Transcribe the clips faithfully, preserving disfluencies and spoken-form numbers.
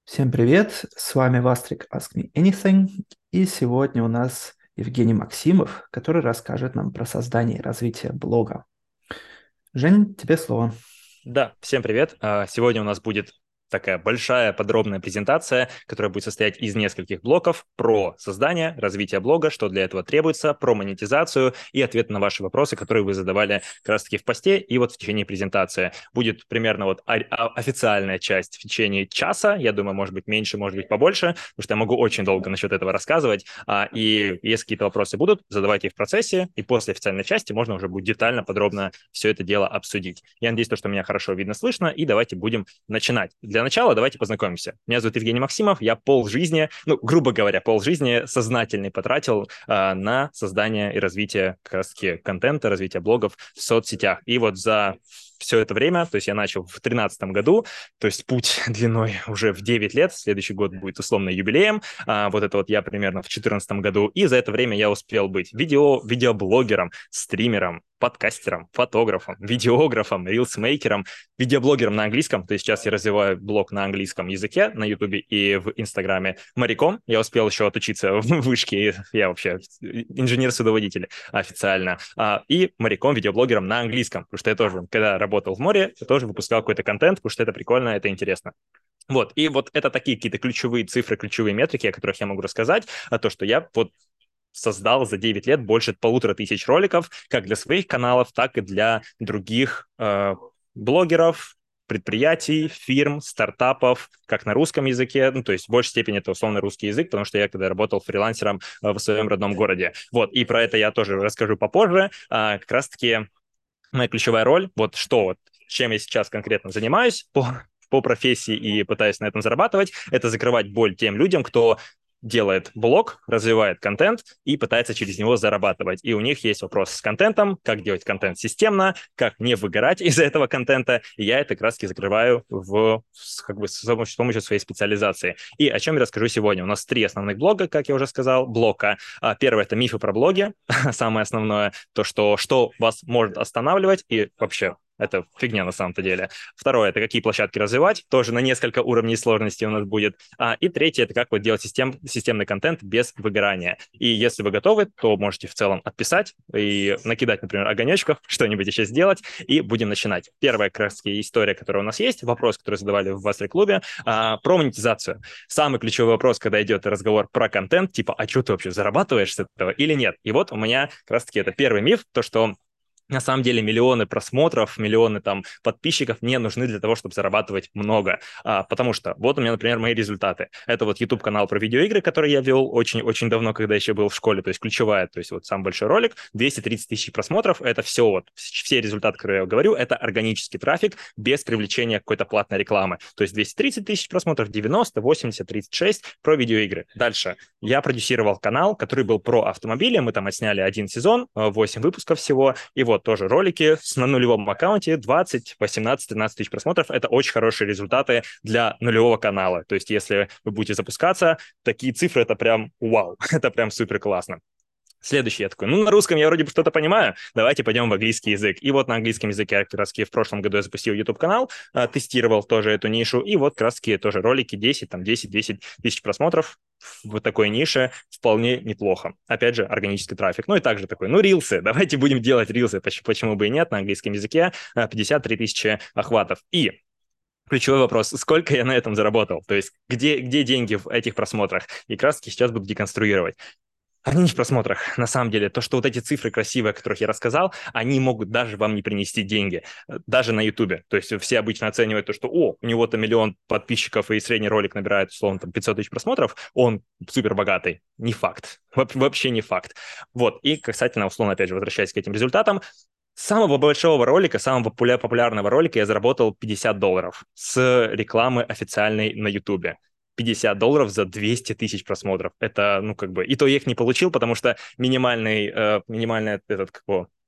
Всем привет, с вами Вастрик Ask Me Anything, и сегодня у нас Евгений Максимов, который расскажет нам про создание и развитие блога. Жень, тебе слово. Да, всем привет. А, Сегодня у нас будет такая большая подробная презентация, которая будет состоять из нескольких блоков про создание, развитие блога, что для этого требуется, про монетизацию и ответ на ваши вопросы, которые вы задавали как раз-таки в посте и вот в течение презентации. Будет примерно вот о- о- официальная часть в течение часа, я думаю, может быть меньше, может быть побольше, потому что я могу очень долго насчет этого рассказывать. А, И если какие-то вопросы будут, задавайте их в процессе, и после официальной части можно уже будет детально, подробно все это дело обсудить. Я надеюсь, то, что меня хорошо видно, слышно, и давайте будем начинать. Для начала давайте познакомимся. Меня зовут Евгений Максимов, я полжизни, ну, грубо говоря, полжизни сознательный потратил э, на создание и развитие как раз-таки контента, развитие блогов в соцсетях. И вот за все это время, то есть я начал в две тысячи тринадцатом году, то есть путь длиной уже в девять лет, следующий год будет условно юбилеем, а, вот это вот я примерно в две тысячи четырнадцатом году, и за это время я успел быть видео, видеоблогером, стримером, подкастером, фотографом, видеографом, рилсмейкером, видеоблогером на английском, то есть сейчас я развиваю блог на английском языке на Ютубе и в Инстаграме, моряком, я успел еще отучиться в вышке, я вообще инженер-судоводитель официально, а, и моряком, видеоблогером на английском, потому что я тоже, когда работал в море, я тоже выпускал какой-то контент, потому что это прикольно, это интересно. Вот, и вот это такие какие-то ключевые цифры, ключевые метрики, о которых я могу рассказать, а то, что я вот создал за девять лет больше полутора тысяч роликов, как для своих каналов, так и для других э, блогеров, предприятий, фирм, стартапов, как на русском языке, ну, то есть в большей степени это условно русский язык, потому что я когда работал фрилансером э, в своем родном городе. Вот, и про это я тоже расскажу попозже. А, как раз-таки моя ключевая роль, вот что вот, чем я сейчас конкретно занимаюсь по, по профессии и пытаюсь на этом зарабатывать, это закрывать боль тем людям, кто делает блог, развивает контент и пытается через него зарабатывать. И у них есть вопрос с контентом, как делать контент системно, как не выгорать из-за этого контента. И я это как раз-таки закрываю в, как бы, с помощью, с помощью своей специализации. И о чем я расскажу сегодня. У нас три основных блога, как я уже сказал, блока. А, Первое — это мифы про блоги, самое основное, то, что, что вас может останавливать и вообще это фигня на самом-то деле. Второе — это какие площадки развивать, тоже на несколько уровней сложности у нас будет. А, и третье — это как вот делать систем, системный контент без выгорания. И если вы готовы, то можете в целом отписать и накидать, например, огонечков, что-нибудь еще сделать, и будем начинать. Первая как раз история, которая у нас есть, вопрос, который задавали в Вастри-клубе, а, про монетизацию. Самый ключевой вопрос, когда идет разговор про контент, типа, а что ты вообще зарабатываешь с этого или нет? И вот у меня как раз-таки это первый миф, то, что на самом деле миллионы просмотров, миллионы там подписчиков не нужны для того, чтобы зарабатывать много. А, потому что вот у меня, например, мои результаты. Это вот YouTube-канал про видеоигры, который я вел очень-очень давно, когда еще был в школе, то есть ключевая, то есть вот сам большой ролик, двести тридцать тысяч просмотров, это все вот, все результаты, которые я говорю, это органический трафик без привлечения какой-то платной рекламы. То есть двести тридцать тысяч просмотров, девяносто, восемьдесят, тридцать шесть про видеоигры. Дальше. Я продюсировал канал, который был про автомобили, мы там отсняли один сезон, восемь выпусков всего, и вот тоже ролики на нулевом аккаунте, двадцать, восемнадцать, тринадцать тысяч просмотров. Это очень хорошие результаты для нулевого канала. То есть если вы будете запускаться, такие цифры — это прям вау, это прям супер классно. Следующий я такой, ну, на русском я вроде бы что-то понимаю, давайте пойдем в английский язык. И вот на английском языке я как раз в прошлом году я запустил YouTube-канал, тестировал тоже эту нишу, и вот как раз тоже ролики десять, там десять-десять тысяч просмотров в такой нише вполне неплохо. Опять же, органический трафик. Ну и также такой, ну, рилсы, давайте будем делать рилсы, почему бы и нет, на английском языке пятьдесят три тысячи охватов. И ключевой вопрос, сколько я на этом заработал? То есть где, где деньги в этих просмотрах? И как раз таки сейчас буду деконструировать. Они не в просмотрах. На самом деле, то, что вот эти цифры красивые, о которых я рассказал, они могут даже вам не принести деньги, даже на Ютубе. То есть все обычно оценивают то, что, о, у него-то миллион подписчиков, и средний ролик набирает, условно, там пятьсот тысяч просмотров, он супер богатый. Не факт. Во- Вообще не факт. Вот. И касательно, условно, опять же, возвращаясь к этим результатам, с самого большого ролика, самого популя- популярного ролика я заработал пятьдесят долларов с рекламы официальной на Ютубе. пятьдесят долларов за двести тысяч просмотров. Это, ну, как бы... И то я их не получил, потому что минимальный, э, минимальный этот, как его,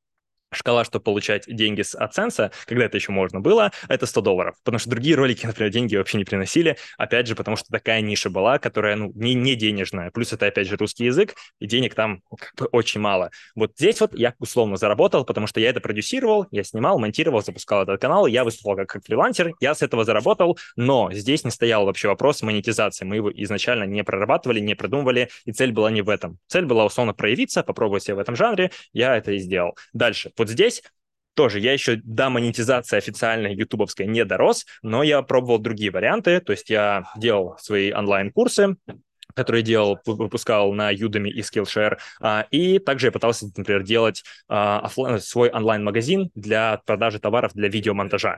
шкала, чтобы получать деньги с AdSense, когда это еще можно было, это сто долларов. Потому что другие ролики, например, деньги вообще не приносили. Опять же, потому что такая ниша была, которая, ну, не, не денежная. Плюс это, опять же, русский язык, и денег там как бы очень мало. Вот здесь вот я условно заработал, потому что я это продюсировал, я снимал, монтировал, запускал этот канал, я выступал как, как фрилансер, я с этого заработал, но здесь не стоял вообще вопрос монетизации. Мы его изначально не прорабатывали, не продумывали, и цель была не в этом. Цель была условно проявиться, попробовать себя в этом жанре, я это и сделал. Дальше. Вот здесь тоже я еще до монетизации официальной ютубовской не дорос, но я пробовал другие варианты, то есть я делал свои онлайн-курсы, которые делал, выпускал на Udemy и Skillshare, и также я пытался, например, делать свой онлайн-магазин для продажи товаров для видеомонтажа.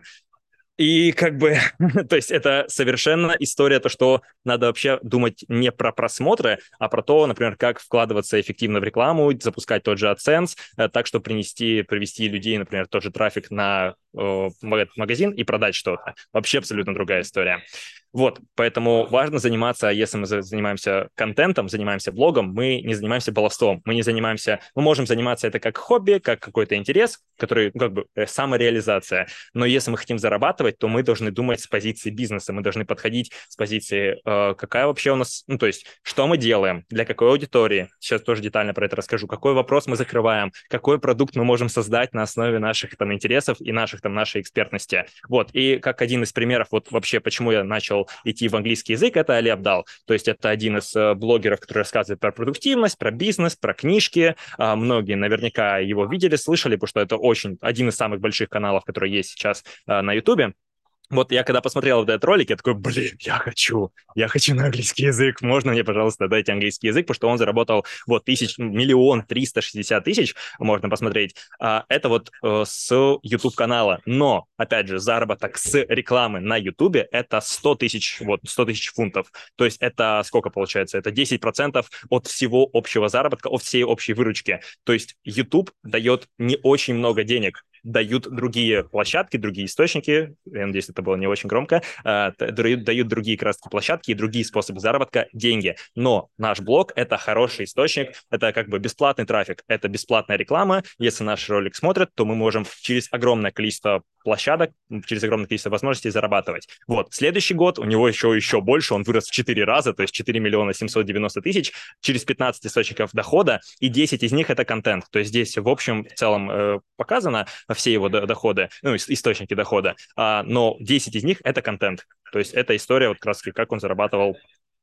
И как бы, то есть это совершенно история, то, что надо вообще думать не про просмотры, а про то, например, как вкладываться эффективно в рекламу, запускать тот же AdSense, так, чтобы принести, привести людей, например, тот же трафик на э, магазин и продать что-то. Вообще абсолютно другая история. Вот, поэтому важно заниматься, если мы занимаемся контентом, занимаемся блогом, мы не занимаемся баловством, мы не занимаемся, мы можем заниматься это как хобби, как какой-то интерес, который, ну, как бы, самореализация, но если мы хотим зарабатывать, то мы должны думать с позиции бизнеса, мы должны подходить с позиции, э, какая вообще у нас, ну, то есть, что мы делаем, для какой аудитории, сейчас тоже детально про это расскажу, какой вопрос мы закрываем, какой продукт мы можем создать на основе наших там интересов и наших там нашей экспертности. Вот, и как один из примеров, вот вообще, почему я начал идти в английский язык, это Али Абдал. То есть это один из э, блогеров, который рассказывает про продуктивность, про бизнес, про книжки. А, многие наверняка его видели, слышали, потому что это очень один из самых больших каналов, которые есть сейчас э, на Ютубе. Вот я когда посмотрел вот этот ролик, я такой, блин, я хочу, я хочу на английский язык, можно мне, пожалуйста, дайте английский язык, потому что он заработал вот тысяч, миллион триста шестьдесят тысяч, можно посмотреть. А, это вот э, с YouTube-канала, но, опять же, заработок с рекламы на YouTube это сто тысяч, вот, сто тысяч фунтов, то есть это сколько получается? Это десять процентов от всего общего заработка, от всей общей выручки, то есть YouTube дает не очень много денег, дают другие площадки, другие источники, я надеюсь, это было не очень громко, дают, дают другие как раз площадки и другие способы заработка, деньги. Но наш блог — это хороший источник, это как бы бесплатный трафик, это бесплатная реклама. Если наш ролик смотрят, то мы можем через огромное количество площадок, через огромное количество возможностей зарабатывать. Вот, следующий год у него еще, еще больше, он вырос в четыре раза, то есть четыре миллиона семьсот девяносто тысяч, через пятнадцать источников дохода, и десять из них — это контент. То есть здесь в общем в целом э, показано все его доходы, ну, источники дохода, а, но десять из них — это контент. То есть это история вот как раз как он зарабатывал,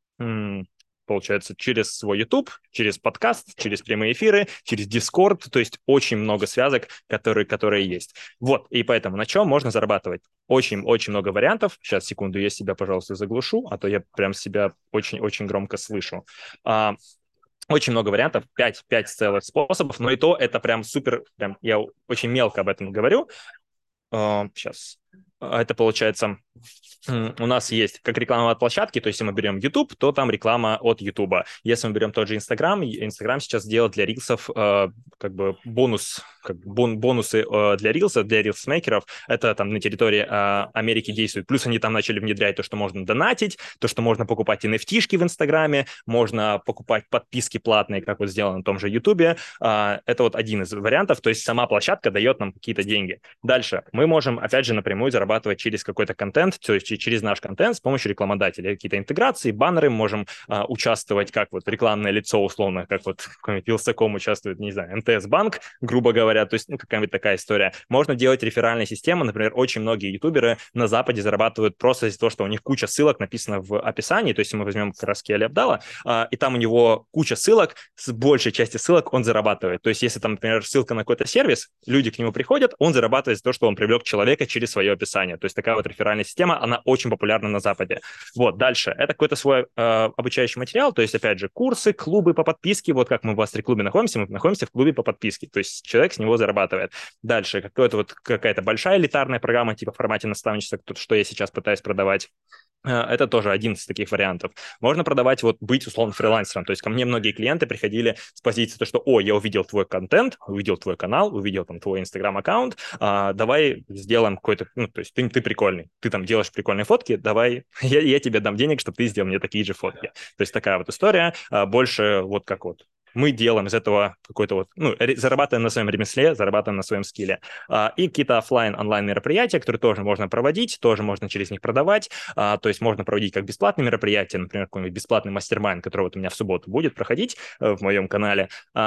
м- получается, через свой YouTube, через подкаст, через прямые эфиры, через Discord, то есть очень много связок, которые, которые есть. Вот, и поэтому на чем можно зарабатывать? Очень-очень много вариантов. Сейчас, секунду, я себя, пожалуйста, заглушу, а то я прям себя очень-очень громко слышу. А, Очень много вариантов, пять, пять целых способов, но и то это прям супер, прям я очень мелко об этом говорю. А, сейчас. Это получается, у нас есть как реклама от площадки, то есть если мы берем YouTube, то там реклама от YouTube. Если мы берем тот же Instagram, Instagram сейчас делает для рилсов э, как бы бонус, как бон, бонусы э, для рилсов, для рилсмейкеров. Это там на территории э, Америки действует. Плюс они там начали внедрять то, что можно донатить, то, что можно покупать эн эф ти-шки в Инстаграме, можно покупать подписки платные, как вот сделано на том же YouTube. Э, это вот один из вариантов, то есть сама площадка дает нам какие-то деньги. Дальше мы можем, опять же, напрямую зарабатывать через какой-то контент, то есть через наш контент с помощью рекламодателей. Какие-то интеграции, баннеры, можем а, участвовать как вот рекламное лицо условно, как вот в Вилсаком участвует, не знаю, эм тэ эс-банк, грубо говоря, то есть ну, какая-нибудь такая история. Можно делать реферальные системы, например, очень многие ютуберы на Западе зарабатывают просто из-за того, что у них куча ссылок написано в описании, то есть мы возьмем как раз Али Абдала, а, и там у него куча ссылок, с большей части ссылок он зарабатывает. То есть если там, например, ссылка на какой-то сервис, люди к нему приходят, он зарабатывает за то, что он привлек человека через свое описание. То есть такая вот реферальная система, она очень популярна на Западе. Вот, дальше. Это какой-то свой э, обучающий материал, то есть, опять же, курсы, клубы по подписке. Вот как мы в Астри-клубе находимся, мы находимся в клубе по подписке. То есть человек с него зарабатывает. Дальше. Какой-то вот какая-то большая элитарная программа типа в формате наставничества, что я сейчас пытаюсь продавать. Это тоже один из таких вариантов. Можно продавать, вот быть условно фрилансером. То есть ко мне многие клиенты приходили с позиции, то, что, о, я увидел твой контент, увидел твой канал, увидел там твой инстаграм-аккаунт, а, давай сделаем какой-то, ну, то есть ты, ты прикольный, ты там делаешь прикольные фотки, давай, я, я тебе дам денег, чтобы ты сделал мне такие же фотки. То есть такая вот история, а, больше вот как вот мы делаем из этого какой-то вот, ну, зарабатываем на своем ремесле, зарабатываем на своем скилле. И какие-то офлайн, онлайн мероприятия, которые тоже можно проводить, тоже можно через них продавать. То есть можно проводить как бесплатные мероприятия, например, какой-нибудь бесплатный мастер-майнд, который вот у меня в субботу будет проходить в моем канале,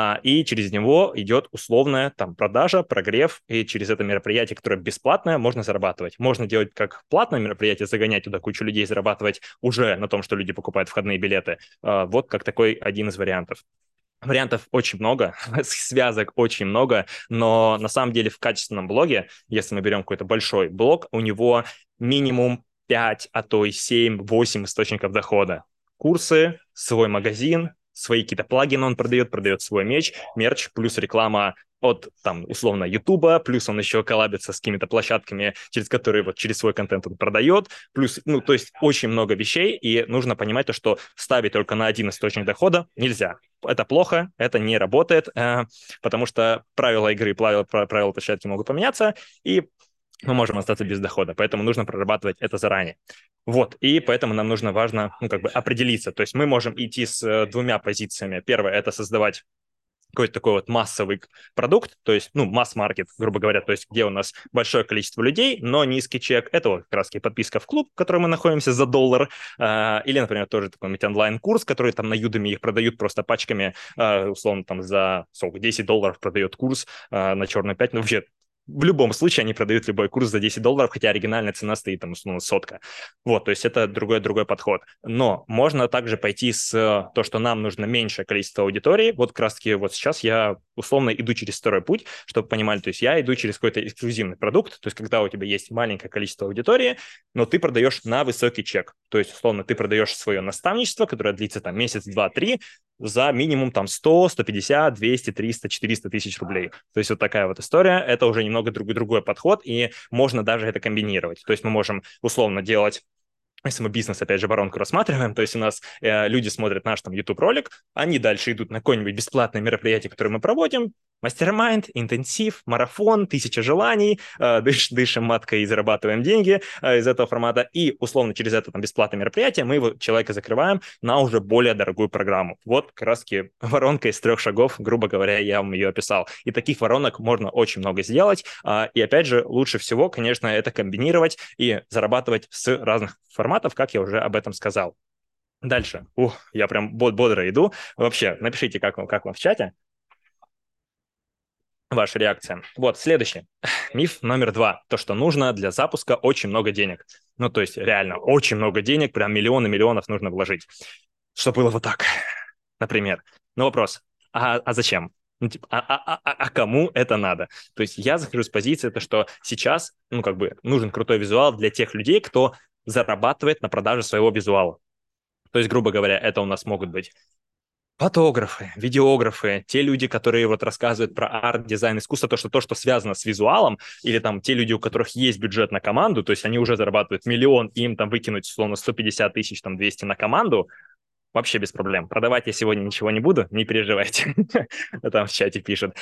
и через него идет условная там продажа, прогрев, и через это мероприятие, которое бесплатное, можно зарабатывать. Можно делать как платное мероприятие, загонять туда кучу людей, зарабатывать уже на том, что люди покупают входные билеты. Вот как такой один из вариантов. Вариантов очень много, связок очень много, но на самом деле в качественном блоге, если мы берем какой-то большой блог, у него минимум пять, а то и семь-восемь источников дохода. Курсы, свой магазин, свои какие-то плагины он продает, продает свой меч, мерч, плюс реклама от, там, условно, Ютуба, плюс он еще коллабится с какими-то площадками, через которые вот через свой контент он продает, плюс, ну, то есть очень много вещей, и нужно понимать то, что ставить только на один источник дохода нельзя. Это плохо, это не работает, э, потому что правила игры, правила, правила площадки могут поменяться, и мы можем остаться без дохода, поэтому нужно прорабатывать это заранее. Вот, и поэтому нам нужно важно, ну, как бы определиться. То есть мы можем идти с э, двумя позициями. Первое – это создавать какой-то такой вот массовый продукт, то есть, ну, масс-маркет, грубо говоря, то есть где у нас большое количество людей, но низкий чек. Это вот как раз подписка в клуб, в котором мы находимся за доллар, э, или, например, тоже такой онлайн-курс, который там на Udemy их продают просто пачками, э, условно, там за сколько, десять долларов продает курс э, на черную пятницу. Вообще, в любом случае они продают любой курс за десять долларов, хотя оригинальная цена стоит там, условно, сотка. Вот, то есть это другой-другой подход. Но можно также пойти с то, что нам нужно меньшее количество аудитории. Вот как раз-таки вот сейчас я условно иду через второй путь, чтобы понимали, то есть я иду через какой-то эксклюзивный продукт, то есть когда у тебя есть маленькое количество аудитории, но ты продаешь на высокий чек. То есть, условно, ты продаешь свое наставничество, которое длится там месяц, два, три, за минимум там сто, сто пятьдесят, двести, триста, четыреста тысяч рублей. То есть вот такая вот история. Это уже немного другой, другой подход, и можно даже это комбинировать. То есть мы можем условно делать, если мы бизнес, опять же, воронку рассматриваем, то есть у нас э, люди смотрят наш там YouTube-ролик, они дальше идут на какое-нибудь бесплатное мероприятие, которое мы проводим, мастер-майнд, интенсив, марафон, тысяча желаний, э, дыш, дышим маткой и зарабатываем деньги э, из этого формата, и условно через это там бесплатное мероприятие мы его, человека закрываем на уже более дорогую программу. Вот как раз-таки воронка из трех шагов, грубо говоря, я вам ее описал. И таких воронок можно очень много сделать, э, и опять же, лучше всего, конечно, это комбинировать и зарабатывать с разных форматов, как я уже об этом сказал. Дальше. Ух, я прям бодро иду. Вообще, напишите, как вам, как вам в чате. Ваша реакция. Вот, следующий. Миф номер два. То, что нужно для запуска очень много денег. Ну, то есть, реально, очень много денег, прям миллионы миллионов нужно вложить. Чтобы было вот так, например. Но вопрос, а, а зачем? Ну, типа, а, а, а, а кому это надо? То есть я захожу с позиции, то, что сейчас, ну, как бы, нужен крутой визуал для тех людей, кто зарабатывает на продаже своего визуала. То есть, грубо говоря, это у нас могут быть фотографы, видеографы, те люди, которые вот рассказывают про арт, дизайн, искусство, то, что то, что связано с визуалом, или там те люди, у которых есть бюджет на команду, то есть они уже зарабатывают миллион, и им там выкинуть, условно, сто пятьдесят тысяч, там, двести на команду, вообще без проблем. Продавать я сегодня ничего не буду, не переживайте. Там в чате пишут.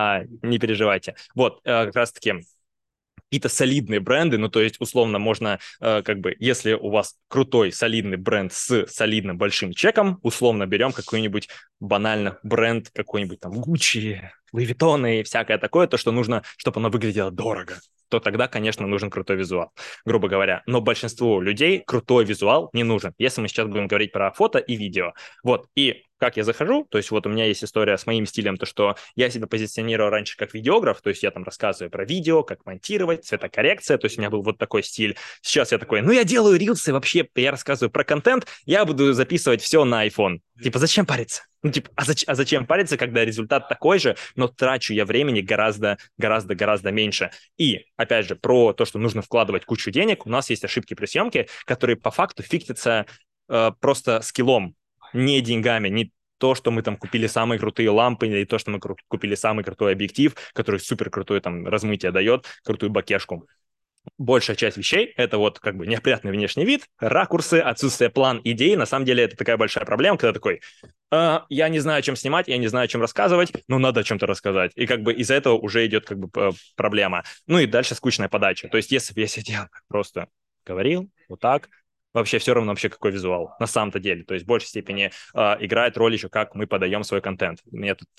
Не переживайте. Вот, как раз-таки какие-то солидные бренды, ну, то есть, условно, можно, э, как бы, если у вас крутой, солидный бренд с солидным большим чеком, условно берем какой-нибудь банально бренд, какой-нибудь там Gucci, Louis Vuitton и всякое такое, то, что нужно, чтобы оно выглядело дорого, то тогда, конечно, нужен крутой визуал, грубо говоря. Но большинству людей крутой визуал не нужен, если мы сейчас будем говорить про фото и видео. Вот, и как я захожу, то есть вот у меня есть история с моим стилем, то, что я себя позиционировал раньше как видеограф, то есть я там рассказываю про видео, как монтировать, цветокоррекция, то есть у меня был вот такой стиль. Сейчас я такой, ну я делаю рилсы, вообще я рассказываю про контент, я буду записывать все на iPhone. Типа, зачем париться? Ну, типа, а, зач- а зачем париться, когда результат такой же, но трачу я времени гораздо, гораздо, гораздо меньше. И, опять же, про то, что нужно вкладывать кучу денег, у нас есть ошибки при съемке, которые по факту фиктятся э, просто скиллом, не деньгами, не то, что мы там купили самые крутые лампы, или то, что мы кру- купили самый крутой объектив, который супер крутое там размытие дает, крутую бакешку. Большая часть вещей — это вот как бы неопрятный внешний вид, ракурсы, отсутствие план, идей. На самом деле это такая большая проблема, когда такой, а, я не знаю, о чем снимать, я не знаю, о чем рассказывать, но надо о чем-то рассказать. И как бы из-за этого уже идет как бы проблема. Ну и дальше скучная подача. То есть если бы я сидел просто говорил вот так, вообще все равно вообще какой визуал на самом-то деле. То есть в большей степени э, играет роль еще, как мы подаем свой контент. Мне тут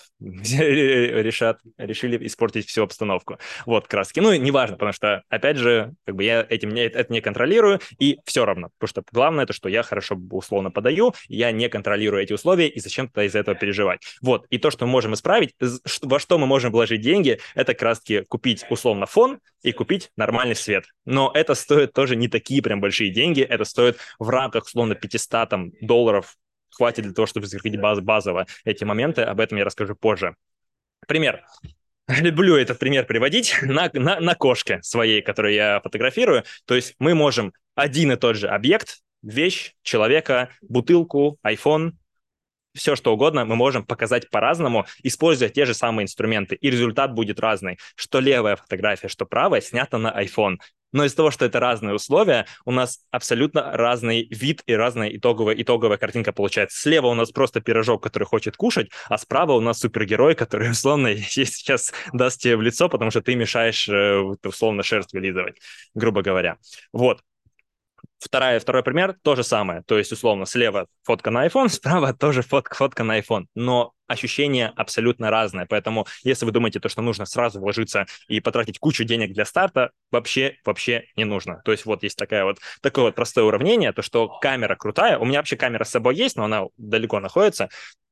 решат, решили испортить всю обстановку. Вот, краски. Ну, неважно, потому что, опять же, как бы я этим не, это не контролирую, и все равно. Потому что главное, то, что я хорошо условно подаю, я не контролирую эти условия, и зачем-то из-за этого переживать. Вот, и то, что мы можем исправить, во что мы можем вложить деньги, это как раз-таки купить условно фон и купить нормальный свет. Но это стоит тоже не такие прям большие деньги, это стоит в рамках условно пятьсот там, долларов, хватит для того, чтобы закрыть баз базово эти моменты, об этом я расскажу позже. Пример. Люблю этот пример приводить на, на, на кошке своей, которую я фотографирую. То есть мы можем один и тот же объект, вещь, человека, бутылку, iPhone, все что угодно мы можем показать по-разному, используя те же самые инструменты, и результат будет разный. Что левая фотография, что правая снята на iPhone. Но из-за того, что это разные условия, у нас абсолютно разный вид и разная итоговая, итоговая картинка получается. Слева у нас просто пирожок, который хочет кушать, а справа у нас супергерой, который условно сейчас даст тебе в лицо, потому что ты мешаешь условно шерсть вылизывать, грубо говоря. Вот. Вторая, второй пример — то же самое. То есть, условно, слева фотка на iPhone, справа тоже фотка, фотка на iPhone. Но ощущение абсолютно разное. Поэтому, если вы думаете, то, что нужно сразу вложиться и потратить кучу денег для старта, вообще, вообще не нужно. То есть, вот есть такая вот, такое вот простое уравнение, то, что камера крутая. У меня вообще камера с собой есть, но она далеко находится.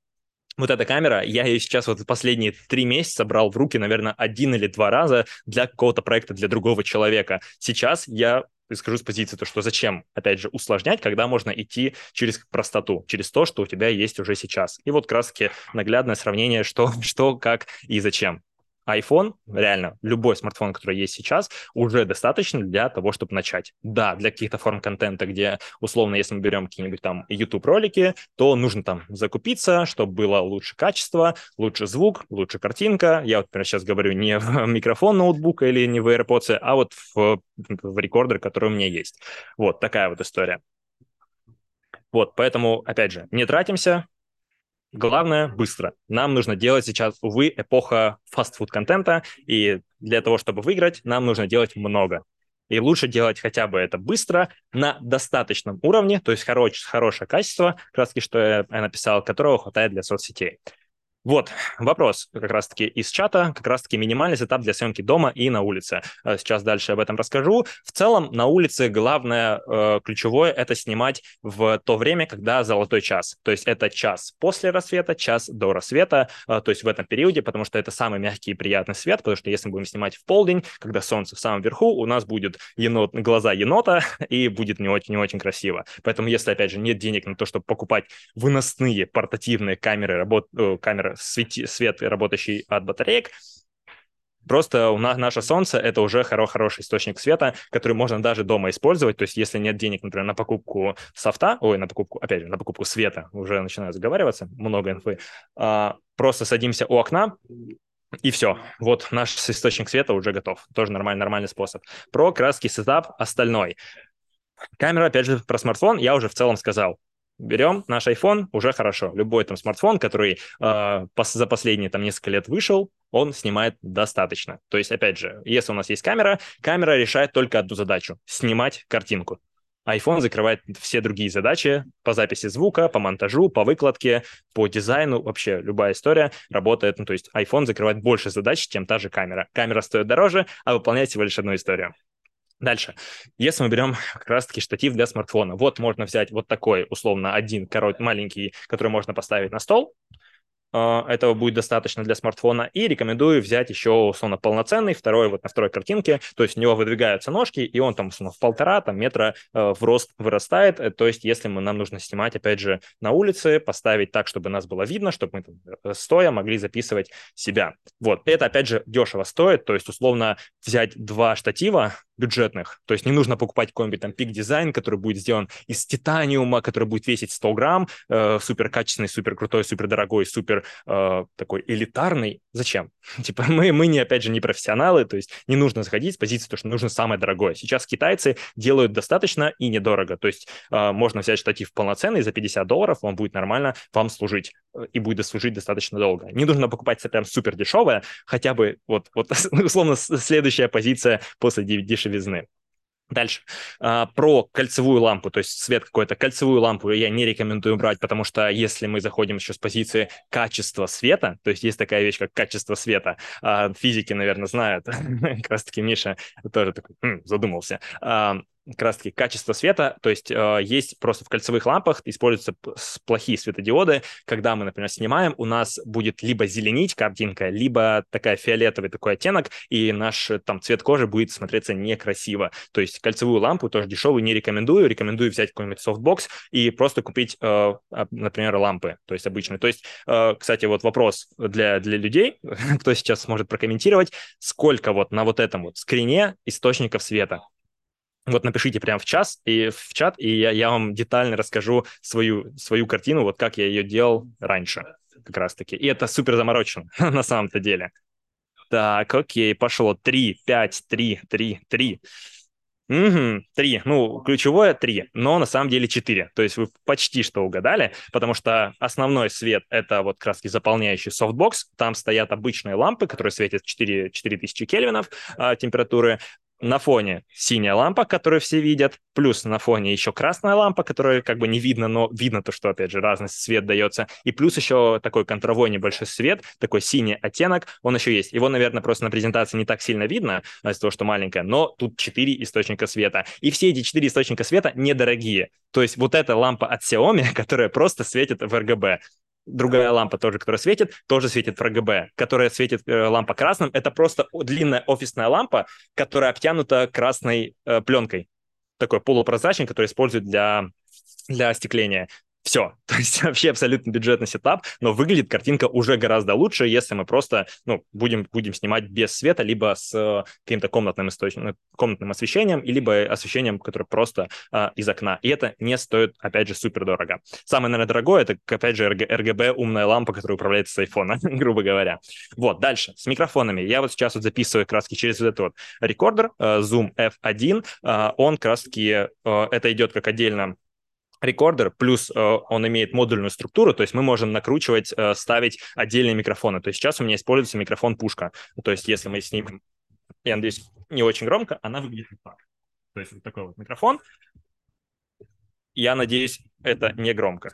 Вот эта камера, я ее сейчас вот последние три месяца брал в руки, наверное, один или два раза для какого-то проекта, для другого человека. Сейчас я скажу с позиции, то, что зачем, опять же, усложнять, когда можно идти через простоту, через то, что у тебя есть уже сейчас. И вот как раз-таки наглядное сравнение, что, что, как и зачем. iPhone, реально, любой смартфон, который есть сейчас, уже достаточно для того, чтобы начать. Да, для каких-то форм контента, где, условно, если мы берем какие-нибудь там YouTube-ролики, то нужно там закупиться, чтобы было лучше качество, лучше звук, лучше картинка. Я вот, например, сейчас говорю не в микрофон ноутбука или не в AirPods, а вот в, в рекордер, который у меня есть. Вот такая вот история. Вот, поэтому, опять же, не тратимся. Главное, быстро. Нам нужно делать сейчас, увы, эпоха фастфуд-контента, и для того, чтобы выиграть, нам нужно делать много. И лучше делать хотя бы это быстро, на достаточном уровне, то есть хорош, хорошее качество, как раз таки, что я написал, которого хватает для соцсетей. Вот, вопрос как раз-таки из чата, как раз-таки минимальный сетап для съемки дома и на улице. Сейчас дальше об этом расскажу. В целом, на улице главное, э, ключевое, это снимать в то время, когда золотой час. То есть это час после рассвета, час до рассвета, э, то есть в этом периоде, потому что это самый мягкий и приятный свет, потому что если мы будем снимать в полдень, когда солнце в самом верху, у нас будет енот, глаза енота, и будет не очень, не очень красиво. Поэтому если, опять же, нет денег на то, чтобы покупать выносные портативные камеры, работ, э, камеры Свети, свет, работающий от батареек. Просто у нас наше солнце — это уже хоро- хороший источник света, который можно даже дома использовать. То есть если нет денег, например, на покупку софта, ой, на покупку, опять же, на покупку света, уже начинаю заговариваться, много инфы, а, просто садимся у окна, и все. Вот наш источник света уже готов. Тоже нормальный, нормальный способ. Про краски сетап остальной. Камера, опять же, про смартфон я уже в целом сказал. Берем наш iPhone, уже хорошо. Любой там смартфон, который э, пос- за последние там несколько лет вышел, он снимает достаточно. То есть, опять же, если у нас есть камера, камера решает только одну задачу — снимать картинку. iPhone закрывает все другие задачи по записи звука, по монтажу, по выкладке, по дизайну. Вообще любая история работает. Ну, то есть iPhone закрывает больше задач, чем та же камера. Камера стоит дороже, а выполняет всего лишь одну историю. Дальше. Если мы берем как раз-таки штатив для смартфона, вот можно взять вот такой, условно, один короткий, маленький, который можно поставить на стол. Этого будет достаточно для смартфона. И рекомендую взять еще, условно, полноценный, второй, вот на второй картинке. То есть у него выдвигаются ножки, и он там, условно, в полтора там, метра э, в рост вырастает. То есть если мы, нам нужно снимать, опять же, на улице, поставить так, чтобы нас было видно, чтобы мы там, стоя могли записывать себя. Вот. Это, опять же, дешево стоит. То есть, условно, взять два штатива бюджетных. То есть не нужно покупать какой-нибудь там пик-дизайн, который будет сделан из титаниума, который будет весить сто грамм, э, супер качественный, супер крутой, супер дорогой, супер э, такой элитарный. Зачем? Типа мы, мы не, опять же, не профессионалы, то есть не нужно заходить с позиции, то, что нужно самое дорогое. Сейчас китайцы делают достаточно и недорого. То есть э, можно взять штатив полноценный за пятьдесят долларов, он будет нормально вам служить и будет служить достаточно долго. Не нужно покупать прям супер дешевое, хотя бы вот, вот условно следующая позиция после дешевизны. Дальше. А, про кольцевую лампу, то есть свет какой-то. Кольцевую лампу я не рекомендую брать, потому что если мы заходим еще с позиции качества света, то есть есть такая вещь, как качество света, а, физики, наверное, знают, как раз-таки Миша тоже такой «Хм, задумался. А, как раз-таки качество света, то есть э, есть просто в кольцевых лампах используются п- с- плохие светодиоды. Когда мы, например, снимаем, у нас будет либо зеленить картинка, либо такая фиолетовый такой оттенок, и наш э, там цвет кожи будет смотреться некрасиво. То есть кольцевую лампу тоже дешевую не рекомендую. Рекомендую взять какой-нибудь софтбокс и просто купить, э, а, например, лампы, то есть обычные. То есть, э, кстати, вот вопрос для, для людей, кто сейчас сможет прокомментировать, сколько вот на вот этом вот скрине источников света. Вот напишите прямо в час и в чат, и я, я вам детально расскажу свою, свою картину, вот как я ее делал раньше, как раз-таки. И это супер заморочено на самом-то деле. Так, окей, пошло. Три, пять, три, три, три. Угу, три. Ну, ключевое три, но на самом деле четыре. То есть вы почти что угадали, потому что основной свет — это вот краски заполняющий софтбокс. Там стоят обычные лампы, которые светят четыре, четыре тысячи кельвинов а, температуры. На фоне синяя лампа, которую все видят, плюс на фоне еще красная лампа, которую как бы не видно, но видно то, что, опять же, разный свет дается. И плюс еще такой контровой небольшой свет, такой синий оттенок, он еще есть. Его, наверное, просто на презентации не так сильно видно, из-за того, что маленькая, но тут четыре источника света. И все эти четыре источника света недорогие. То есть вот эта лампа от Xiaomi, которая просто светит в эр джи би. Другая лампа тоже, которая светит, тоже светит в эр джи би. Которая светит э, лампа красным, это просто длинная офисная лампа, которая обтянута красной э, пленкой. Такой полупрозрачный, который используют для, для остекления. Все. То есть вообще абсолютно бюджетный сетап, но выглядит картинка уже гораздо лучше, если мы просто ну, будем, будем снимать без света, либо с э, каким-то комнатным, источником, комнатным освещением, либо освещением, которое просто э, из окна. И это не стоит, опять же, супер дорого. Самое, наверное, дорогое — это, опять же, эр джи би умная лампа, которая управляется с айфона, грубо говоря. Вот, дальше, с микрофонами. Я вот сейчас вот записываю как раз-таки через этот вот рекордер э, Zoom эф один. Э, он как раз-таки, э, это идет как отдельно рекордер, плюс э, он имеет модульную структуру, то есть мы можем накручивать, э, ставить отдельные микрофоны. То есть сейчас у меня используется микрофон-пушка. То есть если мы снимем, я надеюсь, не очень громко, она выглядит вот так. То есть вот такой вот микрофон. Я надеюсь, это не громко.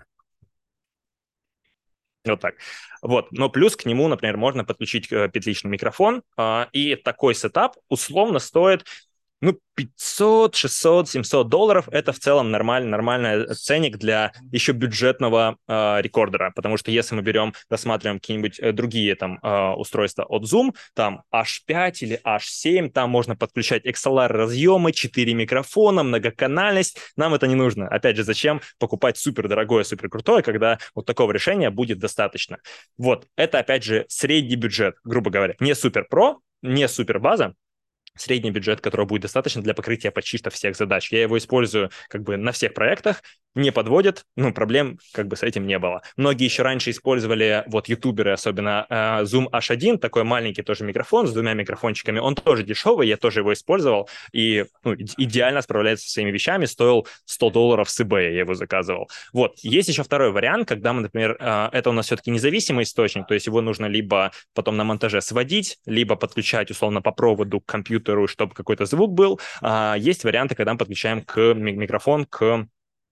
Вот так. Вот. Но плюс к нему, например, можно подключить э, петличный микрофон, э, и такой сетап условно стоит ну, пятьсот, шестьсот, семьсот долларов — это в целом нормальный, нормальный ценник для еще бюджетного э, рекордера, потому что если мы берем, рассматриваем какие-нибудь э, другие там э, устройства от Zoom, там эйч пять или эйч семь, там можно подключать икс эл ар-разъемы, четыре микрофона, многоканальность, нам это не нужно. Опять же, зачем покупать супердорогое, суперкрутое, когда вот такого решения будет достаточно. Вот, это, опять же, средний бюджет, грубо говоря, не супер-про, не супер-база, средний бюджет, которого будет достаточно для покрытия почти что всех задач. Я его использую как бы на всех проектах, не подводит, ну, проблем как бы с этим не было. Многие еще раньше использовали, вот ютуберы особенно, Zoom эйч один, такой маленький тоже микрофон с двумя микрофончиками, он тоже дешевый, я тоже его использовал, и ну, идеально справляется со своими вещами, стоил сто долларов с eBay, я его заказывал. Вот, есть еще второй вариант, когда мы, например, это у нас все-таки независимый источник, то есть его нужно либо потом на монтаже сводить, либо подключать условно по проводу к компьютеру, чтобы какой-то звук был. Есть варианты, когда мы подключаем к микрофон к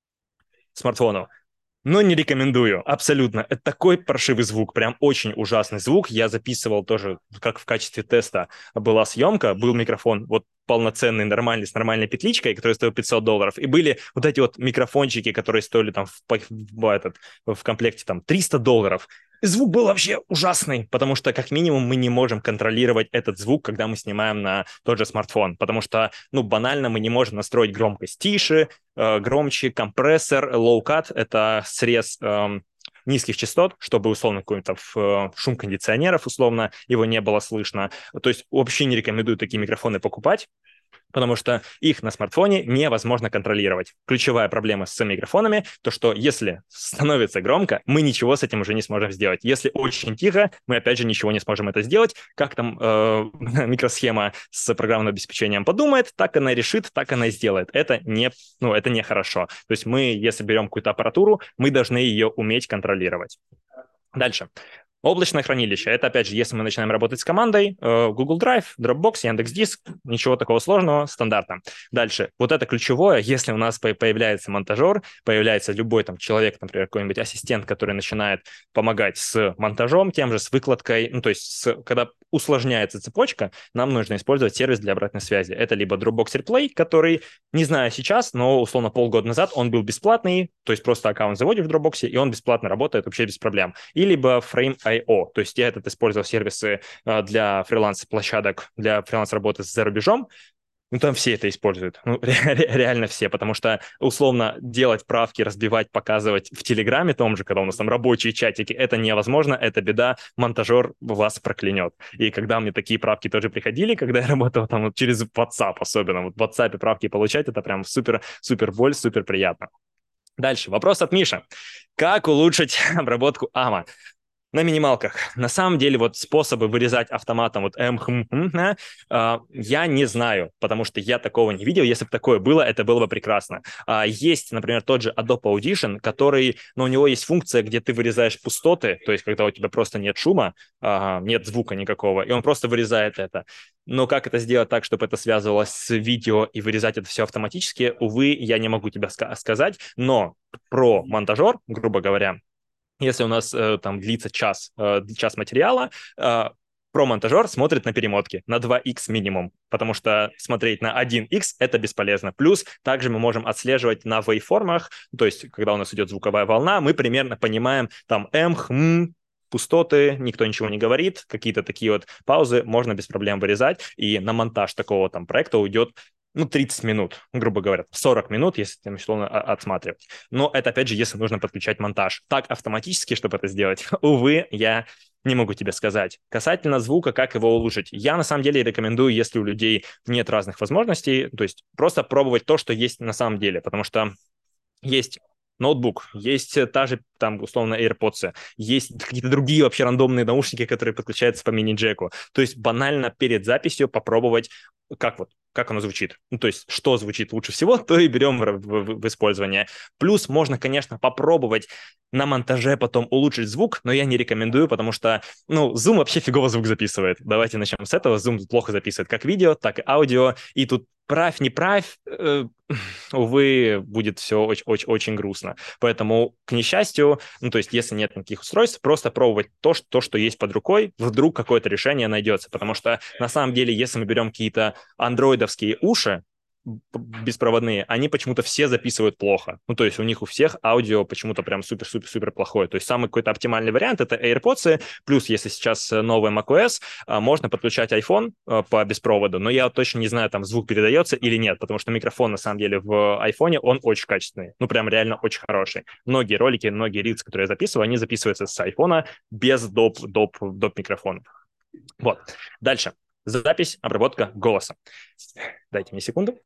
смартфону. Но не рекомендую, абсолютно. Это такой паршивый звук, прям очень ужасный звук. Я записывал тоже, как в качестве теста была съемка, был микрофон вот полноценный, нормальный, с нормальной петличкой, который стоил пятьсот долларов, и были вот эти вот микрофончики, которые стоили там в, в, в, этот, в комплекте там триста долларов. И звук был вообще ужасный, потому что как минимум мы не можем контролировать этот звук, когда мы снимаем на тот же смартфон, потому что, ну, банально мы не можем настроить громкость тише, э, громче, компрессор, low-cut — это срез э, низких частот, чтобы условно какой-то э, шум кондиционеров, условно, его не было слышно. То есть вообще не рекомендую такие микрофоны покупать, потому что их на смартфоне невозможно контролировать. Ключевая проблема с микрофонами — то, что если становится громко, мы ничего с этим уже не сможем сделать. Если очень тихо, мы, опять же, ничего не сможем это сделать. Как там э, микросхема с программным обеспечением подумает, так она и решит, так она и сделает. Это не, ну, это не хорошо. То есть мы, если берем какую-то аппаратуру, мы должны ее уметь контролировать. Дальше. Облачное хранилище. Это, опять же, если мы начинаем работать с командой, э, Google Drive, Dropbox, Яндекс.Диск, ничего такого сложного, стандартно. Дальше. Вот это ключевое, если у нас появляется монтажер, появляется любой там человек, например, какой-нибудь ассистент, который начинает помогать с монтажом, тем же с выкладкой, ну, то есть с, когда усложняется цепочка, нам нужно использовать сервис для обратной связи. Это либо Dropbox Replay, который, не знаю сейчас, но условно полгода назад он был бесплатный, то есть просто аккаунт заводишь в Dropbox, и он бесплатно работает вообще без проблем. И либо Frame точка ай о, то есть я этот использовал сервисы для фриланс-площадок, для фриланс-работы за рубежом. Ну, там все это используют. Ну, ре- реально все, потому что, условно, делать правки, разбивать, показывать в Телеграме том же, когда у нас там рабочие чатики, это невозможно, это беда, монтажер вас проклянет. И когда мне такие правки тоже приходили, когда я работал там вот через WhatsApp особенно, вот в WhatsApp правки получать, это прям супер-супер боль, супер приятно. Дальше, вопрос от Миши. Как улучшить обработку АМА? На минималках. На самом деле, вот способы вырезать автоматом вот эм, хм, хм, э, э, я не знаю, потому что я такого не видел. Если бы такое было, это было бы прекрасно. А, есть, например, тот же Adobe Audition, который, ну, у него есть функция, где ты вырезаешь пустоты, то есть когда у тебя просто нет шума, э, нет звука никакого, и он просто вырезает это. Но как это сделать так, чтобы это связывалось с видео и вырезать это все автоматически, увы, я не могу тебе ска- сказать, но про монтажер, грубо говоря, если у нас э, там длится час, э, час материала, э, про-монтажер смотрит на перемотки, на два икс минимум, потому что смотреть на один икс это бесполезно. Плюс также мы можем отслеживать на вейформах, то есть когда у нас идет звуковая волна, мы примерно понимаем там эм, хм, пустоты, никто ничего не говорит, какие-то такие вот паузы можно без проблем вырезать, и на монтаж такого там проекта уйдет ну, тридцать минут, грубо говоря, сорок минут, если там условно отсматривать. Но это, опять же, если нужно подключать монтаж. Так автоматически, чтобы это сделать, увы, я не могу тебе сказать. Касательно звука, как его улучшить. Я, на самом деле, рекомендую, если у людей нет разных возможностей, то есть просто пробовать то, что есть на самом деле, потому что есть ноутбук, есть та же, там, условно, AirPods, есть какие-то другие вообще рандомные наушники, которые подключаются по мини-джеку. То есть банально перед записью попробовать, как вот, как оно звучит. Ну, то есть что звучит лучше всего, то и берем в, в, в использование. Плюс можно, конечно, попробовать на монтаже потом улучшить звук, но я не рекомендую, потому что, ну, Zoom вообще фигово звук записывает. Давайте начнем с этого. Zoom плохо записывает как видео, так и аудио, и тут правь, не правь, э, увы, будет все очень, очень грустно. Поэтому, к несчастью, ну, то есть, если нет никаких устройств, просто пробовать то, что, то, что есть под рукой, вдруг какое-то решение найдется. Потому что, на самом деле, если мы берем какие-то андроидовские уши, беспроводные, они почему-то все записывают плохо. Ну, то есть у них у всех аудио почему-то прям супер-супер-супер плохое. То есть самый какой-то оптимальный вариант — это AirPods, плюс если сейчас новый macOS, можно подключать iPhone по беспроводу, но я точно не знаю, там звук передается или нет, потому что микрофон, на самом деле, в iPhone, он очень качественный. Ну, прям реально очень хороший. Многие ролики, многие рилсы, которые я записываю, они записываются с iPhone без доп, доп, доп микрофонов. Вот. Дальше. Запись, обработка голоса. Дайте мне секунду.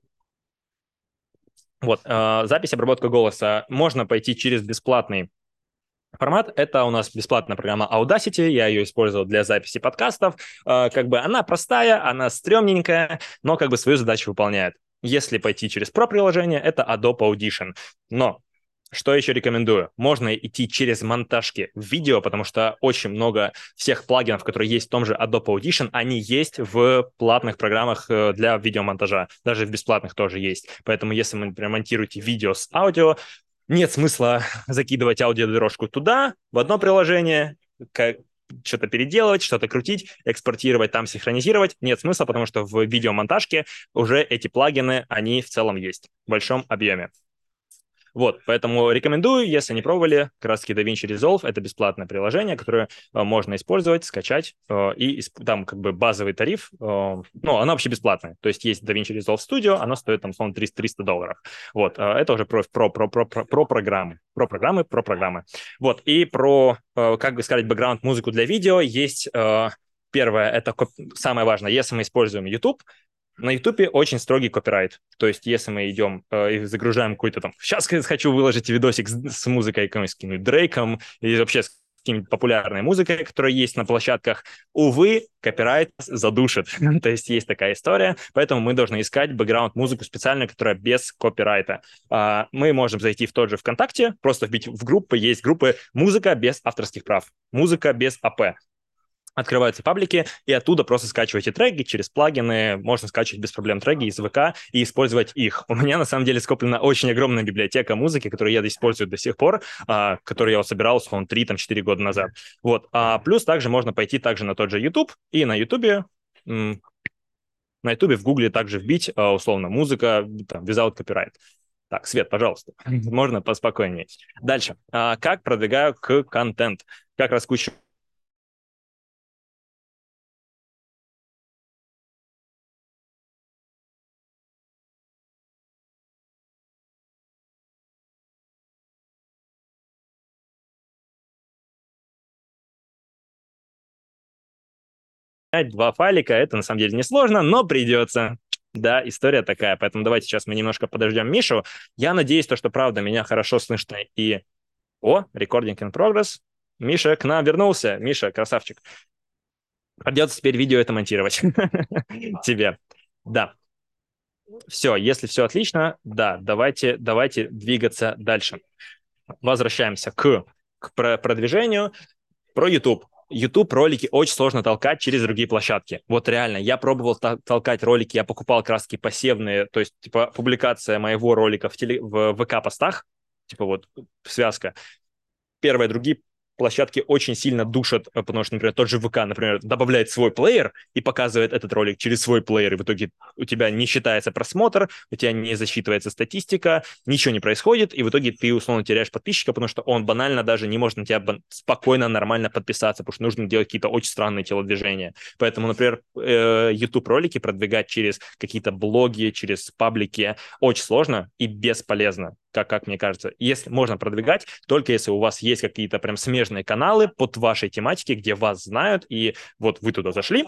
Вот, э, запись, обработка голоса. Можно пойти через бесплатный формат. Это у нас бесплатная программа Audacity. Я ее использовал для записи подкастов. Э, как бы она простая, она стрёмненькая, но как бы свою задачу выполняет. Если пойти через про-приложение, это Adobe Audition. Но что еще рекомендую? Можно идти через монтажки в видео, потому что очень много всех плагинов, которые есть в том же Adobe Audition, они есть в платных программах для видеомонтажа. Даже в бесплатных тоже есть. Поэтому если вы, например, монтируете видео с аудио, нет смысла закидывать аудиодорожку туда, в одно приложение, как что-то переделывать, что-то крутить, экспортировать, там синхронизировать. Нет смысла, потому что в видеомонтажке уже эти плагины, они в целом есть в большом объеме. Вот, поэтому рекомендую, если не пробовали, как раз-таки DaVinci Resolve — это бесплатное приложение, которое э, можно использовать, скачать, э, и там как бы базовый тариф, э, ну, оно вообще бесплатное, то есть есть DaVinci Resolve Studio, оно стоит там, условно, триста долларов. Вот, э, это уже про, про, про, про, про, про программы, про программы, про программы. Вот, и про, э, как бы сказать, бэкграунд-музыку для видео есть... Э, Первое, это самое важное, если мы используем YouTube, на Ютубе очень строгий копирайт. То есть, если мы идем э, и загружаем какой-то там... Сейчас хочу выложить видосик с, с музыкой каким-нибудь Дрейком или вообще с какой-нибудь популярной музыкой, которая есть на площадках, увы, копирайт задушит. То есть есть такая история, поэтому мы должны искать бэкграунд-музыку специальную, которая без копирайта. А, мы можем зайти в тот же ВКонтакте, просто вбить в группы, есть группы «Музыка без авторских прав», «Музыка без АП». Открываются паблики, и оттуда просто скачиваете треки через плагины. Можно скачивать без проблем треки из ВК и использовать их. У меня, на самом деле, скоплена очень огромная библиотека музыки, которую я использую до сих пор, а, которую я вот собирал, условно, три-четыре года назад. Вот. А плюс также можно пойти также на тот же YouTube, и на YouTube, м- на YouTube в Гугле также вбить, а, условно, музыка там, without copyright. Так, Свет, пожалуйста, можно поспокойнее. Дальше. А, как продвигаю к контент? Как раскручиваю два файлика, это на самом деле несложно, но придется. Да, история такая, поэтому давайте сейчас мы немножко подождем Мишу. Я надеюсь, то, что правда меня хорошо слышно и... О, recording in progress. Миша к нам вернулся. Миша, красавчик. Придется теперь видео это монтировать. Тебе. Да. Все, если все отлично, да, давайте, давайте двигаться дальше. Возвращаемся к, к продвижению. Про YouTube. YouTube ролики очень сложно толкать через другие площадки. Вот реально, я пробовал толкать ролики, я покупал краски посевные, то есть типа публикация моего ролика в, теле, в ВК-постах, типа вот связка. Первые, другие площадки очень сильно душат, потому что, например, тот же ВК, например, добавляет свой плеер и показывает этот ролик через свой плеер, и в итоге у тебя не считается просмотр, у тебя не засчитывается статистика, ничего не происходит, и в итоге ты условно теряешь подписчика, потому что он банально даже не может на тебя спокойно, нормально подписаться, потому что нужно делать какие-то очень странные телодвижения. Поэтому, например, YouTube-ролики продвигать через какие-то блоги, через паблики очень сложно и бесполезно. Как, как мне кажется. Если можно продвигать, только если у вас есть какие-то прям смежные каналы под вашей тематике, где вас знают, и вот вы туда зашли,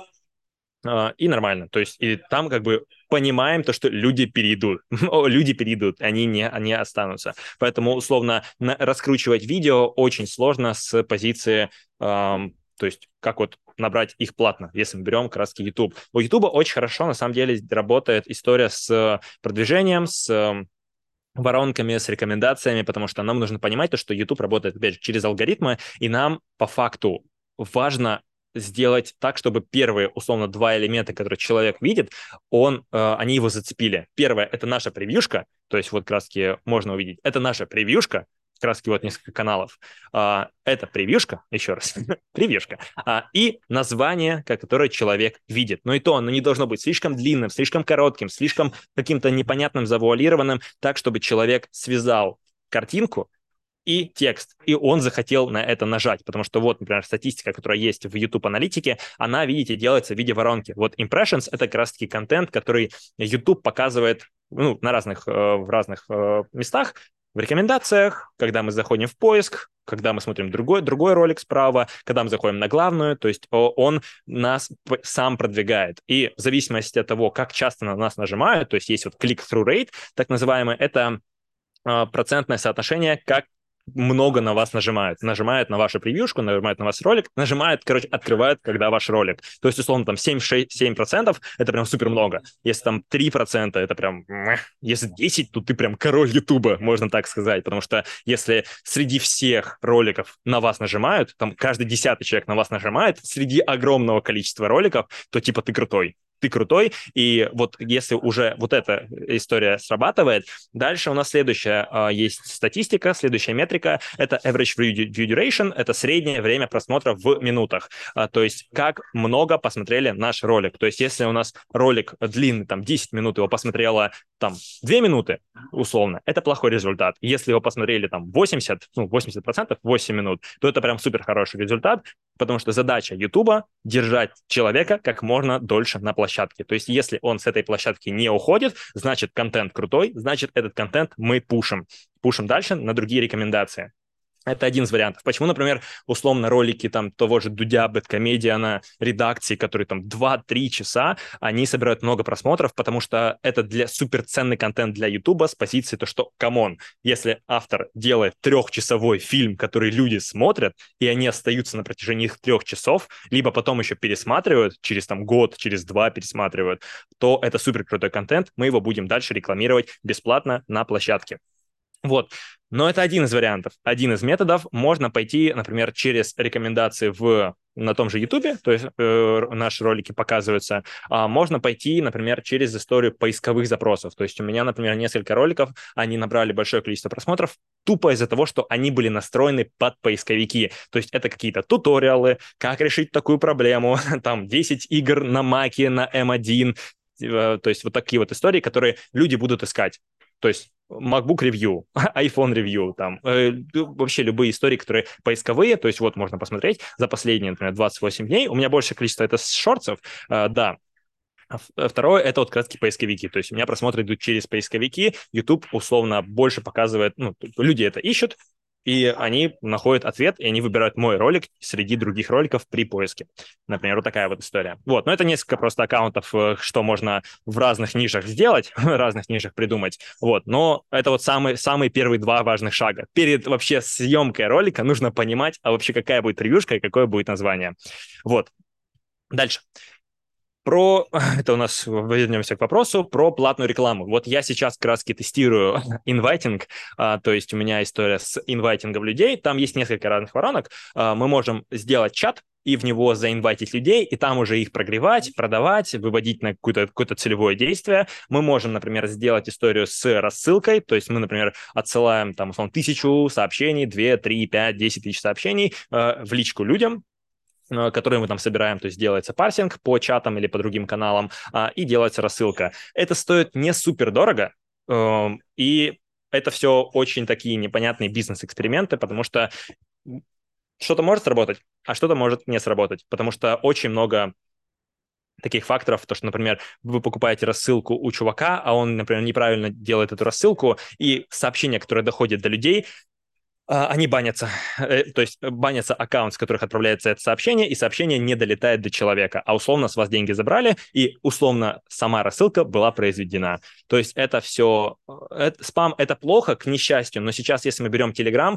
э, и нормально. То есть и там как бы понимаем то, что люди перейдут. Люди перейдут, они не, они останутся. Поэтому, условно, на, раскручивать видео очень сложно с позиции... Э, то есть как вот набрать их платно, если мы берем как раз YouTube. У YouTube очень хорошо, на самом деле, работает история с продвижением, с воронками, с рекомендациями, потому что нам нужно понимать то, что YouTube работает, опять же, через алгоритмы, и нам по факту важно сделать так, чтобы первые, условно, два элемента, которые человек видит, он, э, они его зацепили. Первое — это наша превьюшка, то есть вот как раз-таки можно увидеть, это наша превьюшка, как раз вот несколько каналов. А, это превьюшка, еще раз, превьюшка, а, и название, которое человек видит. Но и то оно не должно быть слишком длинным, слишком коротким, слишком каким-то непонятным, завуалированным, так, чтобы человек связал картинку и текст, и он захотел на это нажать, потому что вот, например, статистика, которая есть в YouTube-аналитике, она, видите, делается в виде воронки. Вот impressions — это как раз-таки контент, который YouTube показывает ну, на разных, в разных местах, в рекомендациях, когда мы заходим в поиск, когда мы смотрим другой, другой ролик справа, когда мы заходим на главную, то есть он нас сам продвигает. И в зависимости от того, как часто на нас нажимают, то есть есть вот click-through rate, так называемый, это процентное соотношение, как много на вас нажимают. Нажимают на вашу превьюшку, нажимают на ваш ролик, нажимают, короче, открывают, когда ваш ролик. То есть, условно, там семь процентов это прям супер много. Если там три процента, это прям... Если десять, то ты прям король Ютуба, можно так сказать. Потому что если среди всех роликов на вас нажимают, там каждый десятый человек на вас нажимает, среди огромного количества роликов, то типа ты крутой. Ты крутой, и вот если уже вот эта история срабатывает, дальше у нас следующая uh, есть статистика, следующая метрика, это average view duration, это среднее время просмотра в минутах, uh, то есть как много посмотрели наш ролик, то есть если у нас ролик длинный, там, десять минут, его посмотрело, там, две минуты, условно, это плохой результат, если его посмотрели, там, восемьдесят, ну, восемьдесят процентов, восемь минут, то это прям супер хороший результат, потому что задача Ютуба — держать человека как можно дольше на площадке. То есть если он с этой площадки не уходит, значит, контент крутой, значит, этот контент мы пушим. Пушим дальше на другие рекомендации. Это один из вариантов. Почему, например, условно ролики там того же Дудя, Бэдкомедиана, редакции, которые там два-три часа, они собирают много просмотров, потому что это для суперценный контент для Ютуба с позиции то, что, камон, если автор делает трехчасовой фильм, который люди смотрят, и они остаются на протяжении их трех часов, либо потом еще пересматривают, через там год, через два пересматривают, то это супер крутой контент, мы его будем дальше рекламировать бесплатно на площадке. Вот. Но это один из вариантов, один из методов. Можно пойти, например, через рекомендации в, на том же Ютубе, то есть э, наши ролики показываются. А можно пойти, например, через историю поисковых запросов. То есть у меня, например, несколько роликов, они набрали большое количество просмотров тупо из-за того, что они были настроены под поисковики. То есть это какие-то туториалы, как решить такую проблему, там десять игр на Маке, на эм один, э, то есть вот такие вот истории, которые люди будут искать. То есть MacBook ревью, iPhone ревью, там, э, вообще любые истории, которые поисковые, то есть вот можно посмотреть за последние, например, двадцать восемь дней, у меня большее количество это шортсов, э, да, а второе — это вот как раз поисковики. То есть у меня просмотры идут через поисковики. YouTube условно больше показывает... Ну, люди это ищут, и они находят ответ, и они выбирают мой ролик среди других роликов при поиске. Например, вот такая вот история. Вот, но это несколько просто аккаунтов, что можно в разных нишах сделать, в разных нишах придумать. Вот, но это вот самые, самые первые два важных шага. Перед вообще съемкой ролика нужно понимать, а вообще какая будет превьюшка и какое будет название. Вот. Дальше. Про, это у нас, вернемся к вопросу, про платную рекламу. Вот я сейчас как раз тестирую инвайтинг, а, то есть у меня история с инвайтингом людей, там есть несколько разных воронок, а, мы можем сделать чат и в него заинвайтить людей, и там уже их прогревать, продавать, выводить на какое-то, какое-то целевое действие. Мы можем, например, сделать историю с рассылкой, то есть мы, например, отсылаем там, условно, тысячу сообщений, две, три, пять, десять тысяч сообщений э, в личку людям, которые мы там собираем, то есть делается парсинг по чатам или по другим каналам, и делается рассылка. Это стоит не супер дорого, и это все очень такие непонятные бизнес-эксперименты, потому что что-то может сработать, а что-то может не сработать, потому что очень много таких факторов, то, что, например, вы покупаете рассылку у чувака, а он, например, неправильно делает эту рассылку, и сообщения, которые доходят до людей, они банятся, то есть банятся аккаунт, с которых отправляется это сообщение, и сообщение не долетает до человека, а условно с вас деньги забрали, и условно сама рассылка была произведена. То есть это все, это, спам — это плохо, к несчастью, но сейчас, если мы берем Telegram,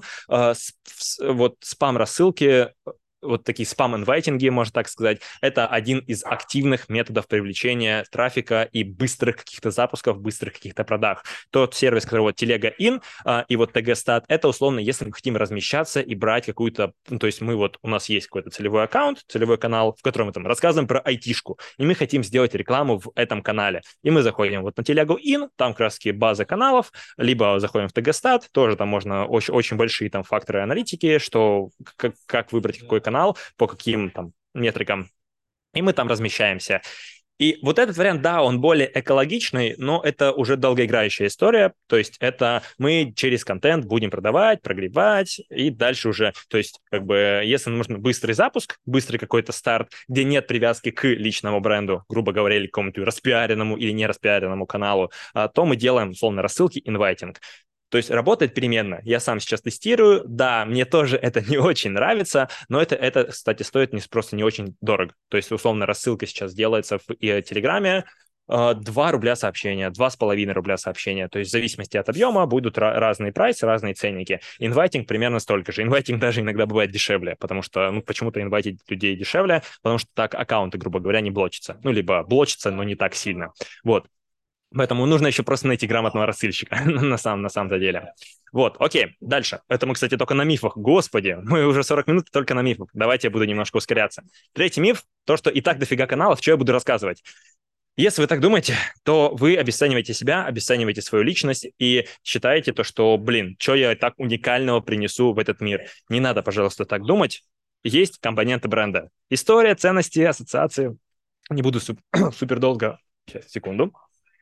вот спам-рассылки, вот такие спам-инвайтинги, можно так сказать, это один из активных методов привлечения трафика и быстрых каких-то запусков, быстрых каких-то продаж. Тот сервис, который вот Телега Ин а, и вот TGStat, это условно, если мы хотим размещаться и брать какую-то, ну, то есть мы вот, у нас есть какой-то целевой аккаунт, целевой канал, в котором мы там рассказываем про айтишку, и мы хотим сделать рекламу в этом канале. И мы заходим вот на Телегу Ин, там как раз таки база каналов, либо заходим в TGStat, тоже там можно очень, очень большие там факторы аналитики, что как, как выбрать какой канал, канал, по каким там метрикам, и мы там размещаемся. И вот этот вариант, да, он более экологичный, но это уже долгоиграющая история, то есть это мы через контент будем продавать, прогревать, и дальше уже, то есть как бы если нужен быстрый запуск, быстрый какой-то старт, где нет привязки к личному бренду, грубо говоря, или к какому-то распиаренному или не распиаренному каналу, то мы делаем, условно, рассылки, инвайтинг. То есть работает переменно. Я сам сейчас тестирую. Да, мне тоже это не очень нравится, но это, это кстати, стоит не, просто не очень дорого. То есть, условно, рассылка сейчас делается в Телеграме. два рубля сообщения, два с половиной рубля сообщения. То есть в зависимости от объема будут разные прайсы, разные ценники. Инвайтинг примерно столько же. Инвайтинг даже иногда бывает дешевле, потому что, ну, почему-то инвайтить людей дешевле, потому что так аккаунты, грубо говоря, не блочатся. Ну, либо блочатся, но не так сильно. Вот. Поэтому нужно еще просто найти грамотного рассыльщика на самом, на самом-то деле. Вот, окей, дальше. Это мы, кстати, только на мифах. Господи, мы уже сорок минут только на мифах. Давайте я буду немножко ускоряться. Третий миф, то, что и так дофига каналов, что я буду рассказывать. Если вы так думаете, то вы обесцениваете себя, обесцениваете свою личность и считаете то, что, блин, что я так уникального принесу в этот мир. Не надо, пожалуйста, так думать. Есть компоненты бренда. История, ценности, ассоциации. Не буду суп- супер долго. Сейчас, секунду.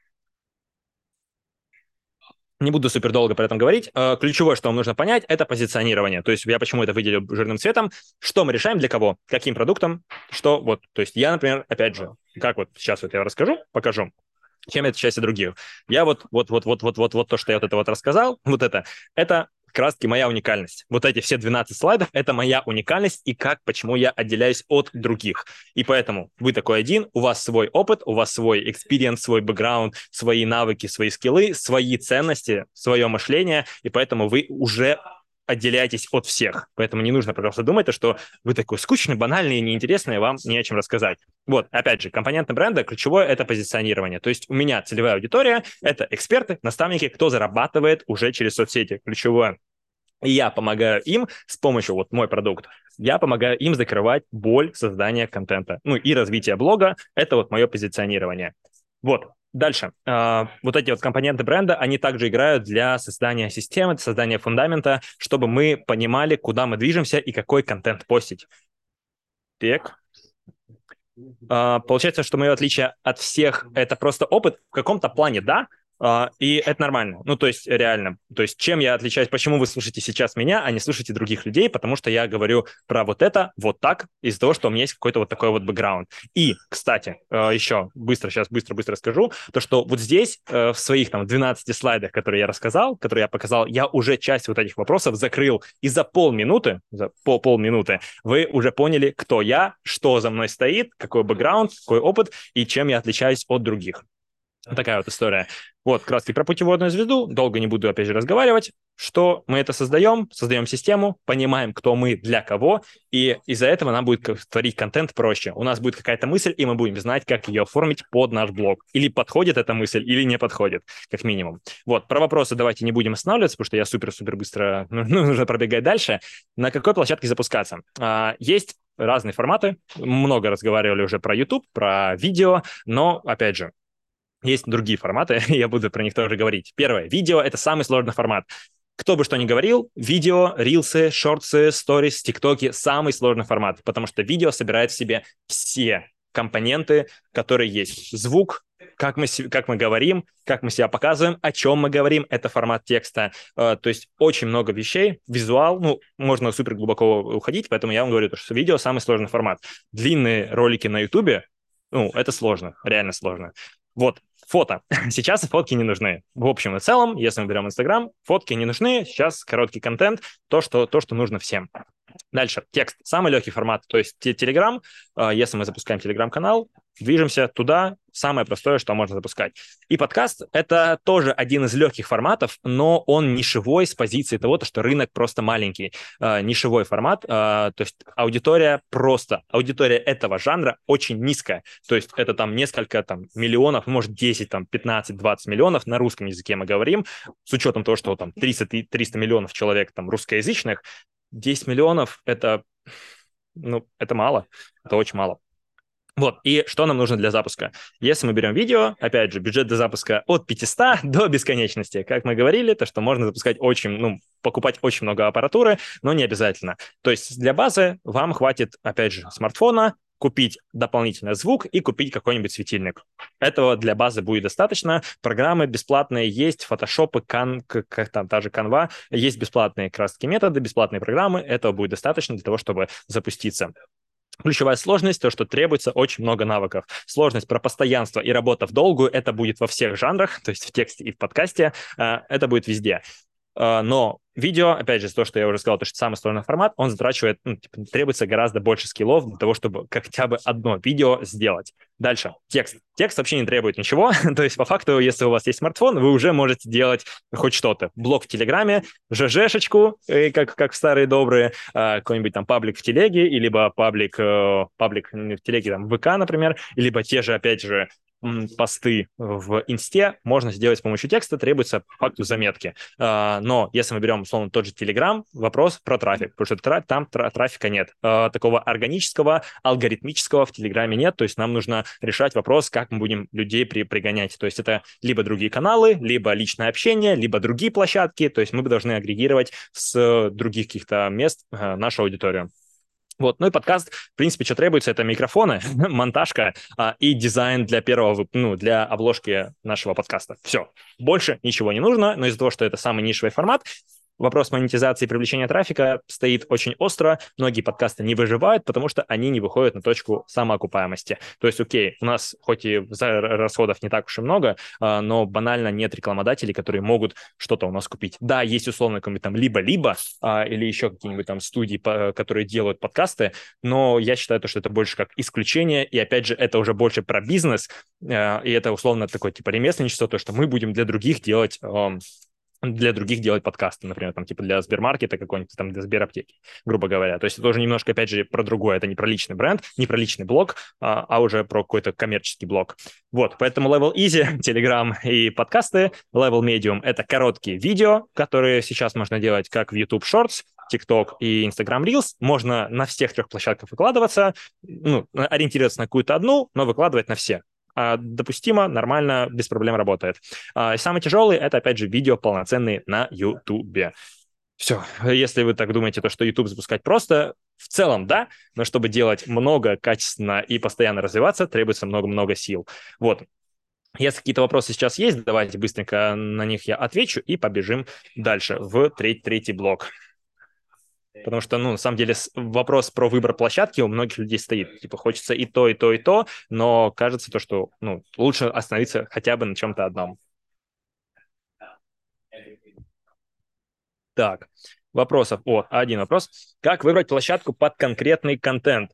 Не буду супер долго про это говорить. Ключевое, что вам нужно понять, это позиционирование. То есть я почему это выделил жирным цветом. Что мы решаем, для кого, каким продуктом, что вот. То есть я, например, опять же, как вот сейчас вот я расскажу, покажу, чем это часть других. Я вот, вот, вот, вот, вот, вот, вот то, что я вот это вот рассказал, вот это, это как раз-таки моя уникальность. Вот эти все двенадцать слайдов — это моя уникальность и как, почему я отделяюсь от других. И поэтому вы такой один, у вас свой опыт, у вас свой экспириенс, свой бэкграунд, свои навыки, свои скиллы, свои ценности, свое мышление, и поэтому вы уже отделяетесь от всех. Поэтому не нужно, пожалуйста, думать, что вы такой скучный, банальный и неинтересный, вам не о чем рассказать. Вот, опять же, компоненты бренда, ключевое — это позиционирование. То есть у меня целевая аудитория — это эксперты, наставники, кто зарабатывает уже через соцсети. Ключевое. И я помогаю им с помощью, вот мой продукт, я помогаю им закрывать боль создания контента. Ну и развития блога — это вот мое позиционирование. Вот. Дальше. Uh, вот эти вот компоненты бренда, они также играют для создания системы, создания фундамента, чтобы мы понимали, куда мы движемся и какой контент постить. Так. Uh, получается, что мое отличие от всех — это просто опыт в каком-то плане, да, Uh, и это нормально. Ну, то есть, реально. То есть, чем я отличаюсь, почему вы слушаете сейчас меня, а не слушаете других людей, потому что я говорю про вот это, вот так, из-за того, что у меня есть какой-то вот такой вот бэкграунд. И, кстати, uh, еще быстро, сейчас быстро-быстро скажу, то, что вот здесь, uh, в своих там двенадцати слайдах, которые я рассказал, которые я показал, я уже часть вот этих вопросов закрыл, и за полминуты, за пол полминуты вы уже поняли, кто я, что за мной стоит, какой бэкграунд, какой опыт, и чем я отличаюсь от других. Такая вот история. Вот, как раз таки про путеводную звезду. Долго не буду, опять же, разговаривать. Что мы это создаем? Создаем систему, понимаем, кто мы, для кого, и из-за этого нам будет творить контент проще. У нас будет какая-то мысль, и мы будем знать, как ее оформить под наш блог. Или подходит эта мысль, или не подходит, как минимум. Вот, про вопросы давайте не будем останавливаться, потому что я супер-супер быстро, ну, нужно пробегать дальше. На какой площадке запускаться? А, есть разные форматы. Много разговаривали уже про YouTube, про видео, но, опять же, есть другие форматы, я буду про них тоже говорить. Первое. Видео — это самый сложный формат. Кто бы что ни говорил, видео, рилсы, шортсы, сторис, тиктоки — самый сложный формат, потому что видео собирает в себе все компоненты, которые есть. Звук, как мы, как мы говорим, как мы себя показываем, о чем мы говорим, это формат текста. То есть очень много вещей, визуал, ну, можно супер глубоко уходить, поэтому я вам говорю, что видео — самый сложный формат. Длинные ролики на Ютубе, ну, это сложно, реально сложно. Вот, фото. Сейчас фотки не нужны. В общем и целом, если мы берем Инстаграм, фотки не нужны. Сейчас короткий контент, то, что, то, что нужно всем. Дальше, текст. Самый легкий формат, то есть Телеграм. Если мы запускаем Телеграм-канал, движемся туда. Самое простое, что можно запускать. И подкаст — это тоже один из легких форматов, но он нишевой с позиции того, что рынок просто маленький. Э, нишевой формат, э, то есть аудитория просто, аудитория этого жанра очень низкая. То есть это там несколько там, миллионов, может десять, там, пятнадцать-двадцать миллионов на русском языке мы говорим, с учетом того, что там триста миллионов человек там русскоязычных, десять миллионов — это, ну, это мало, это очень мало. Вот, и что нам нужно для запуска? Если мы берем видео, опять же, бюджет для запуска от пятисот до бесконечности. Как мы говорили, то что можно запускать очень, ну, покупать очень много аппаратуры, но не обязательно. То есть для базы вам хватит, опять же, смартфона, купить дополнительный звук и купить какой-нибудь светильник. Этого для базы будет достаточно. Программы бесплатные есть, фотошопы, кан, как там, та же Canva, есть бесплатные как раз-таки методы, бесплатные программы. Этого будет достаточно для того, чтобы запуститься. Ключевая сложность — то, что требуется очень много навыков. Сложность про постоянство и работа в долгую — это будет во всех жанрах, то есть в тексте и в подкасте, это будет везде. Но видео, опять же, то, что я уже сказал, то, что самый сложный формат, он затрачивает, ну, типа, требуется гораздо больше скиллов для того, чтобы хотя бы одно видео сделать. Дальше. Текст. Текст вообще не требует ничего. То есть, по факту, если у вас есть смартфон, вы уже можете делать хоть что-то. Блог в Телеграме, ЖЖшечку, как, как в старые добрые, какой-нибудь там паблик в Телеге, либо паблик, паблик в Телеге, там, в ВК, например, либо те же, опять же, посты в Инсте можно сделать с помощью текста, требуется по факту заметки. Но если мы берем, условно, тот же Telegram, вопрос про трафик, потому что там трафика нет. Такого органического, алгоритмического в Телеграме нет, то есть нам нужно решать вопрос, как мы будем людей при, пригонять. То есть это либо другие каналы, либо личное общение, либо другие площадки, то есть мы должны агрегировать с других каких-то мест нашу аудиторию. Вот, ну и подкаст, в принципе, что требуется, это микрофоны, монтажка а, и дизайн для первого, ну, для обложки нашего подкаста. Все, больше ничего не нужно, но из-за того, что это самый нишевый формат, вопрос монетизации и привлечения трафика стоит очень остро. Многие подкасты не выживают, потому что они не выходят на точку самоокупаемости. То есть, окей, у нас хоть и расходов не так уж и много, но банально нет рекламодателей, которые могут что-то у нас купить. Да, есть условно какой-нибудь там либо-либо или еще какие-нибудь там студии, которые делают подкасты, но я считаю, что это больше как исключение, и опять же, это уже больше про бизнес, и это условно такое типа ремесленничество, то, что мы будем для других делать для других делать подкасты, например, там, типа для Сбермаркета какой-нибудь, там, для Сбераптеки, грубо говоря. То есть это тоже немножко, опять же, про другое. Это не про личный бренд, не про личный блог, а, а уже про какой-то коммерческий блог. Вот, поэтому Level Easy, Telegram и подкасты. Level Medium — это короткие видео, которые сейчас можно делать как в YouTube Shorts, TikTok и Instagram Reels. Можно на всех трех площадках выкладываться, ну, ориентироваться на какую-то одну, но выкладывать на все. Допустимо, нормально, без проблем работает. И самый тяжелый — это, опять же, видео полноценные на YouTube. Все. Если вы так думаете, то, что YouTube запускать просто, в целом, да, но чтобы делать много, качественно и постоянно развиваться, требуется много-много сил. Вот. Если какие-то вопросы сейчас есть, давайте быстренько на них я отвечу и побежим дальше в третий, третий блок. Потому что, ну, на самом деле, вопрос про выбор площадки у многих людей стоит. Типа, хочется и то, и то, и то, но кажется то, что, ну, лучше остановиться хотя бы на чем-то одном. Так, вопросов. О, один вопрос. Как выбрать площадку под конкретный контент?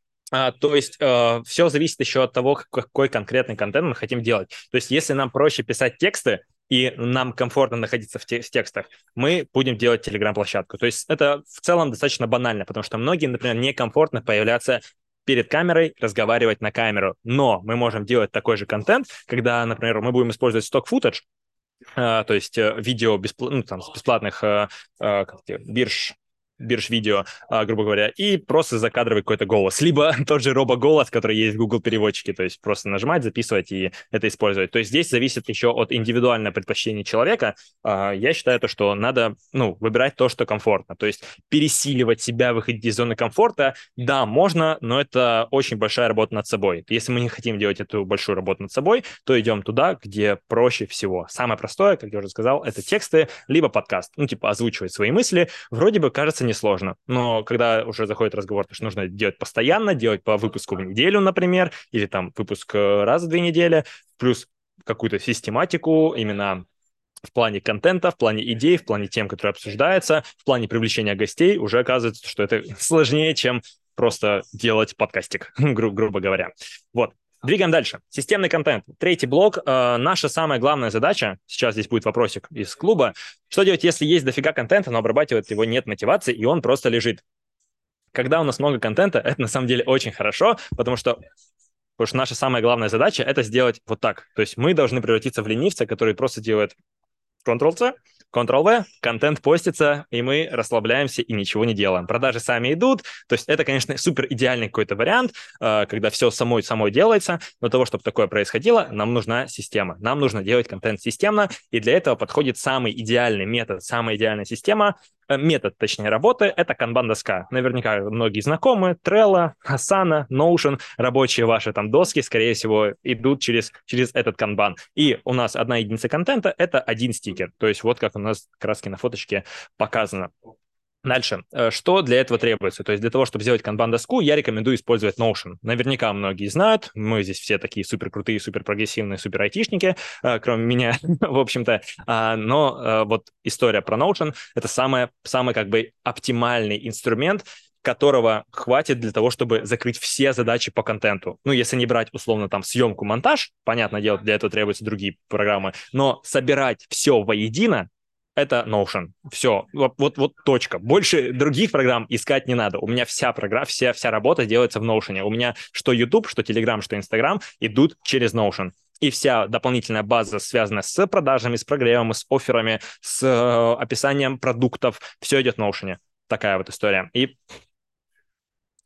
А, то есть э, все зависит еще от того, какой конкретный контент мы хотим делать. То есть если нам проще писать тексты, и нам комфортно находиться в, те- в текстах, мы будем делать Telegram-площадку. То есть это в целом достаточно банально, потому что многим, например, некомфортно появляться перед камерой, разговаривать на камеру. Но мы можем делать такой же контент, когда, например, мы будем использовать сток-футаж, э, то есть э, видео беспл- ну, там, с бесплатных э, э, как это, бирж, бирж видео, а, грубо говоря, и просто закадровый какой-то голос. Либо тот же робоголос, который есть в Google переводчике, то есть просто нажимать, записывать и это использовать. То есть здесь зависит еще от индивидуального предпочтения человека. А, я считаю, то, что надо, ну, выбирать то, что комфортно. То есть пересиливать себя, выходить из зоны комфорта, да, можно, но это очень большая работа над собой. Если мы не хотим делать эту большую работу над собой, то идем туда, где проще всего. Самое простое, как я уже сказал, это тексты, либо подкаст. Ну, типа озвучивать свои мысли. Вроде бы кажется несложно, но когда уже заходит разговор, то что нужно делать постоянно, делать по выпуску в неделю, например, или там выпуск раз в две недели, плюс какую-то систематику именно в плане контента, в плане идей, в плане тем, которые обсуждаются, в плане привлечения гостей, уже оказывается, что это сложнее, чем просто делать подкастик, гру- грубо говоря. Вот. Двигаем дальше. Системный контент. Третий блок. Э, наша самая главная задача, сейчас здесь будет вопросик из клуба, что делать, если есть дофига контента, но обрабатывать его нет мотивации, и он просто лежит? Когда у нас много контента, это на самом деле очень хорошо, потому что Потому что наша самая главная задача — это сделать вот так. То есть мы должны превратиться в ленивца, который просто делает контрол-C, контрол-V, контент постится, и мы расслабляемся и ничего не делаем. Продажи сами идут, то есть это, конечно, супер идеальный какой-то вариант, когда все самой самой делается, но для того, чтобы такое происходило, нам нужна система. Нам нужно делать контент системно, и для этого подходит самый идеальный метод, самая идеальная система, метод, точнее, работы — это канбан-доска. Наверняка многие знакомы. Trello, Asana, Notion, рабочие ваши там доски, скорее всего, идут через, через этот канбан. И у нас одна единица контента — это один стикер. То есть вот как у нас краски на фоточке показано. Дальше. Что для этого требуется? То есть для того, чтобы сделать канбан-доску, я рекомендую использовать Notion. Наверняка многие знают, мы здесь все такие супер крутые, супер прогрессивные, супер айтишники, кроме меня, в общем-то. Но вот история про Notion — это самый, самый как бы оптимальный инструмент, которого хватит для того, чтобы закрыть все задачи по контенту. Ну, если не брать, условно, там, съемку, монтаж, понятное дело, для этого требуются другие программы, но собирать все воедино — это Notion. Все, вот, вот, вот точка. Больше других программ искать не надо. У меня вся программа, вся, вся работа делается в Notion. У меня что YouTube, что Telegram, что Instagram идут через Notion. И вся дополнительная база, связанная с продажами, с прогревом, с офферами, с э, описанием продуктов, все идет в Notion. Такая вот история. И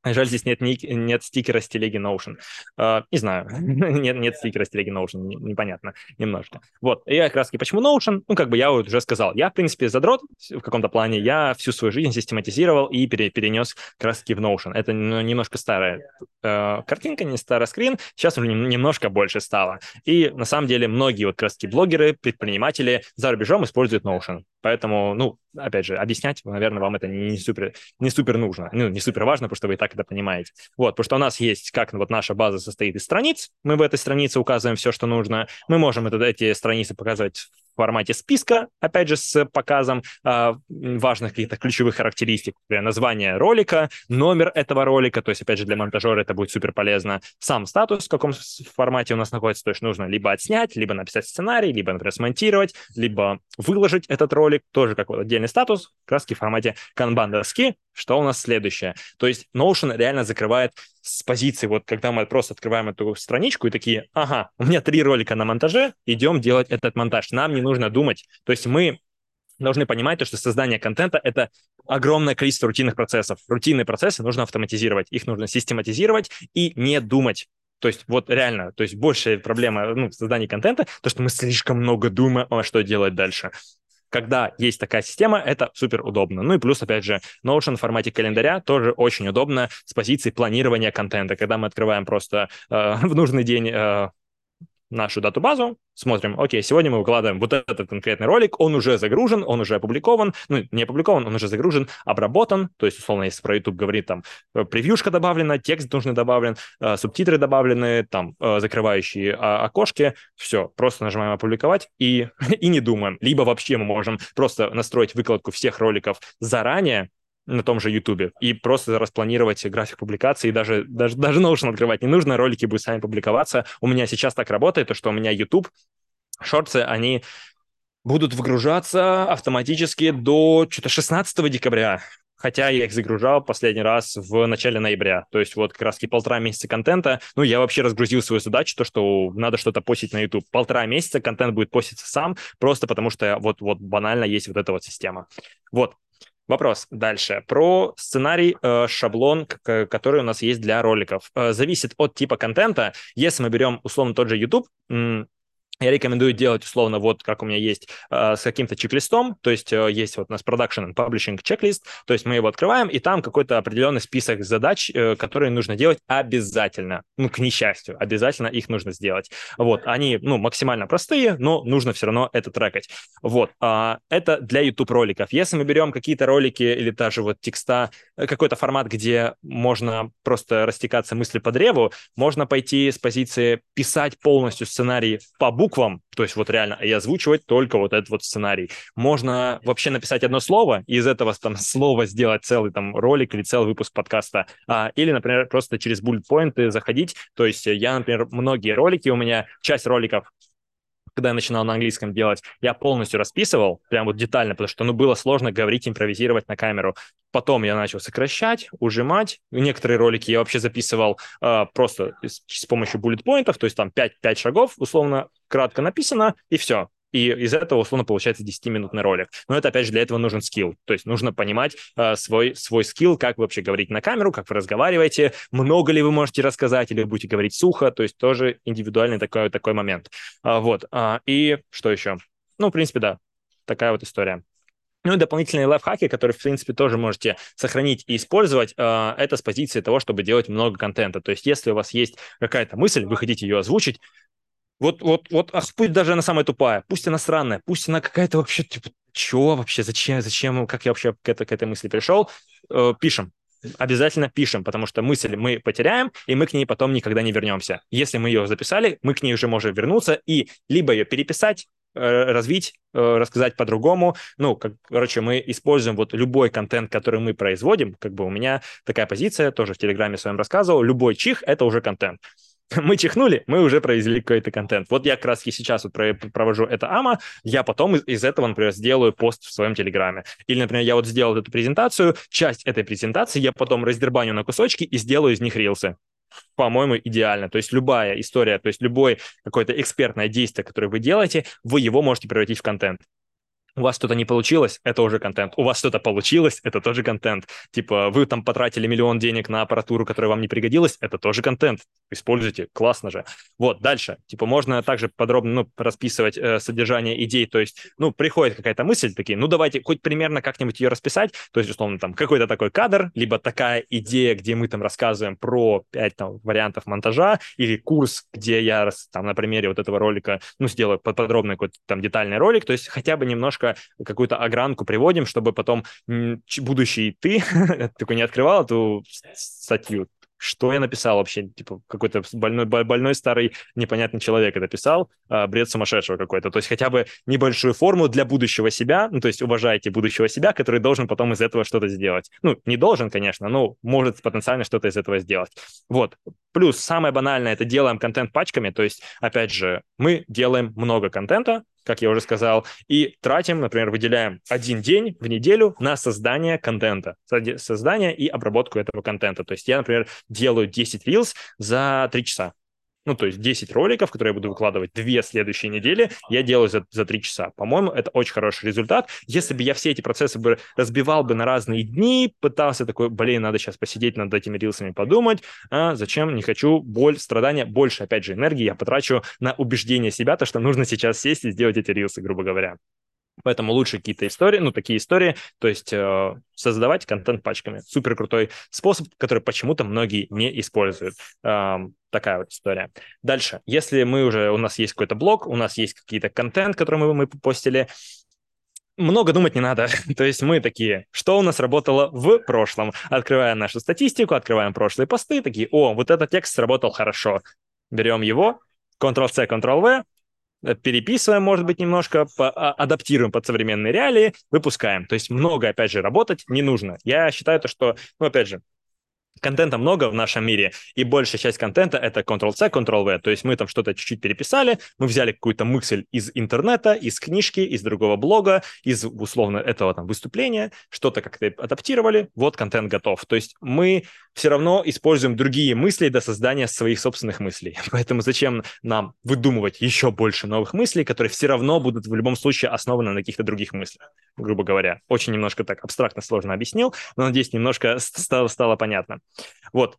Жаль, здесь нет, ник- нет стикера с телеги Notion. Uh, не знаю, нет, нет стикера с телеги Notion, не- непонятно немножко. Вот, и как раз таки почему Notion? Ну, как бы я вот уже сказал, я, в принципе, задрот в каком-то плане, я всю свою жизнь систематизировал и пере- перенес как раз таки в Notion. Это ну, немножко старая uh, картинка, не старый скрин, сейчас уже нем- немножко больше стало. И на самом деле многие вот как раз таки блогеры, предприниматели за рубежом используют Notion. Поэтому, ну, опять же, объяснять, наверное, вам это не супер, не супер нужно, ну, не супер важно, потому что вы и так это понимаете. Вот, потому что у нас есть, как вот наша база состоит из страниц, мы в этой странице указываем все, что нужно, мы можем это, эти страницы показывать в формате списка, опять же, с показом э, важных каких-то ключевых характеристик, например, название ролика, номер этого ролика, то есть, опять же, для монтажера это будет супер полезно, сам статус, в каком формате у нас находится, то есть нужно либо отснять, либо написать сценарий, либо, например, смонтировать, либо выложить этот ролик, тоже как вот отдельный статус, краски в формате канбан-доски. Что у нас следующее? То есть Notion реально закрывает с позиции, вот когда мы просто открываем эту страничку и такие, ага, у меня три ролика на монтаже, идем делать этот монтаж. Нам не нужно думать. То есть мы должны понимать, то, что создание контента — это огромное количество рутинных процессов. Рутинные процессы нужно автоматизировать, их нужно систематизировать и не думать. То есть вот реально, то есть большая проблема ну, в создании контента, то, что мы слишком много думаем, а что делать дальше. Когда есть такая система, это супер удобно. Ну и плюс, опять же, Notion в формате календаря тоже очень удобно с позиции планирования контента. Когда мы открываем просто э, в нужный день э, нашу дату-базу, смотрим, окей, сегодня мы выкладываем вот этот конкретный ролик, он уже загружен, он уже опубликован, ну, не опубликован, он уже загружен, обработан, то есть, условно, если про YouTube говорит, там, превьюшка добавлена, текст нужный добавлен, э, субтитры добавлены, там, э, закрывающие э, окошки, все, просто нажимаем «Опубликовать» и, и не думаем. Либо вообще мы можем просто настроить выкладку всех роликов заранее, на том же YouTube, и просто распланировать график публикации, и даже, даже, даже Notion открывать не нужно, ролики будут сами публиковаться. У меня сейчас так работает, то, что у меня YouTube, шорты, они будут выгружаться автоматически до что-то шестнадцатого декабря, хотя я их загружал последний раз в начале ноября. То есть вот как раз полтора месяца контента. Ну, я вообще разгрузил свою задачу, то, что надо что-то постить на YouTube. Полтора месяца контент будет поститься сам, просто потому что вот, вот банально есть вот эта вот система. Вот. Вопрос дальше. Про сценарий, э, шаблон, к- который у нас есть для роликов. Э, зависит от типа контента. Если мы берем, условно, тот же YouTube, м, я рекомендую делать, условно, вот как у меня есть, э, с каким-то чек-листом, то есть э, есть вот у нас Production and Publishing чек-лист, то есть мы его открываем, и там какой-то определенный список задач, э, которые нужно делать обязательно, ну, к несчастью, обязательно их нужно сделать. Вот, они, ну, максимально простые, но нужно все равно это трекать. Вот, а, это для YouTube-роликов. Если мы берем какие-то ролики или даже вот текста, э, какой-то формат, где можно просто растекаться мысли по древу, можно пойти с позиции писать полностью сценарий по буквам, то есть вот реально, и озвучивать только вот этот вот сценарий. Можно вообще написать одно слово, и из этого там слова сделать целый там ролик или целый выпуск подкаста. А, или, например, просто через bullet-поинты заходить. То есть я, например, многие ролики, у меня часть роликов, когда я начинал на английском делать, я полностью расписывал, прям вот детально, потому что, ну, было сложно говорить, импровизировать на камеру. Потом я начал сокращать, ужимать. Некоторые ролики я вообще записывал э, просто с, с помощью буллет-поинтов, то есть там пять, пять шагов, условно, кратко написано, и все. И из этого, условно, получается десятиминутный ролик. Но это, опять же, для этого нужен скилл. То есть нужно понимать э, свой, свой скилл, как вы вообще говорите на камеру, как вы разговариваете, много ли вы можете рассказать, или вы будете говорить сухо. То есть тоже индивидуальный такой, такой момент. А, вот. А, и что еще? Ну, в принципе, да. Такая вот история. Ну и дополнительные лайфхаки, которые, в принципе, тоже можете сохранить и использовать, э, это с позиции того, чтобы делать много контента. То есть если у вас есть какая-то мысль, вы хотите ее озвучить, вот, вот, вот, ах, пусть даже она самая тупая, пусть она странная, пусть она какая-то вообще, типа, чё вообще, зачем, зачем, как я вообще к, это, к этой мысли пришел, э, пишем. Обязательно пишем, потому что мысль мы потеряем, и мы к ней потом никогда не вернемся. Если мы ее записали, мы к ней уже можем вернуться и либо ее переписать, э, развить, э, рассказать по-другому. Ну, как, короче, мы используем вот любой контент, который мы производим. Как бы у меня такая позиция, тоже в Телеграме своем рассказывал, любой чих — это уже контент. Мы чихнули, мы уже произвели какой-то контент. Вот я как раз и сейчас вот провожу это АМА, я потом из, из этого, например, сделаю пост в своем Телеграме. Или, например, я вот сделал эту презентацию, часть этой презентации я потом раздербаню на кусочки и сделаю из них рилсы. По-моему, идеально. То есть любая история, то есть любое какое-то экспертное действие, которое вы делаете, вы его можете превратить в контент. У вас что-то не получилось, это уже контент. У вас что-то получилось, это тоже контент. Типа, вы там потратили миллион денег на аппаратуру, которая вам не пригодилась, это тоже контент. Используйте, классно же. Вот, дальше. Типа, можно также подробно, ну, расписывать э, содержание идей. То есть, ну, приходит какая-то мысль, такие, ну, давайте хоть примерно как-нибудь ее расписать. То есть, условно, там, какой-то такой кадр, либо такая идея, где мы там рассказываем про пять там вариантов монтажа, или курс, где я там на примере вот этого ролика, ну, сделаю подробный какой-то там детальный ролик. То есть, хотя бы немножко какую-то огранку приводим, чтобы потом будущий ты такой не открывал эту статью. Что я написал вообще? Типа какой-то больной, больной старый непонятный человек это писал, а, бред сумасшедшего какой-то. То есть хотя бы небольшую форму для будущего себя, ну то есть уважайте будущего себя, который должен потом из этого что-то сделать. Ну, не должен, конечно, но может потенциально что-то из этого сделать. Вот. Плюс самое банальное — это делаем контент пачками, то есть, опять же, мы делаем много контента, как я уже сказал, и тратим, например, выделяем один день в неделю на создание контента, создание и обработку этого контента. То есть я, например, делаю десять рилс за три часа. Ну, то есть десять роликов, которые я буду выкладывать две следующие недели, я делаю за, за три часа. По-моему, это очень хороший результат. Если бы я все эти процессы бы разбивал бы на разные дни, пытался такой, блин, надо сейчас посидеть над этими рилсами, подумать, а зачем, не хочу, боль, страдания, больше, опять же, энергии я потрачу на убеждение себя, то, что нужно сейчас сесть и сделать эти рилсы, грубо говоря. Поэтому лучше какие-то истории, ну, такие истории, то есть э, создавать контент пачками. Супер крутой способ, который почему-то многие не используют. Э, такая вот история. Дальше. Если мы уже, у нас есть какой-то блог, у нас есть какие-то контент, который мы, мы постили, много думать не надо. То есть мы такие, что у нас работало в прошлом? Открываем нашу статистику, открываем прошлые посты, такие, о, вот этот текст сработал хорошо. Берем его, контрол-C, контрол-V, переписываем, может быть, немножко, по- а- адаптируем под современные реалии, выпускаем. То есть много, опять же, работать не нужно. Я считаю то, что, ну, опять же, контента много в нашем мире, и большая часть контента — это контрол-C, контрол-V. То есть мы там что-то чуть-чуть переписали, мы взяли какую-то мысль из интернета, из книжки, из другого блога, из, условно, этого там выступления, что-то как-то адаптировали, вот контент готов. То есть мы все равно используем другие мысли до создания своих собственных мыслей. Поэтому зачем нам выдумывать еще больше новых мыслей, которые все равно будут в любом случае основаны на каких-то других мыслях, грубо говоря. Очень немножко так абстрактно сложно объяснил, но, надеюсь, немножко стало, стало понятно. Вот.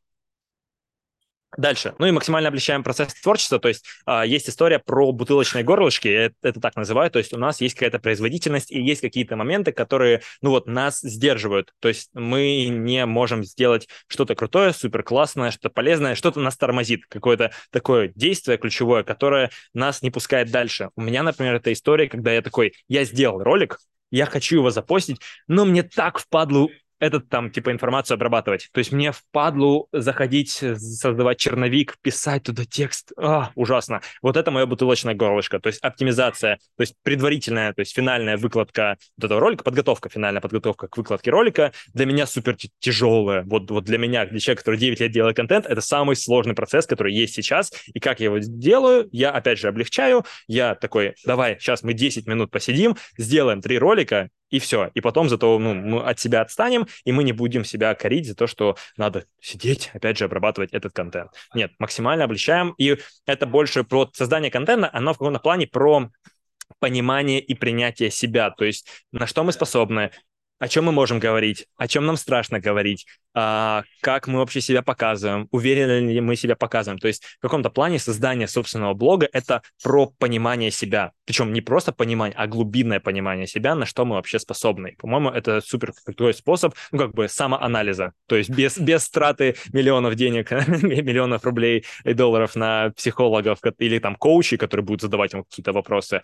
Дальше. Ну и максимально облегчаем процесс творчества. То есть а, есть история про бутылочные горлышки, это, это так называют. То есть у нас есть какая-то производительность и есть какие-то моменты, которые, ну вот, нас сдерживают. То есть мы не можем сделать что-то крутое, супер классное, что-то полезное, что-то нас тормозит. Какое-то такое действие ключевое, которое нас не пускает дальше. У меня, например, это история, когда я такой, я сделал ролик, я хочу его запостить, но мне так впадлу этот там, типа, информацию обрабатывать. То есть мне впадлу заходить, создавать черновик, писать туда текст. А, ужасно. Вот это мое бутылочное горлышко. То есть оптимизация, то есть предварительная, то есть финальная выкладка вот этого ролика, подготовка, финальная подготовка к выкладке ролика для меня супер тяжелая. Вот, вот для меня, для человека, который девять лет делает контент, это самый сложный процесс, который есть сейчас. И как я его делаю, я, опять же, облегчаю. Я такой, давай, сейчас мы десять минут посидим, сделаем три ролика, и все. И потом зато ну, мы от себя отстанем, и мы не будем себя корить за то, что надо сидеть, опять же, обрабатывать этот контент. Нет, максимально облегчаем. И это больше про создание контента, оно в каком-то плане про понимание и принятие себя. То есть на что мы способны, о чем мы можем говорить, о чем нам страшно говорить, а, как мы вообще себя показываем, уверены ли мы себя показываем. То есть в каком-то плане создание собственного блога — это про понимание себя. Причем не просто понимание, а глубинное понимание себя, на что мы вообще способны. По-моему, это супер крутой способ, ну, как бы самоанализа. То есть без, без траты миллионов денег, миллионов рублей и долларов на психологов или там коучей, которые будут задавать ему какие-то вопросы.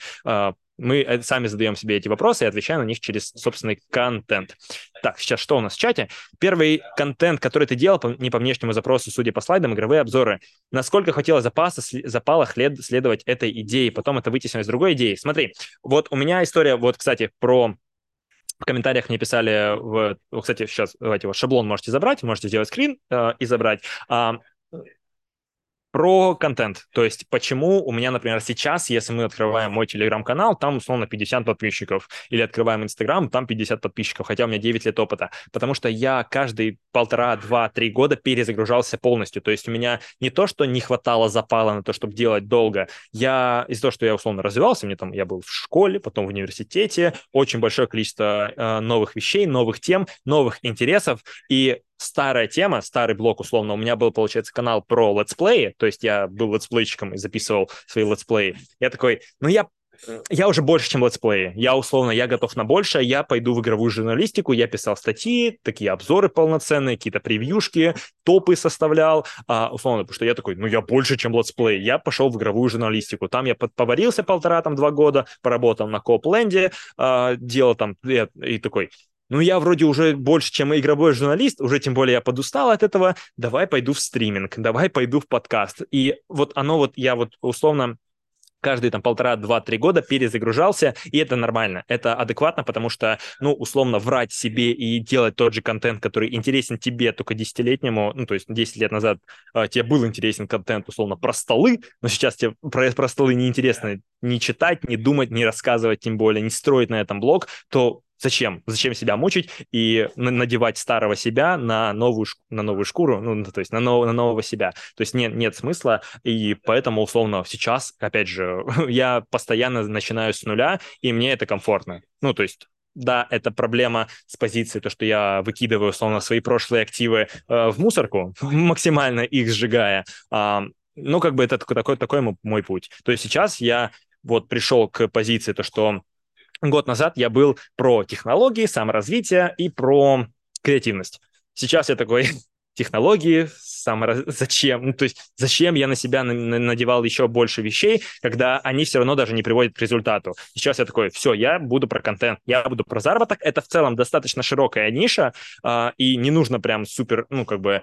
Мы сами задаем себе эти вопросы и отвечаем на них через собственный контент. Так, сейчас что у нас в чате? Первый контент, который ты делал, не по внешнему запросу, судя по слайдам, игровые обзоры. Насколько хватило запаса, запала след, следовать этой идее, потом это вытеснилось с другой идеей? Смотри, вот у меня история, вот, кстати, про... В комментариях мне писали, в... кстати, сейчас давайте его шаблон можете забрать, можете сделать скрин э, и забрать. Про контент. То есть почему у меня, например, сейчас, если мы открываем мой телеграм-канал, там условно пятьдесят подписчиков, или открываем Инстаграм, там пятьдесят подписчиков, хотя у меня девять лет опыта. Потому что я каждые полтора, два, три года перезагружался полностью. То есть у меня не то, что не хватало запала на то, чтобы делать долго. Я из-за того, что я условно развивался, мне там, я был в школе, потом в университете, очень большое количество э, новых вещей, новых тем, новых интересов. И старая тема, старый блог, условно, у меня был, получается, канал про летсплеи, то есть я был летсплейщиком и записывал свои летсплеи. Я такой, ну я я уже больше, чем летсплеи. Я, условно, я готов на большее, я пойду в игровую журналистику, я писал статьи, такие обзоры полноценные, какие-то превьюшки, топы составлял, а, условно, потому что я такой, ну, я больше, чем летсплей. Я пошел в игровую журналистику. Там я поварился полтора, там, два года, поработал на Коопленде, а, делал там, и, и такой, ну, я вроде уже больше, чем игровой журналист, уже тем более я подустал от этого, давай пойду в стриминг, давай пойду в подкаст. И вот оно вот, я вот условно каждые там полтора, два, три года перезагружался, и это нормально, это адекватно, потому что, ну, условно, врать себе и делать тот же контент, который интересен тебе только десятилетнему, ну, то есть десять лет назад э, тебе был интересен контент, условно, про столы, но сейчас тебе про, про столы неинтересно ни читать, ни думать, ни рассказывать, тем более, не строить на этом блог, то зачем? Зачем себя мучить и надевать старого себя на новую, на новую шкуру, ну, то есть на, нов, на нового себя? То есть нет, нет смысла, и поэтому, условно, сейчас, опять же, я постоянно начинаю с нуля, и мне это комфортно. Ну, то есть да, это проблема с позиции, то, что я выкидываю, условно, свои прошлые активы э, в мусорку, максимально их сжигая. А, ну, как бы это такой, такой, такой мой путь. То есть сейчас я вот пришел к позиции, то, что год назад я был про технологии, саморазвитие и про креативность. Сейчас я такой, технологии, самораз... зачем? Ну, то есть зачем я на себя надевал еще больше вещей, когда они все равно даже не приводят к результату. Сейчас я такой, все, я буду про контент, я буду про заработок. Это в целом достаточно широкая ниша, э, и не нужно прям супер, ну, как бы,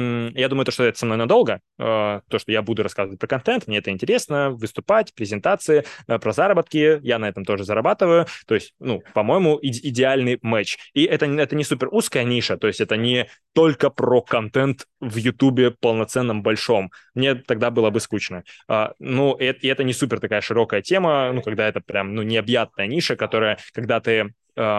я думаю, то, что это со мной надолго, то, что я буду рассказывать про контент, мне это интересно, выступать, презентации, про заработки, я на этом тоже зарабатываю, то есть, ну, по-моему, иде- идеальный матч. И это, это не супер узкая ниша, то есть это не только про контент в Ютубе полноценном большом. Мне тогда было бы скучно. Ну, и это не супер такая широкая тема, ну, когда это прям, ну, необъятная ниша, которая, когда ты...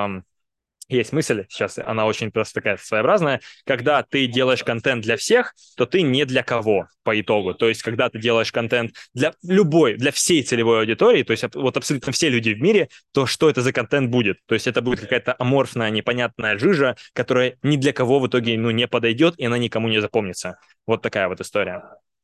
Есть мысль, сейчас она очень просто такая своеобразная, когда ты делаешь контент для всех, то ты не для кого по итогу. То есть, когда ты делаешь контент для любой, для всей целевой аудитории, то есть вот абсолютно все люди в мире, то что это за контент будет? То есть это будет какая-то аморфная, непонятная жижа, которая ни для кого в итоге ну, не подойдет, и она никому не запомнится. Вот такая вот история.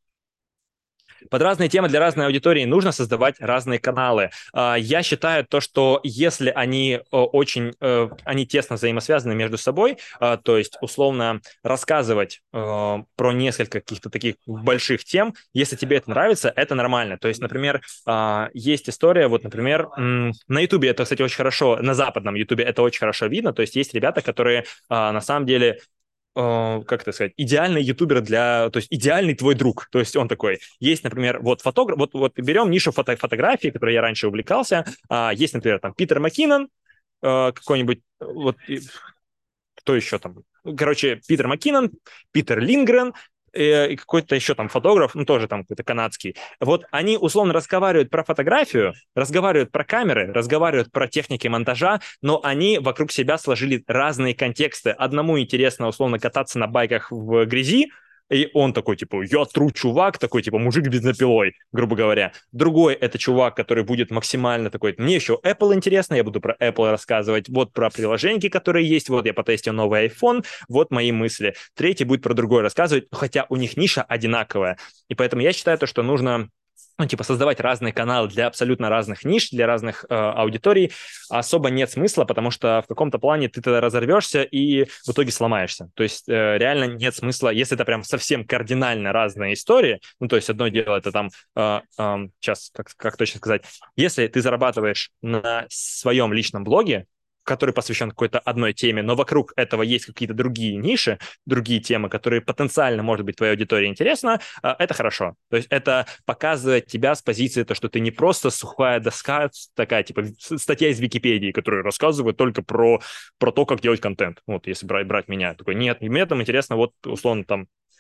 Под разные темы для разной аудитории нужно создавать разные каналы. Я считаю то, что если они очень, они тесно взаимосвязаны между собой, то есть условно рассказывать про несколько каких-то таких больших тем, если тебе это нравится, это нормально. То есть, например, есть история, вот, например, на Ютубе это, кстати, очень хорошо, на западном Ютубе это очень хорошо видно, то есть есть ребята, которые на самом деле как это сказать, идеальный ютубер для, то есть идеальный твой друг. То есть он такой, есть, например, вот фотограф, вот, вот берем нишу фото, фотографии, которой я раньше увлекался, а, есть, например, там Питер Маккинон, а, какой-нибудь, вот, кто еще там? Короче, Питер Маккинон, Питер Линдгрен, и какой-то еще там фотограф, ну, тоже там какой-то канадский. Вот они условно разговаривают про фотографию, разговаривают про камеры, разговаривают про техники монтажа, но они вокруг себя сложили разные контексты. Одному интересно условно кататься на байках в грязи, и он такой, типа, я тру чувак, такой, типа, мужик бензопилой, грубо говоря. Другой — это чувак, который будет максимально такой, мне еще Apple интересно, я буду про Apple рассказывать, вот про приложения, которые есть, вот я потестил новый iPhone, вот мои мысли. Третий будет про другой рассказывать, хотя у них ниша одинаковая. И поэтому я считаю то, что нужно ну, типа, создавать разные каналы для абсолютно разных ниш, для разных э, аудиторий, особо нет смысла, потому что в каком-то плане ты тогда разорвешься и в итоге сломаешься. То есть э, реально нет смысла, если это прям совсем кардинально разные истории, ну, то есть одно дело это там, э, э, сейчас, как, как точно сказать, если ты зарабатываешь на своем личном блоге, который посвящен какой-то одной теме, но вокруг этого есть какие-то другие ниши, другие темы, которые потенциально, может быть, твоей аудитории интересно, это хорошо. То есть это показывает тебя с позиции, то, что ты не просто сухая доска, такая, типа, статья из Википедии, которая рассказывает только про, про то, как делать контент. Вот, если брать, брать меня. Такой, нет, мне там интересно, вот, условно, там,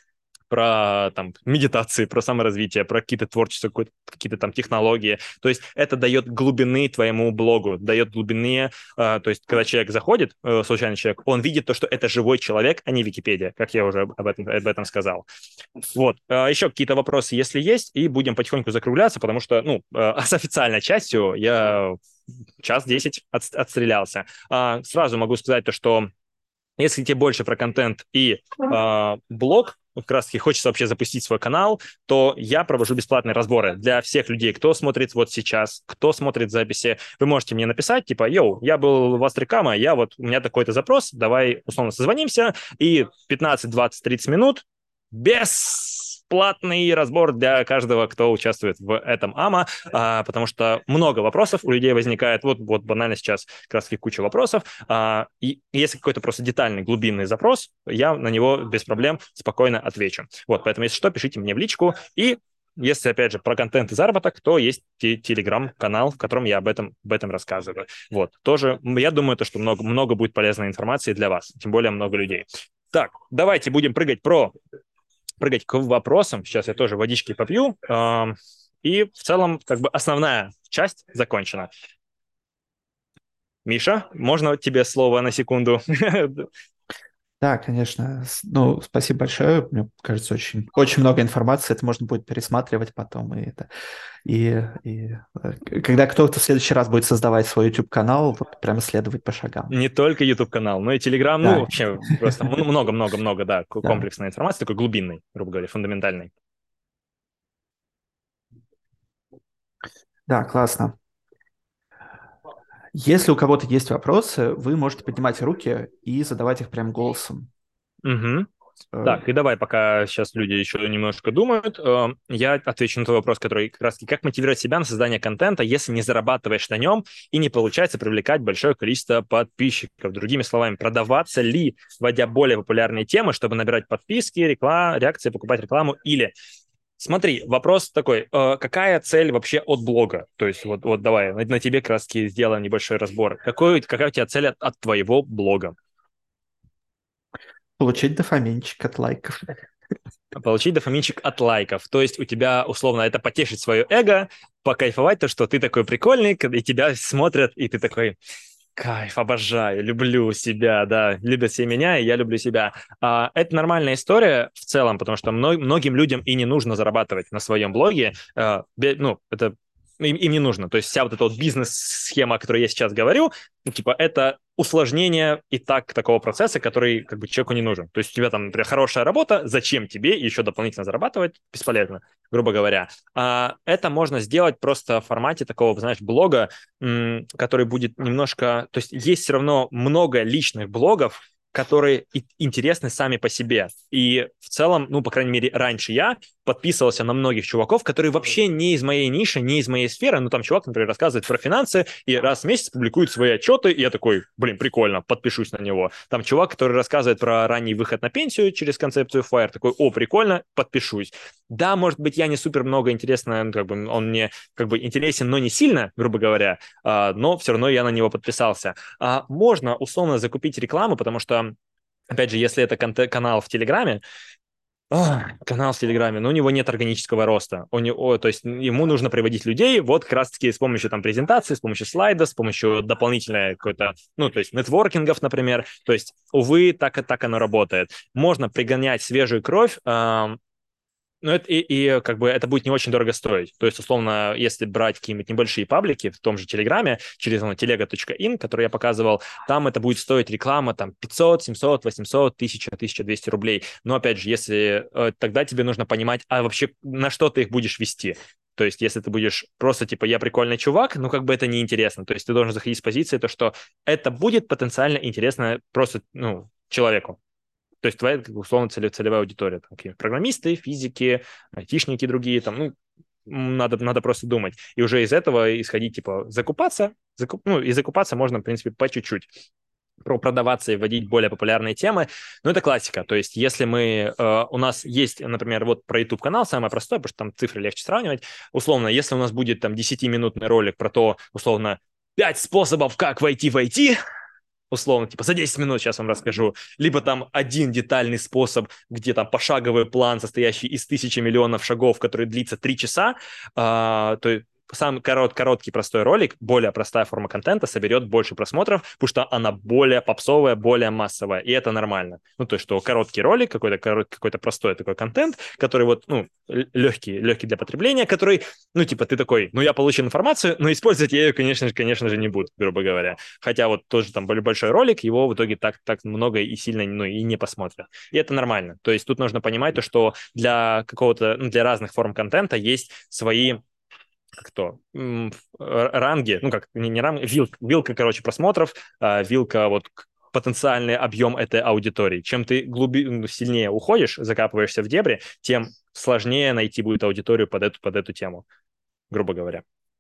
про там медитации, про саморазвитие, про какие-то творчества, какие-то там технологии. То есть это дает глубины твоему блогу, дает глубины, э, то есть когда человек заходит, э, случайный человек, он видит то, что это живой человек, а не Википедия, как я уже об этом, об этом сказал. Вот. Э, еще какие-то вопросы, если есть, и будем потихоньку закругляться, потому что, ну, э, с официальной частью я час десять от, отстрелялся. А, сразу могу сказать то, что если тебе больше про контент и э, блог, как раз таки хочется вообще запустить свой канал, то я провожу бесплатные разборы для всех людей, кто смотрит вот сейчас, кто смотрит записи. Вы можете мне написать, типа, йоу, я был в Астрикама, я вот, у меня такой-то запрос, давай условно созвонимся, и пятнадцать, двадцать, тридцать минут бесплатный разбор для каждого, кто участвует в этом АМА, а, потому что много вопросов у людей возникает. Вот, вот банально сейчас как раз-таки куча вопросов. А, и если какой-то просто детальный, глубинный запрос, я на него без проблем спокойно отвечу. Вот, поэтому, если что, пишите мне в личку. И если, опять же, про контент и заработок, то есть телеграм-канал, в котором я об этом, об этом рассказываю. Вот, тоже, я думаю, то, что много, много будет полезной информации для вас, тем более много людей. Так, давайте будем прыгать про прыгать к вопросам. Сейчас я тоже водички попью. Э, и в целом, как бы основная часть закончена. Миша, можно тебе слово на секунду? Да, конечно. С- Ну, спасибо большое. Мне кажется, очень, очень много информации. Это можно будет пересматривать потом. И, это, и, и э, когда кто-то в следующий раз будет создавать свой YouTube-канал, вот прямо следовать по шагам. Не только YouTube-канал, но и Telegram. Ну, Да, вообще, просто много-много-много, да, да. комплексной информации, такой глубинной, грубо говоря, фундаментальной. Да, классно. Если у кого-то есть вопросы, вы можете поднимать руки и задавать их прям голосом. Угу. Э, Так, и давай, пока сейчас люди еще немножко думают, э, я отвечу на твой вопрос, который как раз как мотивировать себя на создание контента, если не зарабатываешь на нем и не получается привлекать большое количество подписчиков. Другими словами, продаваться ли, вводя более популярные темы, чтобы набирать подписки, реклама, реакции, покупать рекламу, или... Смотри, вопрос такой, э, какая цель вообще от блога? То есть вот, вот давай, на, на тебе как раз сделаем небольшой разбор. Какой, какая у тебя цель от, от твоего блога? Получить дофаминчик от лайков. Получить дофаминчик от лайков. То есть у тебя, условно, это потешить свое эго, покайфовать то, что ты такой прикольный, и тебя смотрят, и ты такой, кайф, обожаю, люблю себя, да, любят все меня, и я люблю себя. А, это нормальная история в целом, потому что мно- многим людям и не нужно зарабатывать на своем блоге. А, бе- ну, это им, им не нужно. То есть вся вот эта вот бизнес-схема, о которой я сейчас говорю, ну, типа, это усложнение и так такого процесса, который как бы человеку не нужен. То есть у тебя там, например, хорошая работа, зачем тебе еще дополнительно зарабатывать? Бесполезно, грубо говоря. А, это можно сделать просто в формате такого, знаешь, блога, м, который будет немножко... То есть есть все равно много личных блогов, которые и- интересны сами по себе. И в целом, ну, по крайней мере, раньше я подписывался на многих чуваков, которые вообще не из моей ниши, не из моей сферы. Ну, там чувак, например, рассказывает про финансы и раз в месяц публикует свои отчеты, и я такой, блин, прикольно, подпишусь на него. Там чувак, который рассказывает про ранний выход на пенсию через концепцию фаер, такой, о, прикольно, подпишусь. Да, может быть, я не супер много интересно, как бы он мне как бы интересен, но не сильно, грубо говоря, а, но все равно я на него подписался. А можно условно закупить рекламу, потому что, опять же, если это конте- канал в Телеграме, а, канал в Телеграме, но у него нет органического роста. У него, то есть ему нужно приводить людей вот как раз-таки с помощью там презентации, с помощью слайда, с помощью дополнительной какой-то, ну, то есть нетворкингов, например. То есть, увы, так и так оно работает. Можно пригонять свежую кровь, ам, ну, это и, и как бы это будет не очень дорого стоить. То есть, условно, если брать какие-нибудь небольшие паблики в том же Телеграме, через ну, телега точка ин, который я показывал, там это будет стоить реклама там пятьсот, семьсот, восемьсот, тысяча, тысяча двести рублей. Но, опять же, если э, тогда тебе нужно понимать, а вообще на что ты их будешь вести. То есть, если ты будешь просто, типа, я прикольный чувак, ну, как бы это неинтересно. То есть, ты должен заходить с позиции, то, что это будет потенциально интересно просто, ну, человеку. То есть твоя, условно, целевая аудитория. Там, какие программисты, физики, айтишники другие. Там, ну, надо, надо просто думать. И уже из этого исходить, типа, закупаться. Закуп, ну, и закупаться можно, в принципе, по чуть-чуть. Про продаваться и вводить более популярные темы. Ну, это классика. То есть, если мы... Э, у нас есть, например, вот про YouTube-канал, самое простое, потому что там цифры легче сравнивать. Условно, если у нас будет там десятиминутный ролик про то, условно, пять способов, как войти в ай ти, условно, типа, за десять минут сейчас вам расскажу, либо там один детальный способ, где там пошаговый план, состоящий из тысячи миллионов шагов, который длится три часа, а, то есть сам корот, короткий простой ролик, более простая форма контента соберет больше просмотров, потому что она более попсовая, более массовая, и это нормально. Ну, то есть, что короткий ролик, какой-то, какой-то простой такой контент, который вот, ну, легкий, легкий для потребления, который, ну, типа, ты такой, ну, я получил информацию, но использовать я ее, конечно же, конечно же, не буду, грубо говоря. Хотя вот тоже там большой ролик, его в итоге так, так много и сильно, ну, и не посмотрят. И это нормально. То есть тут нужно понимать то, что для какого-то, ну, для разных форм контента есть свои кто? Ранги, ну как, не, не ранги, вилка, вилка, короче, просмотров, а, вилка вот потенциальный объем этой аудитории. Чем ты глуби... сильнее уходишь, закапываешься в дебри, тем сложнее найти будет аудиторию под эту, под эту тему, грубо говоря.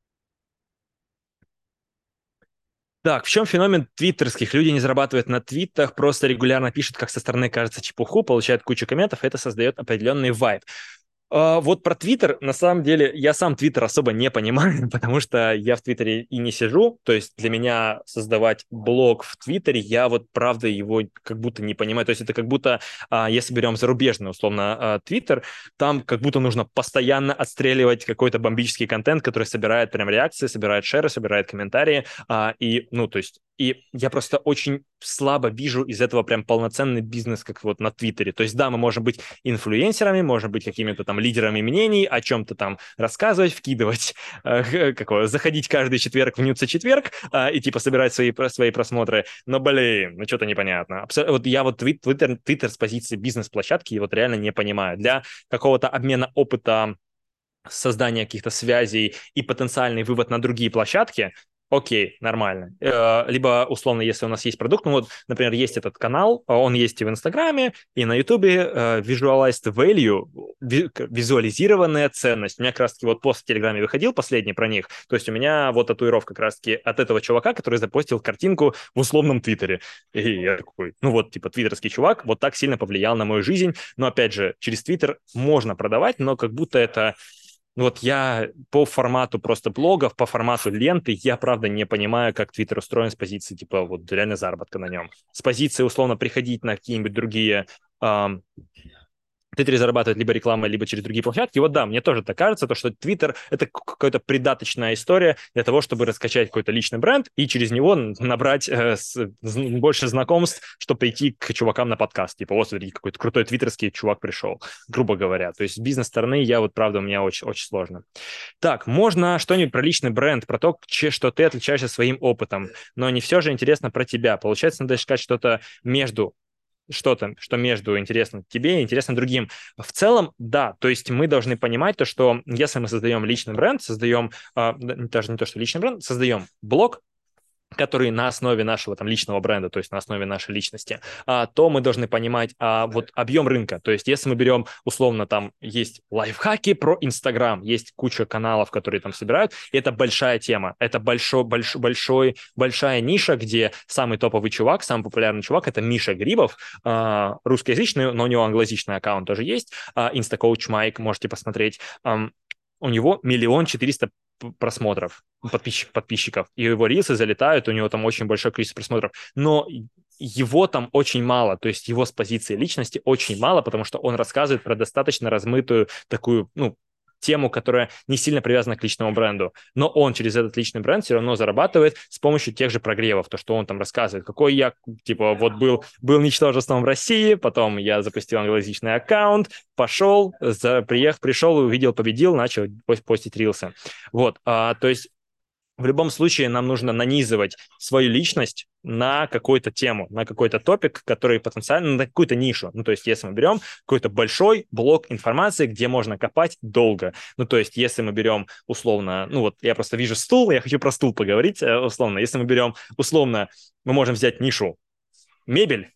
Так, в чем феномен твиттерских? Люди не зарабатывают на твитах, просто регулярно пишут, как со стороны кажется чепуху, получают кучу комментов, и это создает определенный вайб. Uh, вот про Твиттер, на самом деле, я сам Твиттер особо не понимаю, потому что я в Твиттере и не сижу, то есть для меня создавать блог в Твиттере, я вот правда его как будто не понимаю, то есть это как будто, uh, если берем зарубежный, условно, Твиттер, uh, там как будто нужно постоянно отстреливать какой-то бомбический контент, который собирает прям реакции, собирает шеры, собирает комментарии, uh, и, ну, то есть, и я просто очень слабо вижу из этого прям полноценный бизнес, как вот на Твиттере, то есть да, мы можем быть инфлюенсерами, можем быть какими-то там лидерами мнений, о чем-то там рассказывать, вкидывать, э, какое, заходить каждый четверг в Нюца-четверг э, и типа собирать свои, свои просмотры. Но, блин, ну что-то непонятно. Абсолютно, вот я вот Твиттер, Твиттер с позиции бизнес-площадки вот реально не понимаю. Для какого-то обмена опыта, создания каких-то связей и потенциальный вывод на другие площадки, окей, нормально. Либо, условно, если у нас есть продукт, ну вот, например, есть этот канал, он есть и в Инстаграме, и на Ютубе, Visualized Value, визуализированная ценность. У меня как раз-таки вот пост в Телеграме выходил, последний про них, то есть у меня вот татуировка как раз-таки от этого чувака, который запостил картинку в условном Твиттере. И я такой, ну вот, типа, твиттерский чувак вот так сильно повлиял на мою жизнь, но, опять же, через Твиттер можно продавать, но как будто это... Ну вот я по формату просто блогов, по формату ленты, я, правда, не понимаю, как Твиттер устроен с позиции, типа, вот реально заработка на нем. С позиции, условно, приходить на какие-нибудь другие... Эм, Твиттере зарабатывает либо рекламой, либо через другие площадки. И вот да, мне тоже так кажется, то, что Твиттер — это какая-то придаточная история для того, чтобы раскачать какой-то личный бренд и через него набрать э, с, больше знакомств, чтобы прийти к чувакам на подкаст. Типа, вот, смотрите, какой-то крутой твиттерский чувак пришел, грубо говоря. То есть с бизнес-стороны я вот, правда, у меня очень, очень сложно. Так, можно что-нибудь про личный бренд, про то, что ты отличаешься своим опытом, но не все же интересно про тебя. Получается, надо искать что-то между что-то, что между интересно тебе и интересно другим. В целом, да, то есть мы должны понимать то, что если мы создаем личный бренд, создаем, э, даже не то, что личный бренд, создаем блог, который на основе нашего там личного бренда, то есть на основе нашей личности, а, то мы должны понимать а, вот объем рынка. То есть если мы берем, условно, там есть лайфхаки про Инстаграм, есть куча каналов, которые там собирают, и это большая тема, это большой, большой, большой, большая ниша, где самый топовый чувак, самый популярный чувак — это Миша Грибов, а, русскоязычный, но у него англоязычный аккаунт тоже есть, а, Инстакоуч Майк, можете посмотреть. А, у него миллион четыреста просмотров, подписчик, подписчиков, и его рилсы залетают, у него там очень большое количество просмотров, но его там очень мало, то есть его с позиции личности очень мало, потому что он рассказывает про достаточно размытую такую, ну, тему, которая не сильно привязана к личному бренду, но он через этот личный бренд все равно зарабатывает с помощью тех же прогревов, то, что он там рассказывает, какой я, типа, вот был, был ничтожеством в России, потом я запустил англоязычный аккаунт, пошел, за, приехал, пришел, увидел, победил, начал постить рилсы. Вот, а, то есть в любом случае нам нужно нанизывать свою личность на какую-то тему, на какой-то топик, который потенциально на какую-то нишу. Ну, то есть если мы берем какой-то большой блок информации, где можно копать долго. Ну, то есть если мы берем условно, ну вот я просто вижу стул, я хочу про стул поговорить условно. Если мы берем условно, мы можем взять нишу мебель,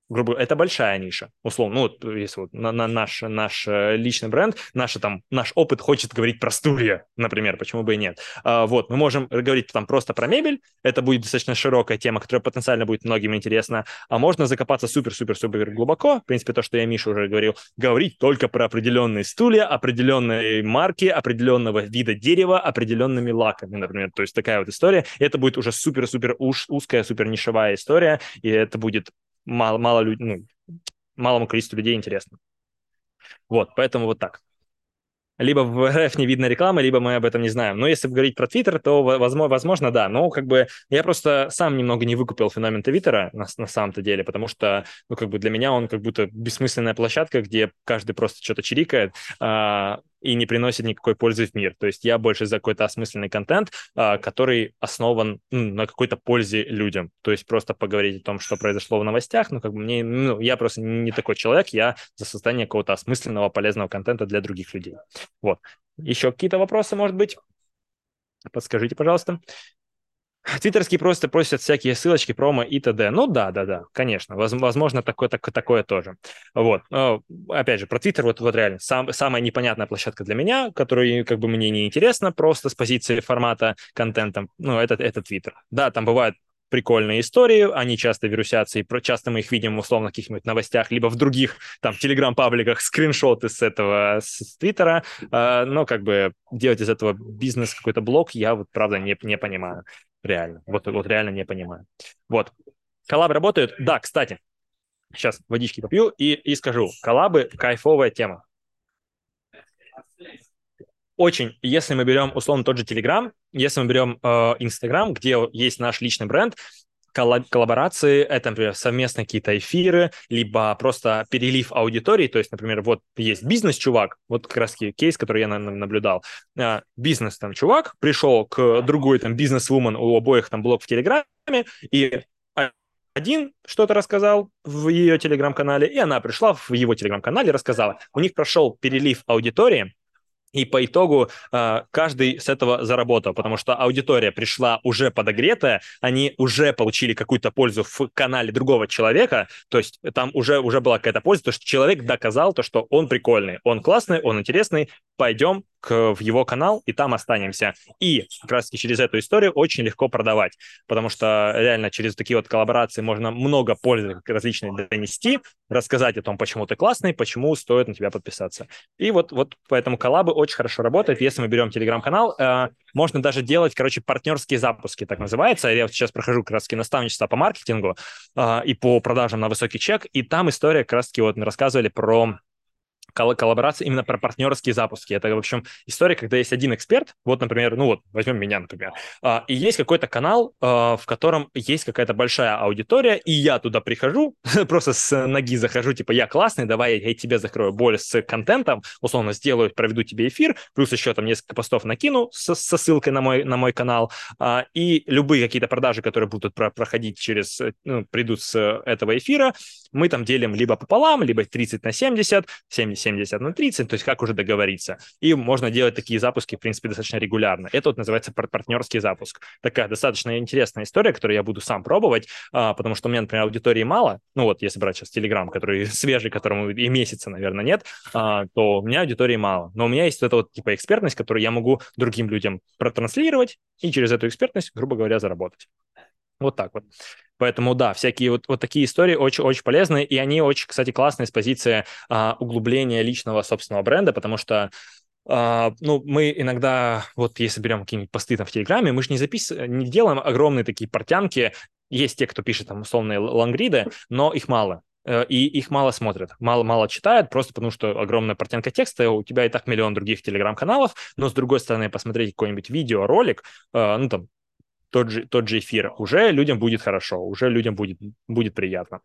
грубо говоря, это большая ниша, условно. Ну, вот если вот на, на наш, наш личный бренд, наш, там, наш опыт хочет говорить про стулья, например, почему бы и нет. А, вот, мы можем говорить там просто про мебель, это будет достаточно широкая тема, которая потенциально будет многим интересна, а можно закопаться супер-супер-супер глубоко, в принципе, то, что я Мише уже говорил, говорить только про определенные стулья, определенные марки, определенного вида дерева, определенными лаками, например. То есть такая вот история. И это будет уже супер-супер уж, узкая, супер нишевая история, и это будет мало, мало люд... ну, малому количеству людей интересно. Вот, поэтому вот так. Либо в эр эф не видно рекламы, либо мы об этом не знаем. Но если говорить про Твиттер, то, возможно, возможно, да. Но как бы я просто сам немного не выкупил феномен Твиттера на, на самом-то деле, потому что, ну, как бы для меня он как будто бессмысленная площадка, где каждый просто что-то чирикает, а, и не приносит никакой пользы в мир. То есть я больше за какой-то осмысленный контент, а, который основан, ну, на какой-то пользе людям. То есть просто поговорить о том, что произошло в новостях, ну, как бы мне, ну, я просто не такой человек, я за создание какого-то осмысленного, полезного контента для других людей. Вот. Еще какие-то вопросы, может быть? Подскажите, пожалуйста. Твиттерские просто просят всякие ссылочки, промо и т.д. Ну да, да, да, конечно, возможно, такое, такое, такое тоже. Вот. Но, опять же, про Твиттер, вот, вот реально, сам, самая непонятная площадка для меня, которая как бы мне не интересна просто с позиции формата контента, ну, это, это Твиттер. Да, там бывают прикольные истории, они часто вирусятся, и часто мы их видим условно в каких-нибудь новостях, либо в других там телеграм-пабликах, скриншоты с этого, с Твиттера, э, но как бы делать из этого бизнес, какой-то блог, я вот правда не, не понимаю. Реально. Вот, вот реально не понимаю. Вот. Коллабы работают? Да, кстати. Сейчас водички попью и, и скажу. Коллабы – кайфовая тема. Очень. Если мы берем, условно, тот же Telegram, если мы берем э, Instagram, где есть наш личный бренд, коллаборации, это, например, совместные какие-то эфиры, либо просто перелив аудитории, то есть, например, вот есть бизнес-чувак, вот как раз кейс, который я наблюдал, бизнес там чувак пришел к другой там бизнес-вумен, у обоих там блог в Телеграме, и один что-то рассказал в ее Телеграм-канале, и она пришла в его Телеграм-канале и рассказала. У них прошел перелив аудитории, и по итогу э, каждый с этого заработал, потому что аудитория пришла уже подогретая, они уже получили какую-то пользу в канале другого человека, то есть там уже, уже была какая-то польза, то, что человек доказал то, что он прикольный, он классный, он интересный, пойдем к, в его канал и там останемся. И как раз-таки через эту историю очень легко продавать, потому что реально через такие вот коллаборации можно много пользы различной донести, рассказать о том, почему ты классный, почему стоит на тебя подписаться. И вот, вот поэтому коллабы очень хорошо работают. Если мы берем Телеграм-канал, э, можно даже делать, короче, партнерские запуски, так называется. Я вот сейчас прохожу как раз-таки наставничество по маркетингу э, и по продажам на высокий чек, и там история как раз-таки вот мы рассказывали про коллаборации, именно про партнерские запуски. Это, в общем, история, когда есть один эксперт, вот, например, ну вот, возьмем меня, например, и есть какой-то канал, в котором есть какая-то большая аудитория, и я туда прихожу, просто с ноги захожу, типа, я классный, давай я тебе закрою боль с контентом, условно сделаю, проведу тебе эфир, плюс еще там несколько постов накину со, со ссылкой на мой, на мой канал, и любые какие-то продажи, которые будут про- проходить через, ну, придут с этого эфира, мы там делим либо пополам, либо тридцать на семьдесят, семьдесят на тридцать, то есть как уже договориться. И можно делать такие запуски, в принципе, достаточно регулярно. Это вот называется партнерский запуск. Такая достаточно интересная история, которую я буду сам пробовать, а, потому что у меня, например, аудитории мало, ну вот если брать сейчас Telegram, который свежий, которому и месяца, наверное, нет, а, то у меня аудитории мало. Но у меня есть вот эта вот типа экспертность, которую я могу другим людям протранслировать и через эту экспертность, грубо говоря, заработать. Вот так вот. Поэтому, да, всякие вот, вот такие истории очень-очень полезны, и они очень, кстати, классные с позиции а, углубления личного собственного бренда, потому что, а, ну, мы иногда, вот если берем какие-нибудь посты там в Телеграме, мы же не записываем, не делаем огромные такие портянки. Есть те, кто пишет там условные лонгриды, но их мало. И их мало смотрят, мало-мало читают, просто потому что огромная портянка текста, у тебя и так миллион других телеграм-каналов, но, с другой стороны, посмотреть какой-нибудь видеоролик, ну, там, тот же, тот же эфир, уже людям будет хорошо, уже людям будет, будет приятно.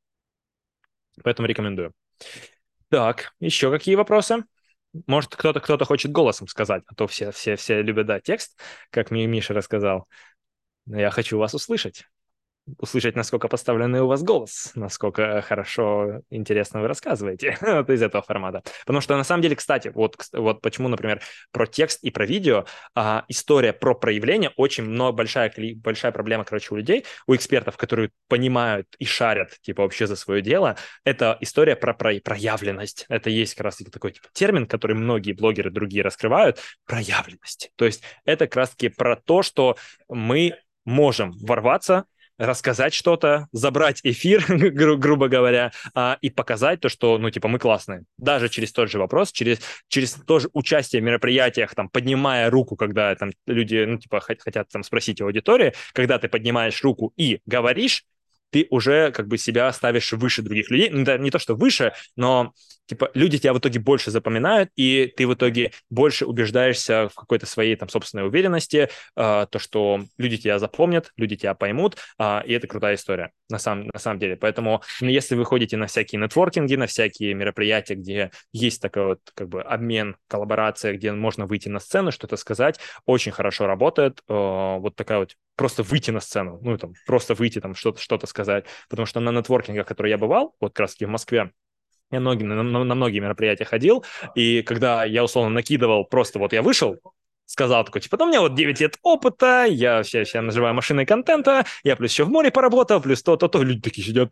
Поэтому рекомендую. Так, еще какие вопросы? Может, кто-то кто-то хочет голосом сказать, а то все, все, все любят, да, текст, как мне Миша рассказал. Но я хочу вас услышать. услышать, насколько поставленный у вас голос, насколько хорошо, интересно вы рассказываете вот из этого формата. Потому что на самом деле, кстати, вот, вот почему, например, про текст и про видео а, история про проявление очень много, большая, большая проблема, короче, у людей, у экспертов, которые понимают и шарят, типа, вообще за свое дело, это история про, про проявленность. Это есть как раз-таки такой типа, термин, который многие блогеры другие раскрывают, проявленность. То есть это как раз-таки про то, что мы можем ворваться, рассказать что-то, забрать эфир, гру- грубо говоря, а, и показать то, что, ну, типа, мы классные. Даже через тот же вопрос, через, через тоже участие в мероприятиях, там, поднимая руку, когда там люди, ну, типа, хот- хотят там спросить у аудитории, когда ты поднимаешь руку и говоришь, ты уже как бы себя ставишь выше других людей. Ну, да, не то, что выше, но типа люди тебя в итоге больше запоминают, и ты в итоге больше убеждаешься в какой-то своей там собственной уверенности, э, то, что люди тебя запомнят, люди тебя поймут, э, и это крутая история на самом, на самом деле. Поэтому ну, если вы ходите на всякие нетворкинги, на всякие мероприятия, где есть такой вот как бы обмен, коллаборация, где можно выйти на сцену, что-то сказать, очень хорошо работает. Э, вот такая вот просто выйти на сцену, ну, там, просто выйти, там, что-то что сказать. Потому что на нетворкингах, в которые я бывал, вот как раз таки в Москве, я многие, на, на, на многие мероприятия ходил, и когда я, условно, накидывал, просто вот я вышел, сказал такой, типа, да у меня вот девять лет опыта, я сейчас наживаю машиной контента, я плюс еще в море поработал, плюс то-то-то, люди такие сидят,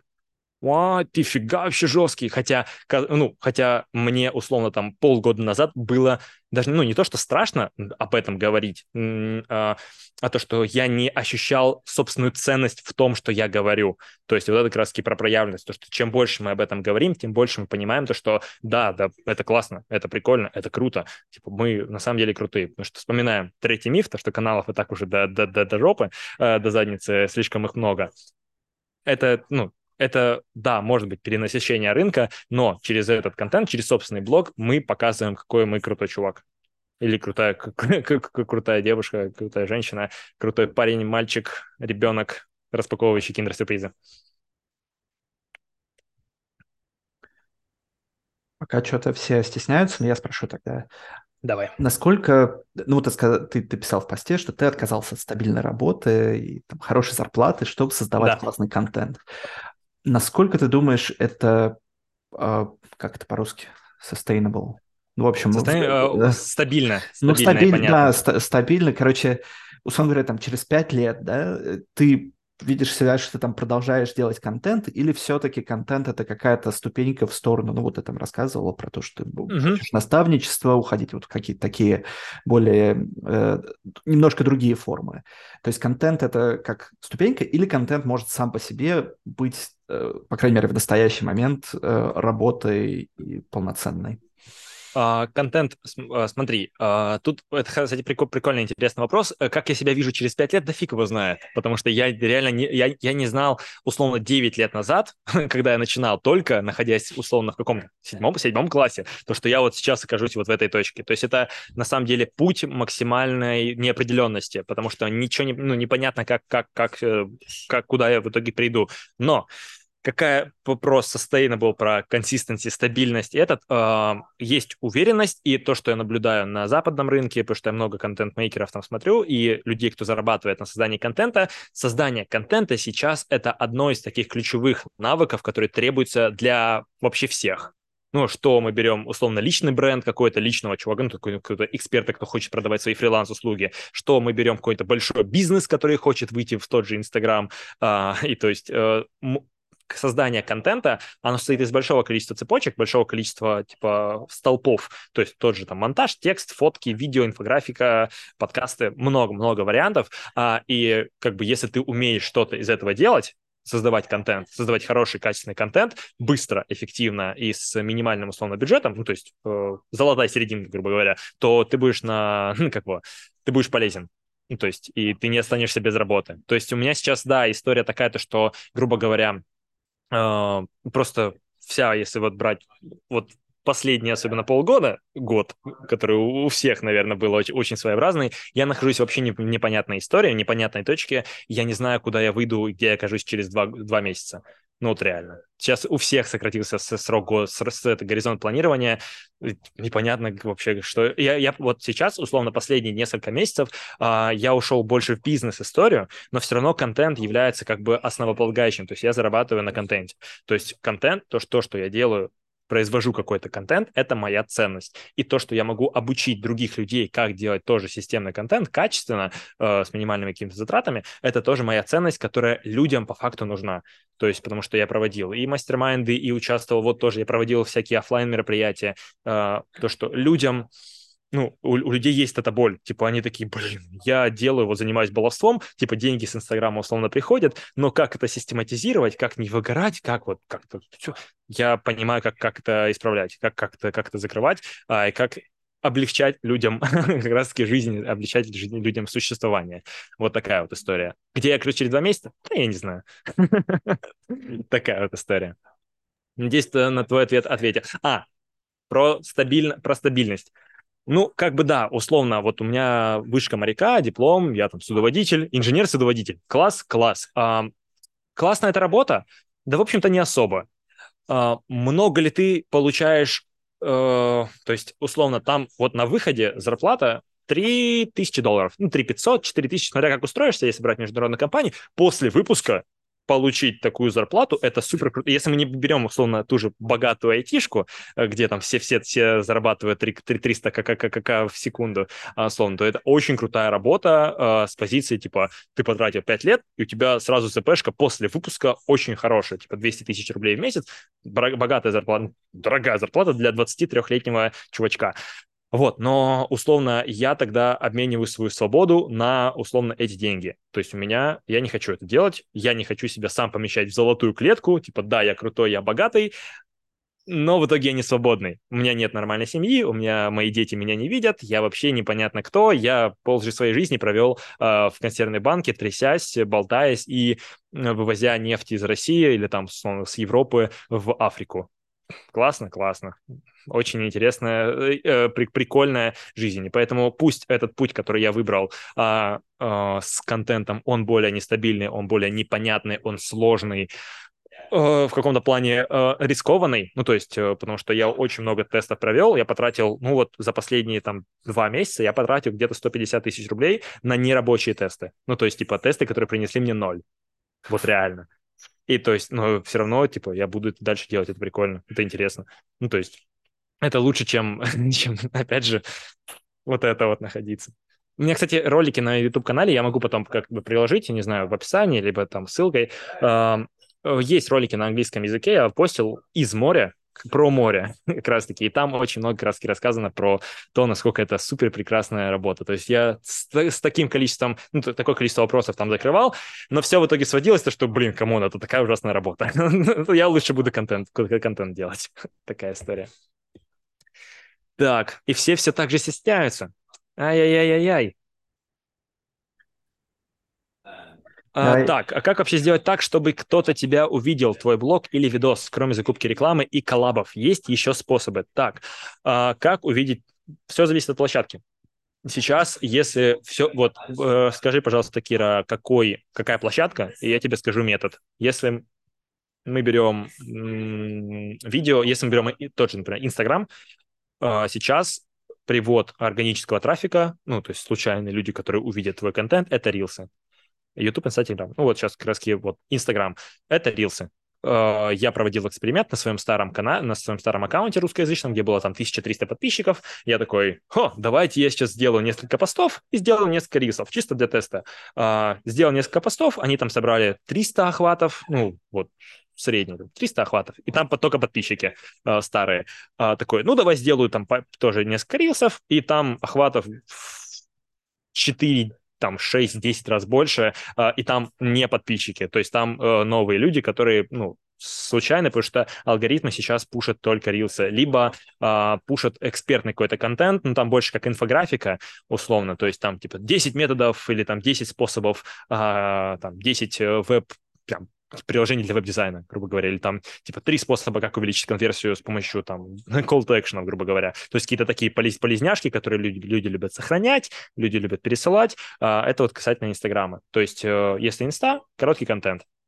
а, ты фига вообще жесткий. Хотя, ну, хотя мне, условно, там полгода назад было даже, ну, не то, что страшно об этом говорить, а, а то, что я не ощущал собственную ценность в том, что я говорю. То есть вот это как раз-таки про проявленность. То, что чем больше мы об этом говорим, тем больше мы понимаем то, что да, да, это классно, это прикольно, это круто. Типа мы на самом деле крутые. Потому что вспоминаем третий миф, то, что каналов и так уже до, до, до, до жопы, до задницы, слишком их много. Это, ну, это, да, может быть перенасыщение рынка, но через этот контент, через собственный блог мы показываем, какой мы крутой чувак. Или крутая, крутая девушка, крутая женщина, крутой парень, мальчик, ребенок, распаковывающий киндер-сюрпризы. Пока что-то все стесняются, но я спрошу тогда. Давай. Насколько, ну, ты, сказал, ты, ты писал в посте, что ты отказался от стабильной работы и там, хорошей зарплаты, чтобы создавать Да. классный контент. Насколько ты думаешь, это, э, как это по-русски, sustainable? Ну, в общем, в- Состояние, э, э, стабильно, ну, стабильно и стабильно, да, понятно. ста- стабильно, короче, условно говоря, там, через пять лет, да, э, ты видишь себя, что ты там продолжаешь делать контент, или все-таки контент — это какая-то ступенька в сторону, ну, вот ты там рассказывала про то, что ты бу- Мгм. хочешь наставничество, уходить вот в какие-то такие более, э, немножко другие формы. То есть контент — это как ступенька, или контент может сам по себе быть, э, по крайней мере, в настоящий момент э, работой и полноценной. А, контент, см- а, смотри, а, тут это, кстати, прикол- прикольный, интересный вопрос. Э, Как я себя вижу через пять лет, да фиг его знает. Потому что я реально не, я, я не знал, условно, девять лет назад, когда я начинал только, находясь, условно, в каком-то седьмом, седьмом классе, то, что я вот сейчас окажусь вот в этой точке. То есть это, на самом деле, путь максимальной неопределенности, потому что ничего не, ну, непонятно, как, как, как, э, как, куда я в итоге приду. Но какая вопрос sustainable про consistency, стабильность. Этот э, есть уверенность, и то, что я наблюдаю на западном рынке, потому что я много контент-мейкеров там смотрю, и людей, кто зарабатывает на создании контента, создание контента сейчас это одно из таких ключевых навыков, которые требуются для вообще всех. Ну, что мы берем, условно, личный бренд какой-то, личного чувака, ну, такой, какой-то эксперта, кто хочет продавать свои фриланс-услуги, что мы берем какой-то большой бизнес, который хочет выйти в тот же Инстаграм, а, и то есть э, создание контента, оно состоит из большого количества цепочек, большого количества типа столпов, то есть тот же там монтаж, текст, фотки, видео, инфографика, подкасты, много-много вариантов, а, и как бы если ты умеешь что-то из этого делать, создавать контент, создавать хороший, качественный контент быстро, эффективно и с минимальным условно бюджетом, ну то есть э, золотая серединка, грубо говоря, то ты будешь на, ну, как бы, ты будешь полезен. Ну, то есть, и ты не останешься без работы. То есть у меня сейчас, да, история такая-то, что, грубо говоря, а, просто вся, если вот брать вот последние, особенно полгода, год, который у у всех, наверное, был очень, очень своеобразный, я нахожусь вообще не, в непонятной истории, непонятной точке, я не знаю, куда я выйду, где я окажусь через два, два месяца. Ну вот реально. Сейчас у всех сократился с- срок, го- с- с- это, горизонт планирования. И непонятно вообще, что... Я, я вот сейчас, условно, последние несколько месяцев а, я ушел больше в бизнес-историю, но все равно контент является как бы основополагающим. То есть я зарабатываю на контенте. То есть контент, то, что, то, что я делаю, произвожу какой-то контент, это моя ценность. И то, что я могу обучить других людей, как делать тоже системный контент качественно, э, с минимальными какими-то затратами, это тоже моя ценность, которая людям по факту нужна. То есть, потому что я проводил и мастер-майнды, и участвовал, вот тоже я проводил всякие оффлайн мероприятия, э, то, что людям, ну, у, у людей есть эта боль, типа они такие, блин, я делаю, вот занимаюсь баловством, типа деньги с Инстаграма условно приходят, но как это систематизировать, как не выгорать, как вот, как-то все, я понимаю, как, как это исправлять, как, как, это, как это закрывать, а, и как облегчать людям как раз-таки жизнь, облегчать жизнь людям существование. Вот такая вот история. Где я кручу через два месяца? Да я не знаю. Такая вот история. Надеюсь, ты на твой ответ ответил. А, про, стабиль... про стабильность. Ну, как бы да, условно, вот у меня вышка моряка, диплом, я там судоводитель, инженер-судоводитель. Класс, класс. А, классная эта работа? Да, в общем-то, не особо. А, много ли ты получаешь, э, то есть, условно, там вот на выходе зарплата три тысячи долларов, ну, три пятьсот, четыре тысячи, смотря как устроишься, если брать международные компании, после выпуска получить такую зарплату, это супер круто. Если мы не берем, условно, ту же богатую айтишку, э, где там все-все-все зарабатывают три триста кк в секунду, а, условно, то это очень крутая работа э, с позиции, типа, ты потратил пять лет, и у тебя сразу ЗПшка после выпуска очень хорошая, типа двести тысяч рублей в месяц, богатая зарплата, дорогая зарплата для двадцатитрёхлетнего чувачка. Вот, но условно я тогда обмениваю свою свободу на условно эти деньги. То есть у меня, я не хочу это делать, я не хочу себя сам помещать в золотую клетку, типа, да, я крутой, я богатый, но в итоге я не свободный. У меня нет нормальной семьи, у меня мои дети меня не видят, я вообще непонятно кто, я полжизни своей жизни провел э, в консервной банке, трясясь, болтаясь и э, вывозя нефть из России или там с, с Европы в Африку. Классно, классно. Очень интересная, э, э, при, прикольная жизнь. И поэтому пусть этот путь, который я выбрал а, а, с контентом, он более нестабильный, он более непонятный, он сложный, э, в каком-то плане э, рискованный. Ну, то есть, э, потому что я очень много тестов провел, я потратил, ну вот за последние там два месяца я потратил где-то сто пятьдесят тысяч рублей на нерабочие тесты. Ну, то есть, типа, тесты, которые принесли мне ноль. Вот реально. И то есть, но все равно, типа, я буду это дальше делать, это прикольно, это интересно. Ну, то есть, это лучше, чем, чем, опять же, вот это вот находиться. У меня, кстати, ролики на YouTube-канале, я могу потом как бы приложить, я не знаю, в описании, либо там ссылкой. Эм, э, Есть ролики на английском языке, я постил из моря, про море как раз-таки, и там очень много как раз-таки рассказано про то, насколько это супер прекрасная работа. То есть я с, с таким количеством, ну, т- такое количество вопросов там закрывал, но все в итоге сводилось, то, что, блин, камон, это такая ужасная работа. Я лучше буду контент, контент делать. Такая история. Так, и все все так же стесняются. Ай-яй-яй-яй-яй. А, Да, так, а как вообще сделать так, чтобы кто-то тебя увидел, твой блог или видос, кроме закупки рекламы и коллабов? Есть еще способы. Так, а, как увидеть? Все зависит от площадки. Сейчас, если все... Вот, э, скажи, пожалуйста, Кира, какой, какая площадка, и я тебе скажу метод. Если мы берем м, видео, если мы берем и- тот же, например, Инстаграм, а, сейчас привод органического трафика, ну, то есть случайные люди, которые увидят твой контент, это рилсы. YouTube, Instagram. Ну, вот сейчас как раз вот Instagram. Это рилсы. Э, Я проводил эксперимент на своем старом канале, на своем старом аккаунте русскоязычном, где было там тысяча триста подписчиков. Я такой, хо, давайте я сейчас сделаю несколько постов и сделаю несколько рилсов, чисто для теста. А, Сделал несколько постов, они там собрали триста охватов, ну, вот, средний, триста охватов, и там только подписчики э, старые. А, такой, ну, давай сделаю там по- тоже несколько рилсов, и там охватов четыре там шесть-десять раз больше, э, и там не подписчики, то есть там э, новые люди, которые, ну, случайно, потому что алгоритмы сейчас пушат только рилсы, либо э, пушат экспертный какой-то контент, ну, там больше как инфографика, условно, то есть там типа десять методов или там десять способов, э, там десять э, веб, прям, приложений для веб-дизайна, грубо говоря, или там типа три способа, как увеличить конверсию с помощью там call to action, грубо говоря. То есть какие-то такие полез, полезняшки, которые люди, люди любят сохранять, люди любят пересылать. А, это вот касательно Инстаграма. То есть э, если Инста, короткий контент.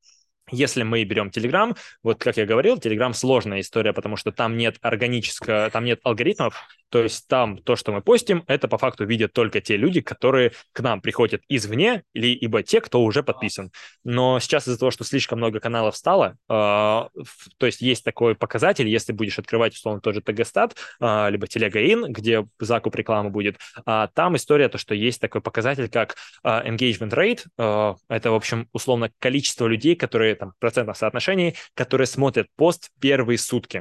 Если мы берем Telegram, вот как я говорил, Telegram сложная история, потому что там нет органического, там нет алгоритмов, то есть там то, что мы постим, это по факту видят только те люди, которые к нам приходят извне, или ибо те, кто уже подписан. Но сейчас из-за того, что слишком много каналов стало, э, то есть есть такой показатель, если будешь открывать, условно, тот же тэ гэ-стат, э, либо Телега.ин, где закуп рекламы будет, э, там история, то, что есть такой показатель, как э, engagement rate, э, это, в общем, условно, количество людей, которые там, в процентном соотношении, которые смотрят пост первые сутки.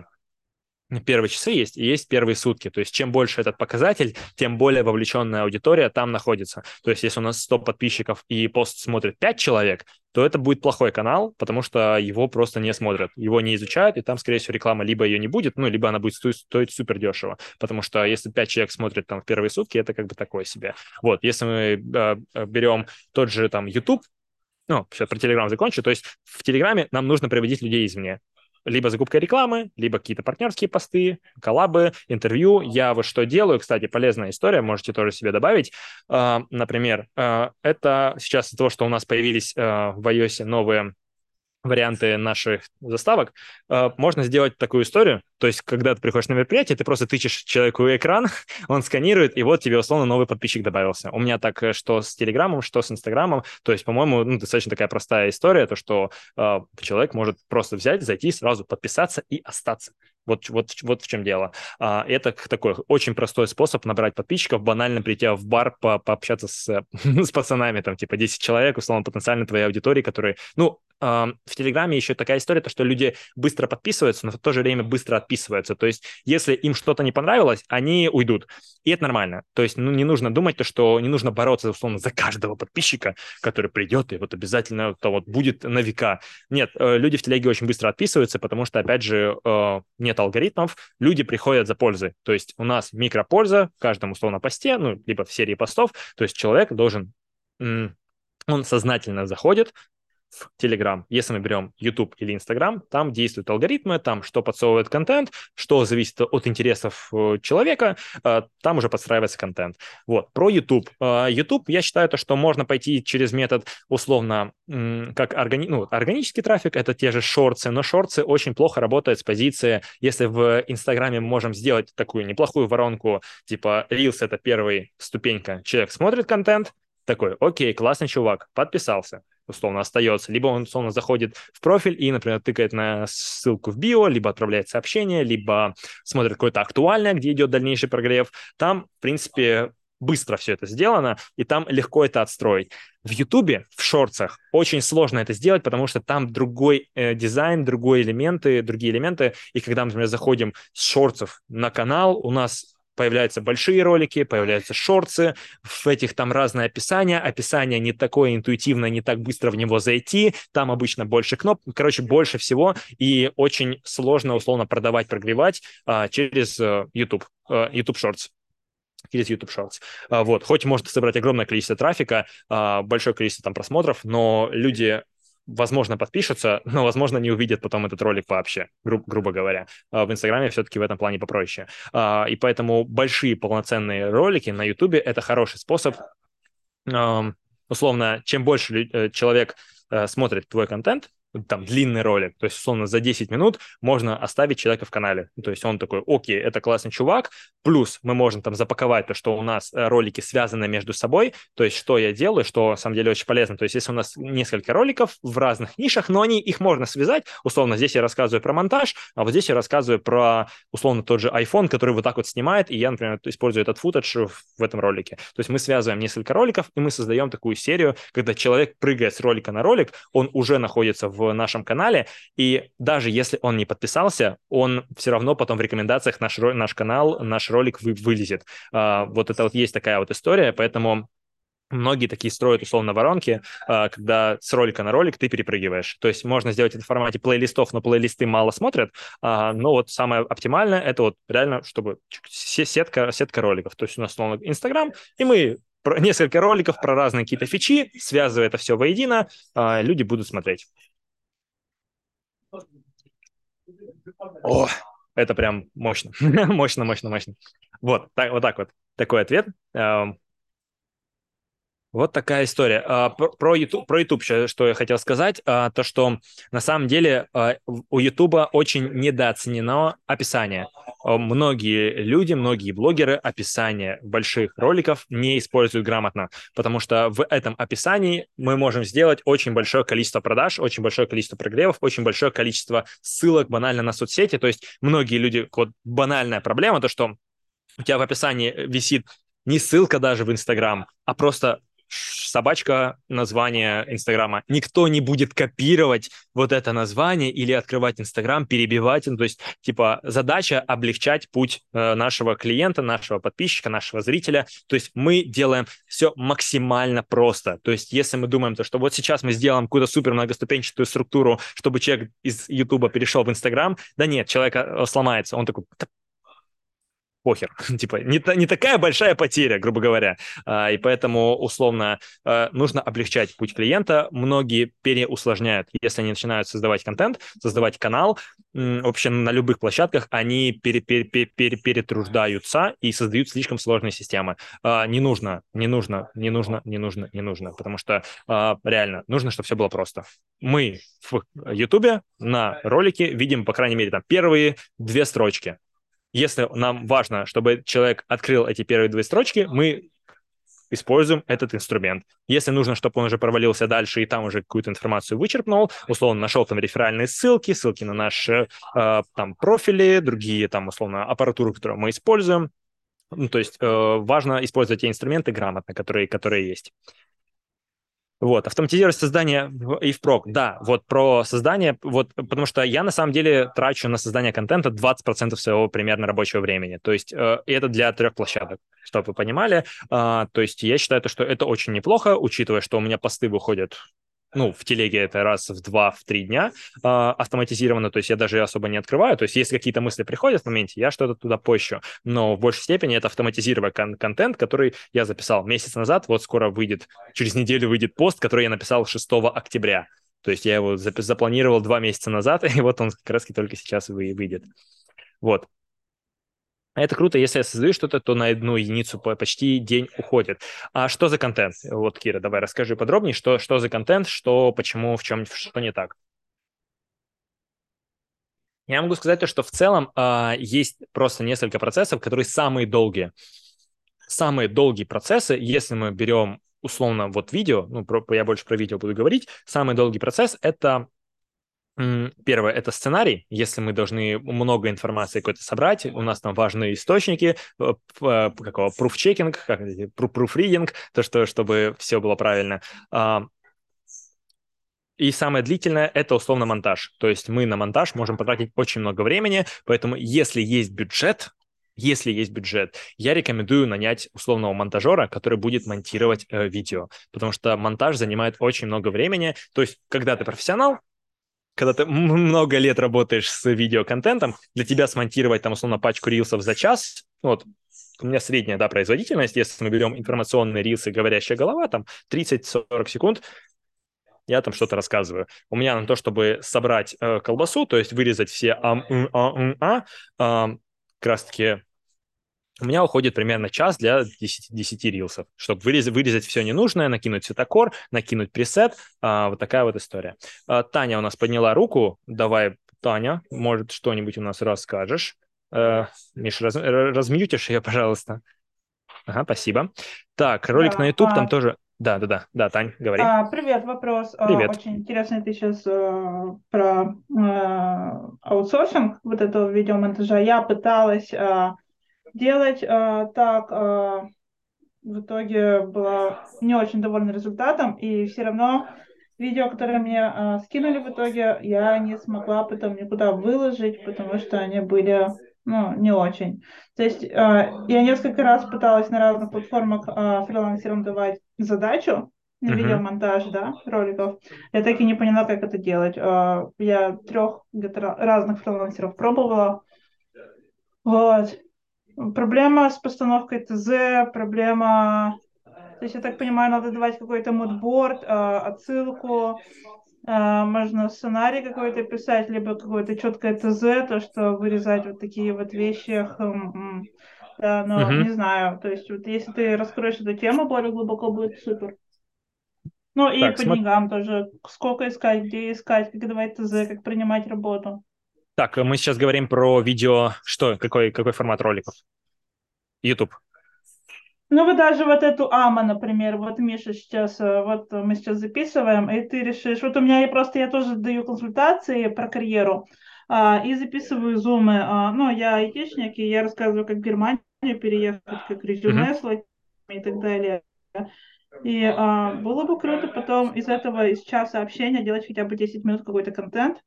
Первые часы есть, и есть первые сутки. То есть чем больше этот показатель, тем более вовлеченная аудитория там находится. То есть если у нас сто подписчиков и пост смотрит пять человек, то это будет плохой канал, потому что его просто не смотрят, его не изучают, и там, скорее всего, реклама либо ее не будет, ну, либо она будет стоить, стоить супер дешево. Потому что если пять человек смотрят там в первые сутки, это как бы такое себе. Вот, если мы э, берем тот же там YouTube, ну, сейчас про Telegram закончу, то есть в Телеграме нам нужно приводить людей извне. Либо закупка рекламы, либо какие-то партнерские посты, коллабы, интервью. Я вот что делаю, кстати, полезная история, можете тоже себе добавить. Uh, например, uh, это сейчас из-за того, что у нас появились uh, в iOS новые варианты наших заставок, э, можно сделать такую историю. То есть, когда ты приходишь на мероприятие, ты просто тычешь человеку экран, он сканирует, и вот тебе, условно, новый подписчик добавился. У меня так, что с Телеграмом, что с Инстаграмом. То есть, по-моему, ну, достаточно такая простая история, то, что э, человек может просто взять, зайти, сразу подписаться и остаться. Вот, вот, вот в чем дело. А, это такой очень простой способ набрать подписчиков, банально прийти в бар, по, пообщаться с, с пацанами, там, типа, десять человек, условно, потенциально твоей аудитории, которые, ну, в Телеграме еще такая история, то, что люди быстро подписываются, но в то же время быстро отписываются. То есть, если им что-то не понравилось, они уйдут. И это нормально. То есть, ну, не нужно думать, то, что не нужно бороться, условно, за каждого подписчика, который придет и вот обязательно то вот будет на века. Нет, люди в Телеге очень быстро отписываются, потому что, опять же, нет алгоритмов, люди приходят за пользой. То есть, у нас микропольза в каждом, условно, посте, ну, либо в серии постов. То есть, человек должен... Он сознательно заходит в Telegram. Если мы берем YouTube или Instagram, там действуют алгоритмы, там что подсовывает контент, что зависит от интересов человека, там уже подстраивается контент. Вот, про YouTube. YouTube, я считаю, то, что можно пойти через метод, условно, как органи... ну, органический трафик, это те же шорты, но шорты очень плохо работают с позиции, если в Инстаграме мы можем сделать такую неплохую воронку, типа Reels — это первая ступенька, человек смотрит контент, такой, окей, классный чувак, подписался, условно остается. Либо он, условно, заходит в профиль и, например, тыкает на ссылку в био, либо отправляет сообщение, либо смотрит какое-то актуальное, где идет дальнейший прогрев. Там, в принципе, быстро все это сделано, и там легко это отстроить. В Ютубе, в шортсах, очень сложно это сделать, потому что там другой э, дизайн, другие элементы, другие элементы. И когда мы, например, заходим с шортсов на канал, у нас появляются большие ролики, появляются шорты, в этих там разное описание, описание не такое интуитивное, не так быстро в него зайти, там обычно больше кнопок, короче, больше всего, и очень сложно, условно, продавать, прогревать а, через а, YouTube, а, YouTube Shorts. Через YouTube Shorts. А, вот. Хоть может собрать огромное количество трафика, а, большое количество там просмотров, но люди, возможно, подпишутся, но, возможно, не увидят потом этот ролик вообще, гру- грубо говоря. А в Инстаграме все-таки в этом плане попроще. А, и поэтому большие полноценные ролики на Ютубе — это хороший способ. А, условно, чем больше лю- человек а, смотрит твой контент, там длинный ролик, то есть, условно, за десять минут можно оставить человека в канале. То есть он такой, окей, это классный чувак, плюс мы можем там запаковать то, что у нас ролики связаны между собой, то есть что я делаю, что, на самом деле, очень полезно. То есть если у нас несколько роликов в разных нишах, но они, их можно связать, условно, здесь я рассказываю про монтаж, а вот здесь я рассказываю про, условно, тот же iPhone, который вот так вот снимает, и я, например, использую этот футаж в этом ролике. То есть мы связываем несколько роликов, и мы создаем такую серию, когда человек прыгает с ролика на ролик, он уже находится в нашем канале, и даже если он не подписался, он все равно потом в рекомендациях наш, наш канал, наш ролик вы, вылезет. А, вот это вот есть такая вот история, поэтому многие такие строят условно воронки, а, когда с ролика на ролик ты перепрыгиваешь. То есть можно сделать это в формате плейлистов, но плейлисты мало смотрят, а, но вот самое оптимальное — это вот реально, чтобы сетка, сетка роликов. То есть у нас условно Инстаграм, и мы несколько роликов про разные какие-то фичи, связывая это все воедино, а, люди будут смотреть. О, это прям мощно. Мощно, мощно, мощно. Вот, так, вот так вот. Такой ответ. Эм, Вот такая история. А, Про, про YouTube, про YouTube ща- что я хотел сказать, а, то что на самом деле а, в- у YouTube очень недооценено описание. А, Многие люди, многие блогеры описание больших роликов не используют грамотно, потому что в этом описании мы можем сделать очень большое количество продаж, очень большое количество прогревов, очень большое количество ссылок банально на соцсети. То есть многие люди, вот банальная проблема, то что у тебя в описании висит не ссылка даже в Инстаграм, а просто собачка название Инстаграма. Никто не будет копировать вот это название или открывать Инстаграм, перебивать. Ну, то есть, типа, задача облегчать путь э, нашего клиента, нашего подписчика, нашего зрителя. То есть мы делаем все максимально просто. То есть если мы думаем, то, что вот сейчас мы сделаем какую-то супер многоступенчатую структуру, чтобы человек из Ютуба перешел в Инстаграм, да нет, человек э, сломается. Он такой, похер, типа не, та, не такая большая потеря, грубо говоря. А, и поэтому условно а, нужно облегчать путь клиента. Многие переусложняют. Если они начинают создавать контент, создавать канал, м, вообще на любых площадках, они пере, пере, пере, пере- перетруждаются и создают слишком сложные системы. А, не нужно, не нужно, не нужно, не нужно, не нужно, потому что а, реально нужно, чтобы все было просто. Мы в Ютубе на ролике видим, по крайней мере, там первые две строчки. Если нам важно, чтобы человек открыл эти первые две строчки, мы используем этот инструмент. Если нужно, чтобы он уже провалился дальше и там уже какую-то информацию вычерпнул, условно нашел там реферальные ссылки, ссылки на наши э, там профили, другие там условно аппаратуру, которую мы используем. Ну, то есть э, важно использовать те инструменты грамотно, которые, которые есть. Вот, автоматизировать создание и впрок. Да, вот про создание, вот, потому что я на самом деле трачу на создание контента двадцать процентов своего примерно рабочего времени. То есть э, это для трех площадок, чтобы вы понимали. А, то есть я считаю, то, что это очень неплохо, учитывая, что у меня посты выходят, ну, в телеге это раз в два, в три дня э, автоматизированно, то есть я даже особо не открываю, то есть если какие-то мысли приходят в моменте, я что-то туда пощу, но в большей степени это автоматизированный кон- контент, который я записал месяц назад, вот скоро выйдет, через неделю выйдет пост, который я написал шестого октября, то есть я его запис- запланировал два месяца назад, и вот он как раз только сейчас вы- выйдет. Вот. Это круто, если я создаю что-то, то на одну единицу по- почти день уходит. А что за контент? Вот, Кира, давай расскажи подробнее, что, что за контент, что, почему, в чем, что не так. Я могу сказать то, что в целом а, есть просто несколько процессов, которые самые долгие. Самые долгие процессы, если мы берем условно вот видео, ну, про, я больше про видео буду говорить, самый долгий процесс — это м, первое — это сценарий. Если мы должны много информации какой-то собрать, у нас там важные источники, э, п- э, какого, proof-checking, как, это, proof- proofreading, то, что, чтобы все было правильно. А, И самое длительное — это условно монтаж. То есть мы на монтаж можем потратить очень много времени, поэтому если есть бюджет, если есть бюджет, я рекомендую нанять условного монтажера, который будет монтировать э, видео, потому что монтаж занимает очень много времени. То есть, когда ты профессионал, когда ты м- много лет работаешь с видеоконтентом, для тебя смонтировать там условно пачку рилсов за час, вот у меня средняя, да, производительность, если мы берем информационные рилсы «Говорящая голова», там тридцать-сорок секунд, я там что-то рассказываю. У меня на то, чтобы собрать э, колбасу, то есть вырезать все ам, м, а, м, а, а, как раз-таки у меня уходит примерно час для десяти, десяти рилсов, чтобы вырезать, вырезать все ненужное, накинуть цветокор, накинуть пресет. А, вот такая вот история. А, Таня у нас подняла руку. Давай, Таня, может, что-нибудь у нас расскажешь. Э, Миш, раз, р- размьютишь ее, пожалуйста. Ага, спасибо. Так, ролик на Да, YouTube там а, тоже... Да, да, да, да, Тань, говори. а, привет, вопрос. А, Привет. очень интересный ты сейчас про а, аутсорсинг вот этого видеомонтажа. Я пыталась а, делать а, так, а, в итоге была не очень довольна результатом, и все равно видео, которые мне а, скинули в итоге, я не смогла потом никуда выложить, потому что они были, ну, не очень. То есть а, я несколько раз пыталась на разных платформах а, фрилансерам давать задачу на Мгм. видеомонтаж, да, роликов. Я так и не поняла, как это делать. А, я трех где-то ra- разных фрилансеров пробовала. Вот. Проблема с постановкой ТЗ, проблема... То есть, я так понимаю, надо давать какой-то мудборд, а, отсылку, а, можно сценарий какой-то писать, либо какое-то четкое ТЗ, то, что вырезать вот такие вот вещи. хм, м. Да, но Мгм. не знаю. То есть, вот если ты раскроешь эту тему более глубоко, будет супер. Ну и Так, по смотри. деньгам тоже. Сколько искать, где искать, как давать ТЗ, как принимать работу. Так, мы сейчас говорим про видео. Что? Какой, какой формат роликов? YouTube. Ну, вы даже вот эту АМА, например, вот Миша сейчас, э, вот мы сейчас записываем, и ты решишь, вот у меня я просто, я тоже даю консультации про карьеру, а, и записываю зумы, а, ну, я айтишник, и я рассказываю, как в Германию переехать, как Мгм. резюме слать и так далее. И а, было бы круто потом из этого, из часа общения делать хотя бы десять минут какой-то контент,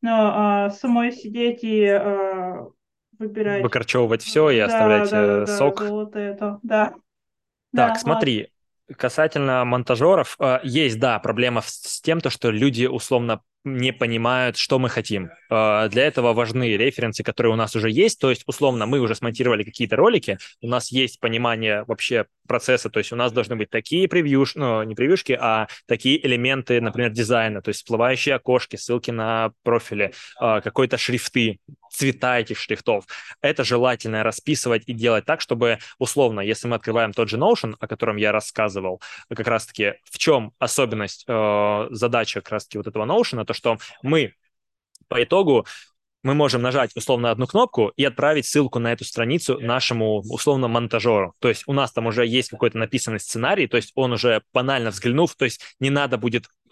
но а, самой сидеть и а, выбирать. Выкорчевывать все и Да, оставлять да, да, э, да, сок. золото это, да. Так, Да, вот. смотри, касательно монтажеров, э, есть, да, проблема с с тем, то, что люди условно не понимают, что мы хотим. Э, Для этого важны референсы, которые у нас уже есть. То есть, условно, мы уже смонтировали какие-то ролики, у нас есть понимание вообще процесса, то есть у нас должны быть такие превьюш, ну, не превьюшки, а такие элементы, например, дизайна, то есть всплывающие окошки, ссылки на профили, э, какой-то шрифты, цвета этих шрифтов. Это желательно расписывать и делать так, чтобы, условно, если мы открываем тот же Notion, о котором я рассказывал, как раз-таки в чем особенность, э, задача как раз-таки вот этого Notion, то что мы по итогу мы можем нажать условно одну кнопку и отправить ссылку на эту страницу нашему условно монтажеру. То есть у нас там уже есть какой-то написанный сценарий, то есть он уже банально взглянув, то есть не надо будет, э,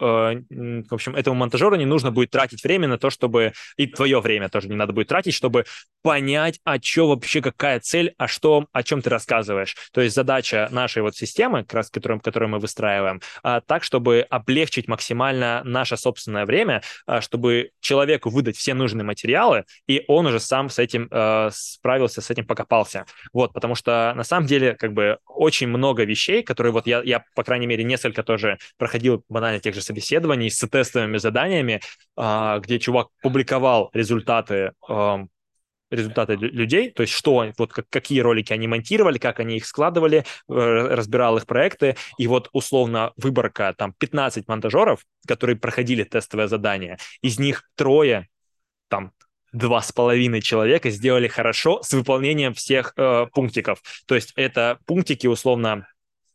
в общем, этому монтажеру не нужно будет тратить время на то, чтобы, и твое время тоже не надо будет тратить, чтобы понять, а что вообще, какая цель, а что, о чем ты рассказываешь. То есть задача нашей вот системы, как раз которую, которую мы выстраиваем, а, так, чтобы облегчить максимально наше собственное время, а, чтобы человеку выдать все нужные материалы, и он уже сам с этим э, справился, с этим покопался. Вот, потому что на самом деле как бы очень много вещей, которые вот я, я по крайней мере, несколько тоже проходил банально тех же собеседований с тестовыми заданиями, э, где чувак публиковал результаты э, результаты людей, то есть что, вот как, какие ролики они монтировали, как они их складывали, э, разбирал их проекты, и вот условно выборка там пятнадцать монтажеров, которые проходили тестовое задание, из них трое, там, два с половиной человека сделали хорошо с выполнением всех э, пунктиков. То есть это пунктики условно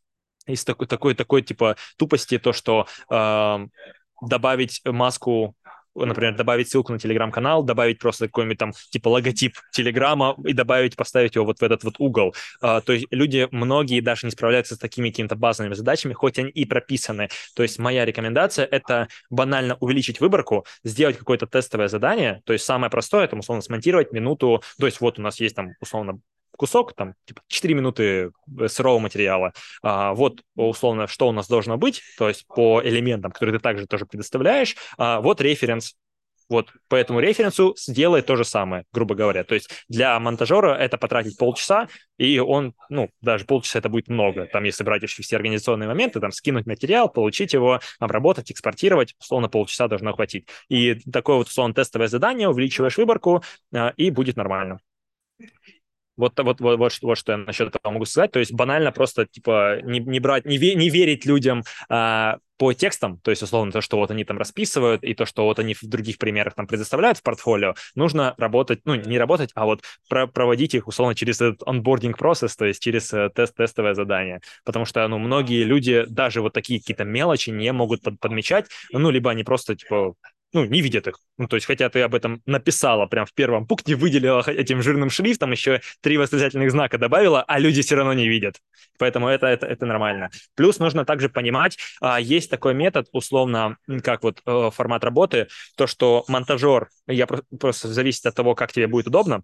из такой, такой, такой типа тупости, то, что э, добавить маску, например, добавить ссылку на телеграм-канал, добавить просто какой-нибудь там типа логотип телеграма и добавить, поставить его вот в этот вот угол. Uh, то есть люди, многие даже не справляются с такими какими-то базовыми задачами, хоть они и прописаны. То есть моя рекомендация — это банально увеличить выборку, сделать какое-то тестовое задание, то есть самое простое — это, условно, смонтировать минуту, то есть вот у нас есть там, условно, кусок, там, типа, четыре минуты сырого материала. А, вот, условно, что у нас должно быть, то есть по элементам, которые ты также тоже предоставляешь, а, вот референс. Вот по этому референсу сделай то же самое, грубо говоря. То есть для монтажера это потратить полчаса, и он, ну, даже полчаса это будет много. Там, если брать еще все организационные моменты, там, скинуть материал, получить его, обработать, экспортировать, условно, полчаса должно хватить. И такое вот, условно, тестовое задание, увеличиваешь выборку, а, и будет нормально. Вот, вот, вот, вот, вот что я насчет этого могу сказать. То есть банально просто, типа, не, не брать, не, ве, не верить людям а, по текстам, то есть, условно, то, что вот они там расписывают, и то, что вот они в других примерах там предоставляют в портфолио, нужно работать, ну, не работать, а вот про проводить их, условно, через этот онбординг процесс, то есть через тест тестовое задание. Потому что, ну, многие люди даже вот такие какие-то мелочи не могут под подмечать, ну, либо они просто, типа, ну, не видят их. Ну, то есть, хотя ты об этом написала прям в первом пункте, выделила этим жирным шрифтом, еще три восклицательных знака добавила, а люди все равно не видят. Поэтому это, это, это нормально. Плюс нужно также понимать, а, есть такой метод, условно, как вот э, формат работы, то, что монтажер, я просто, просто зависит от того, как тебе будет удобно,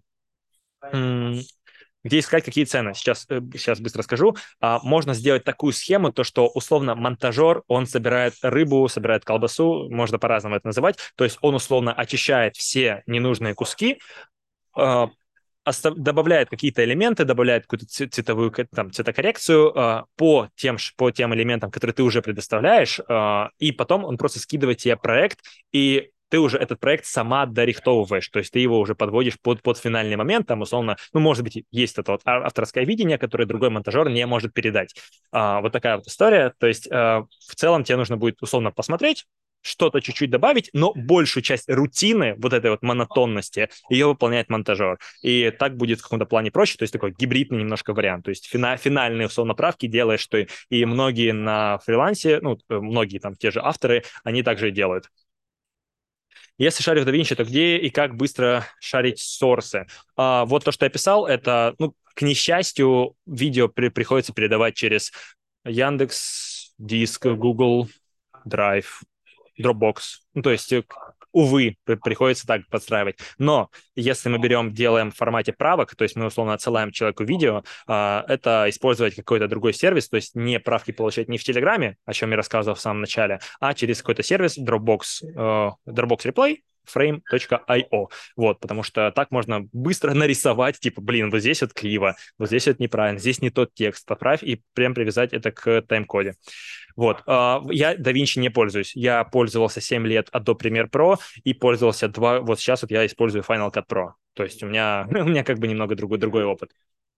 где искать какие цены. Сейчас, сейчас быстро скажу. А, можно сделать такую схему, то что условно монтажер, он собирает рыбу, собирает колбасу, можно по-разному это называть, то есть он условно очищает все ненужные куски, а, остав, добавляет какие-то элементы, добавляет какую-то цветовую там, цветокоррекцию а, по, тем, по тем элементам, которые ты уже предоставляешь, а, и потом он просто скидывает тебе проект, и ты уже этот проект сама дорихтовываешь, то есть ты его уже подводишь под, под финальный момент, там, условно, ну, может быть, есть это вот авторское видение, которое другой монтажер не может передать. А, вот такая вот история, то есть а, в целом тебе нужно будет, условно, посмотреть, что-то чуть-чуть добавить, но большую часть рутины, вот этой вот монотонности, ее выполняет монтажер. И так будет в каком-то плане проще, то есть такой гибридный немножко вариант. То есть фина- финальные, условно, правки делаешь ты, и многие на фрилансе, ну, многие там те же авторы, они также и делают. Если шарю в DaVinci, то где и как быстро шарить сорсы? А, вот то, что я писал, это, ну, к несчастью, видео при- приходится передавать через Яндекс, Диск, Google Drive, Dropbox. Ну, то есть, увы, при- приходится так подстраивать. Но если мы берем, делаем в формате правок, то есть мы условно отсылаем человеку видео, а, это использовать какой-то другой сервис, то есть не правки получать не в Телеграме, о чем я рассказывал в самом начале, а через какой-то сервис Dropbox, э, Dropbox Replay, frame точка ай о. Вот, потому что так можно быстро нарисовать, типа, блин, вот здесь вот криво, вот здесь вот неправильно, здесь не тот текст, поправь, и прям привязать это к тайм-коде. Вот. а, Я DaVinci не пользуюсь. Я пользовался семь лет Adobe Premiere Pro и пользовался два... Вот сейчас вот я использую Final Cut Pro. То есть у меня, у меня как бы немного другой, другой опыт.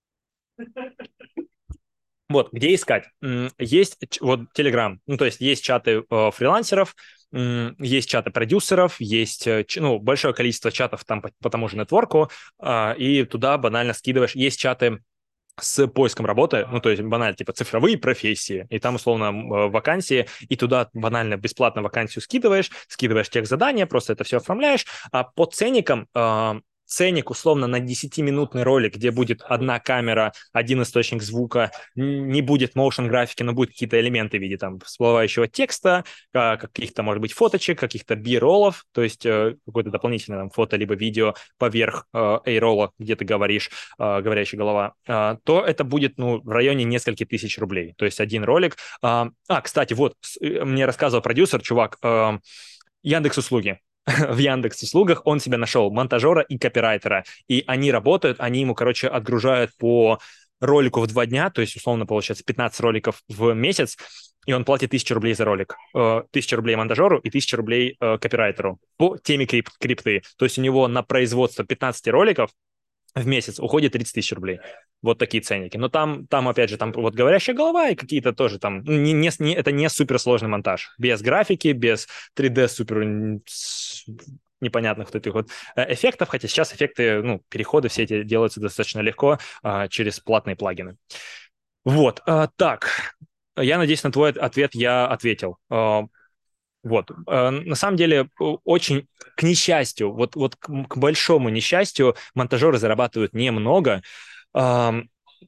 Вот, где искать? М, Есть ч- вот Telegram, ну, то есть есть чаты э, фрилансеров, м, есть чаты продюсеров, есть э, ч- ну, большое количество чатов там по, по тому же нетворку, а, и туда банально скидываешь. Есть чаты с поиском работы, ну, то есть банально, типа, цифровые профессии, и там, условно, м, э, вакансии, и туда банально бесплатно вакансию скидываешь, скидываешь текст задания, просто это все оформляешь, а по ценникам э, ценник, условно, на десятиминутный ролик, где будет одна камера, один источник звука, н- не будет motion графики, но будут какие-то элементы в виде там всплывающего текста, а, каких-то, может быть, фоточек, каких-то би-роллов, то есть э, какое-то дополнительное там фото либо видео поверх э, A-ролла, где ты говоришь, э, говорящая голова, э, то это будет, ну, в районе нескольких тысяч рублей. То есть один ролик. А, а, кстати, вот, с- э, мне рассказывал продюсер, чувак, э, Яндекс.Услуги. В Яндекс.Услугах он себе нашел монтажера и копирайтера, и они работают, они ему, короче, отгружают по ролику в два дня, то есть, условно, получается, пятнадцать роликов в месяц, и он платит тысячу рублей за ролик. Э, тысяча рублей монтажеру и тысяча рублей э, копирайтеру по теме крип крипты. То есть у него на производство пятнадцать роликов в месяц уходит тридцать тысяч рублей. Вот такие ценники. Но там, там, опять же, там вот говорящая голова и какие-то тоже там... ну, Не, не, не, это не суперсложный монтаж. Без графики, без три дэ супер непонятных вот этих вот э, эффектов, хотя сейчас эффекты, ну, переходы все эти делаются достаточно легко а, через платные плагины. Вот, а, так, я надеюсь, на твой ответ я ответил. А, вот. Э, На самом деле, о- очень, к несчастью, вот, вот к, м- к большому несчастью, монтажеры зарабатывают немного, ам,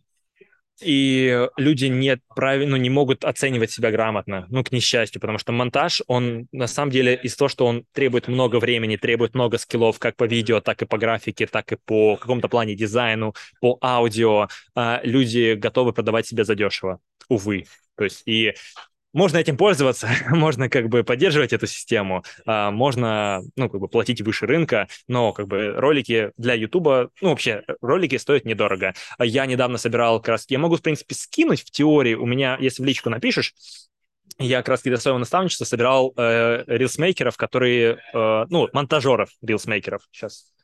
и люди не, правильно, ну, не могут оценивать себя грамотно, ну, к несчастью, потому что монтаж, он на самом деле из-за того, что он требует много времени, требует много скиллов как по видео, так и по графике, так и по какому-то плане дизайну, по аудио, а, люди готовы продавать себя задешево, увы. То есть и можно этим пользоваться, можно как бы поддерживать эту систему, а, можно, ну, как бы платить выше рынка, но как бы ролики для Ютуба, ну, вообще, ролики стоят недорого. А Я недавно собирал как раз, я могу, в принципе, скинуть в теории, у меня, если в личку напишешь, я как раз для своего наставничества собирал э, рилсмейкеров, которые, э, ну, монтажеров рилсмейкеров. Сейчас.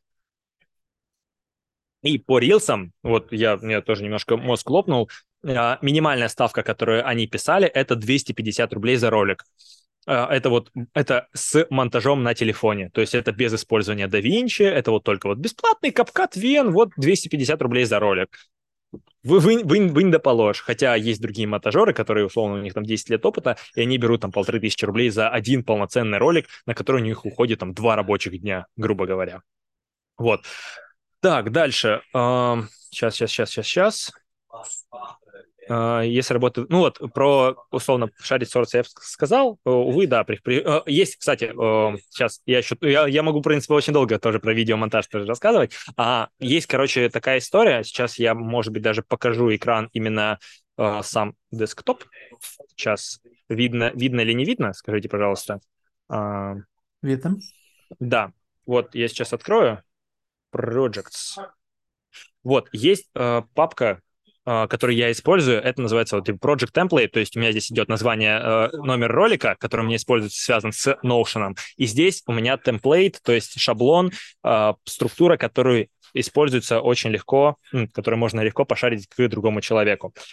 И по рилсам, вот я, мне тоже немножко мозг лопнул, а, минимальная ставка, которую они писали, это двести пятьдесят рублей за ролик. А, Это вот это с монтажом на телефоне, то есть это без использования DaVinci, это вот только вот бесплатный капкат Вен, вот двести пятьдесят рублей за ролик. Вы, вынь, вынь, вынь да положь. Хотя есть другие монтажеры, которые, условно, у них там десять лет опыта, и они берут там полторы тысячи рублей за один полноценный ролик, на который у них уходит там два рабочих дня, грубо говоря. Вот. Так, дальше. Ам, Сейчас, сейчас, сейчас, сейчас, сейчас. А, Если работает... Ну вот, про, условно, шарить сорс я сказал. Э, Увы, да. При, при- э, Есть, кстати, э, сейчас я еще... Я, я могу, в принципе, очень долго тоже про видеомонтаж тоже рассказывать. А есть, короче, такая история. Сейчас я, может быть, даже покажу экран именно э, сам десктоп. Сейчас видно, видно или не видно? Скажите, пожалуйста. А, Видно. Да. Вот я сейчас открою. Projects. Вот, есть э, папка, э, которую я использую, это называется вот типа Project Template, то есть у меня здесь идет название, э, номер ролика, который у меня используется, связан с Notion, и здесь у меня темплейт, то есть шаблон, э, структура, которую используется очень легко, м, которую можно легко пошарить к другому человеку.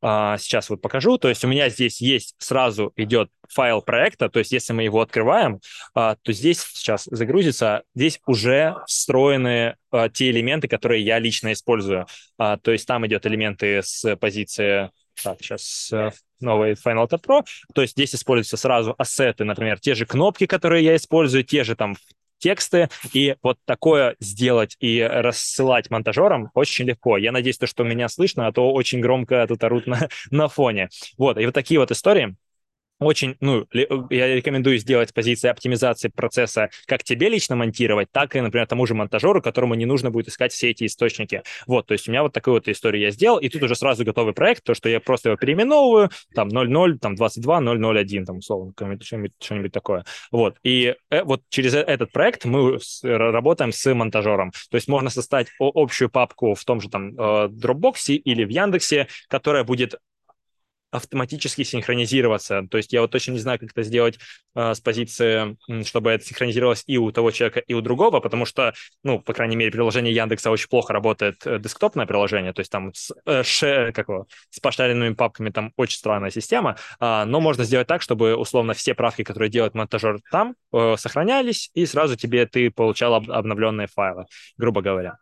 А, сейчас вот покажу. То есть у меня здесь есть сразу идет файл проекта, то есть если мы его открываем, а, то здесь сейчас загрузится, здесь уже встроены а, те элементы, которые я лично использую. А, то есть там идет элементы с позиции... Так, сейчас э, новый Final Cut Pro. То есть здесь используются сразу ассеты, например, те же кнопки, которые я использую, те же там тексты, и вот такое сделать и рассылать монтажерам очень легко. Я надеюсь, то, что меня слышно, а то очень громко тут орут на, на фоне. Вот, и вот такие вот истории. Очень, ну, я рекомендую сделать с позиции оптимизации процесса как тебе лично монтировать, так и, например, тому же монтажеру, которому не нужно будет искать все эти источники. Вот, то есть у меня вот такую вот историю я сделал, и тут уже сразу готовый проект, то, что я просто его переименовываю, там ноль ноль, там двадцать два ноль ноль один, там, условно, что-нибудь, что-нибудь такое. Вот, и э, вот через этот проект мы с, работаем с монтажером. То есть можно создать общую папку в том же там э, Dropbox или в Яндексе, которая будет автоматически синхронизироваться. То есть я вот точно не знаю, как это сделать э, с позиции, чтобы это синхронизировалось и у того человека, и у другого, потому что, ну, по крайней мере, приложение Яндекса очень плохо работает, э, десктопное приложение, то есть там с, э, ше, как его, с пошаренными папками там очень странная система, э, но можно сделать так, чтобы, условно, все правки, которые делает монтажер там, э, сохранялись, и сразу тебе ты получал об, обновленные файлы, грубо говоря.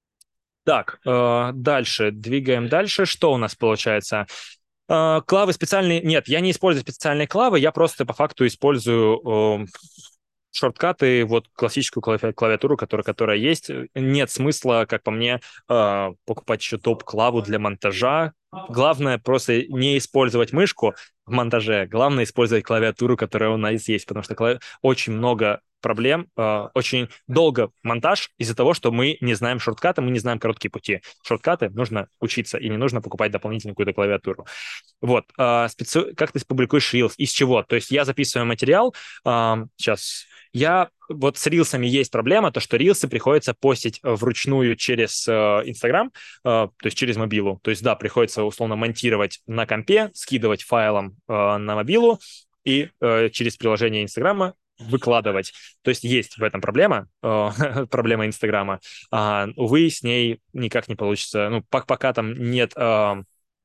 Так, э, дальше, двигаем дальше. Что у нас получается? Uh, клавы специальные... Нет, я не использую специальные клавы, я просто по факту использую uh, шорткаты, вот классическую клави- клавиатуру, которая, которая есть. Нет смысла, как по мне, uh, покупать еще топ-клаву для монтажа. Главное просто не использовать мышку в монтаже, главное использовать клавиатуру, которая у нас есть, потому что клави... очень много проблем, э, очень долго монтаж из-за того, что мы не знаем шорткаты, мы не знаем короткие пути. Шорткаты нужно учиться, и не нужно покупать дополнительную какую-то клавиатуру. Вот. Э, специ... Как ты публикуешь Reels? Из чего? То есть я записываю материал, э, сейчас... Я вот с рилсами есть проблема, то что рилсы приходится постить вручную через Инстаграм, э, э, то есть через мобилу. То есть да, приходится условно монтировать на компе, скидывать файлом э, на мобилу и э, через приложение Инстаграма выкладывать. То есть есть в этом проблема, э, проблема Инстаграма. А, увы, с ней никак не получится. Ну, пока там нет... Э,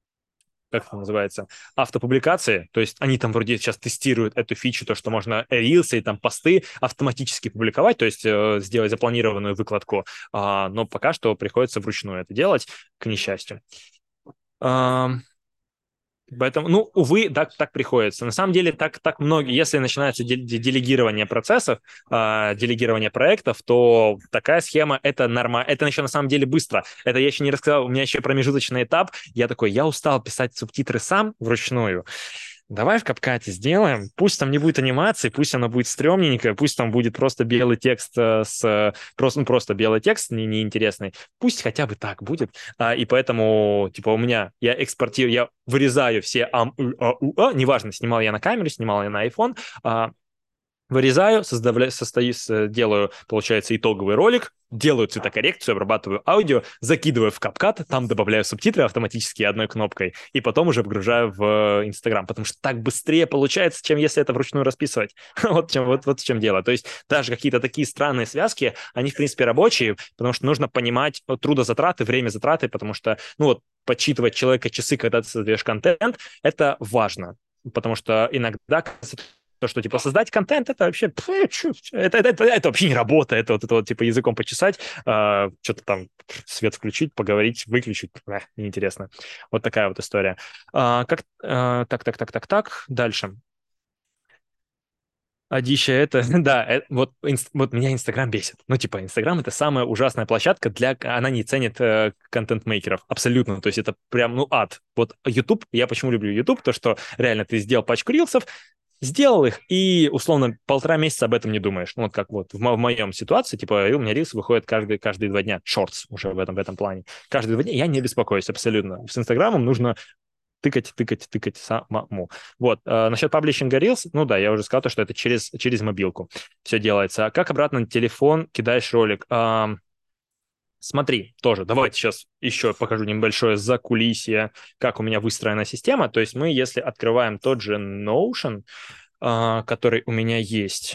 как это называется, автопубликации, то есть они там вроде сейчас тестируют эту фичу, то, что можно рилсы и там посты автоматически публиковать, то есть э, сделать запланированную выкладку, э, но пока что приходится вручную это делать, к несчастью. Э, Поэтому, ну, увы, так, так приходится. На самом деле, так, так многие, если начинается делегирование процессов, э, делегирование проектов, то такая схема, это нормально, это еще на самом деле быстро. Это я еще не рассказал, у меня еще промежуточный этап. Я такой, я устал писать субтитры сам вручную. Давай в капкате сделаем, пусть там не будет анимации, пусть оно будет стрёмненькое, пусть там будет просто белый текст с... Просто, ну, просто белый текст не, неинтересный, пусть хотя бы так будет. А, и поэтому, типа, у меня, я экспортирую, я вырезаю все ам, ы, а, у, а, неважно, снимал я на камеру, снимал я на iPhone, а, вырезаю, создавля... состою, делаю, получается, итоговый ролик, делаю цветокоррекцию, обрабатываю аудио, закидываю в CapCut, там добавляю субтитры автоматически одной кнопкой, и потом уже вгружаю в Инстаграм, потому что так быстрее получается, чем если это вручную расписывать. вот, чем, вот, вот в чем дело. То есть даже какие-то такие странные связки, они, в принципе, рабочие, потому что нужно понимать трудозатраты, время затраты, потому что, ну вот, подсчитывать человека часы, когда ты создаешь контент, это важно, потому что иногда то, что, типа, создать контент, это вообще, это, это, это, это вообще не работа, это вот это вот, типа, языком почесать, э, что-то там, свет включить, поговорить, выключить, э, неинтересно. Вот такая вот история. А, как, э, так, так, так, так, так, дальше. Адища это, да, это, вот, инст, вот меня Инстаграм бесит. Ну, типа, Инстаграм — это самая ужасная площадка для... Она не ценит э, контент-мейкеров, абсолютно. То есть это прям, ну, ад. Вот YouTube, я почему люблю YouTube, то, что реально ты сделал пачку рилсов, сделал их, и, условно, полтора месяца об этом не думаешь. Ну, вот как вот в, мо- в моем ситуации, типа, у меня рилсы выходят каждые, каждые два дня. Шортс уже в этом, в этом плане. Каждые два дня я не беспокоюсь абсолютно. С Инстаграмом нужно тыкать, тыкать, тыкать самому. Вот. А, насчет паблишинга Reels, ну да, я уже сказал, то, что это через, через мобилку все делается. А как обратно на телефон кидаешь ролик? А, смотри, тоже, давайте сейчас еще покажу небольшое закулисье, как у меня выстроена система. То есть мы, если открываем тот же Notion, а, который у меня есть,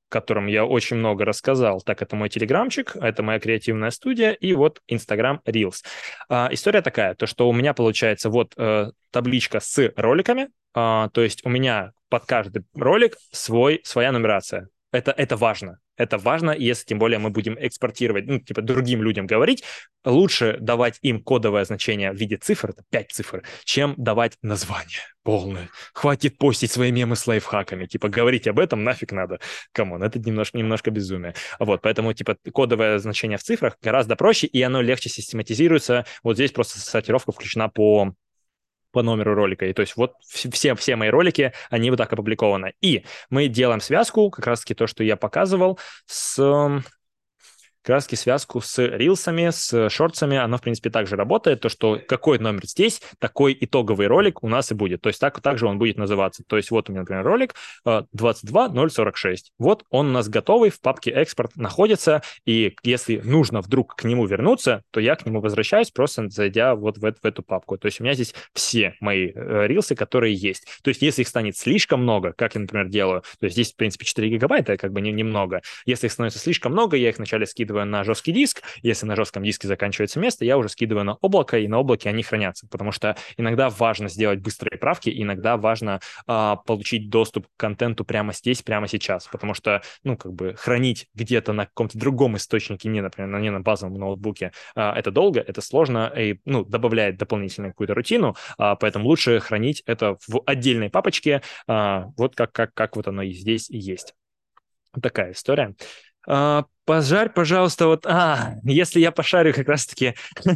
котором я очень много рассказал, так это мой телеграмчик, это моя креативная студия, и вот Instagram Reels. А, история такая, то что у меня получается вот э, табличка с роликами, а, то есть у меня под каждый ролик свой, своя нумерация. Это, это важно. Это важно, если тем более мы будем экспортировать, ну, типа другим людям говорить, лучше давать им кодовое значение в виде цифр, это пять цифр, чем давать название полное. Хватит постить свои мемы с лайфхаками, типа говорить об этом нафиг надо. Камон, это немножко, немножко безумие. Вот, поэтому, типа, кодовое значение в цифрах гораздо проще, и оно легче систематизируется. Вот здесь просто сортировка включена по по номеру ролика. И то есть вот все, все мои ролики, они вот так опубликованы. И мы делаем связку, как раз-таки то, что я показывал, с... как раз-таки связку с рилсами, с шортсами, она, в принципе, также работает, то, что какой номер здесь, такой итоговый ролик у нас и будет. То есть так, также он будет называться. То есть вот у меня, например, ролик двадцать два ноль сорок шесть. Вот он у нас готовый, в папке экспорт находится, и если нужно вдруг к нему вернуться, то я к нему возвращаюсь, просто зайдя вот в, в эту папку. То есть у меня здесь все мои рилсы, которые есть. То есть если их станет слишком много, как я, например, делаю, то есть здесь, в принципе, четыре гигабайта, как бы немного. Если их становится слишком много, я их вначале скидываю на жесткий диск. Если на жестком диске заканчивается место, я уже скидываю на облако, и на облаке они хранятся, потому что иногда важно сделать быстрые правки, иногда важно а, получить доступ к контенту прямо здесь, прямо сейчас, потому что, ну, как бы хранить где-то на каком-то другом источнике, не, например, не на базовом ноутбуке, а, это долго, это сложно, и, ну, добавляет дополнительную какую-то рутину, а, поэтому лучше хранить это в отдельной папочке, а, вот как, как, как вот оно и здесь и есть. Такая история. Uh, пожарь, пожалуйста, вот... А, если я пошарю как раз-таки...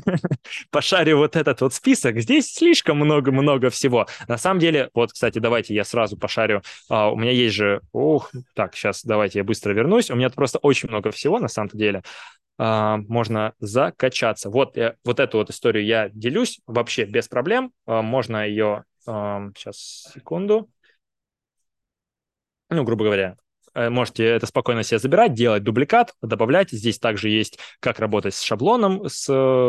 пошарю вот этот вот список, здесь слишком много-много всего. На самом деле, вот, кстати, давайте я сразу пошарю. Uh, у меня есть же... Ух, так, сейчас давайте я быстро вернусь. У меня просто очень много всего, на самом деле. Uh, можно закачаться. Вот, я, вот эту вот историю я делюсь вообще без проблем. Uh, можно ее... Uh, сейчас, секунду. Ну, грубо говоря, можете это спокойно себе забирать, делать дубликат, добавлять. Здесь также есть, как работать с шаблоном, с,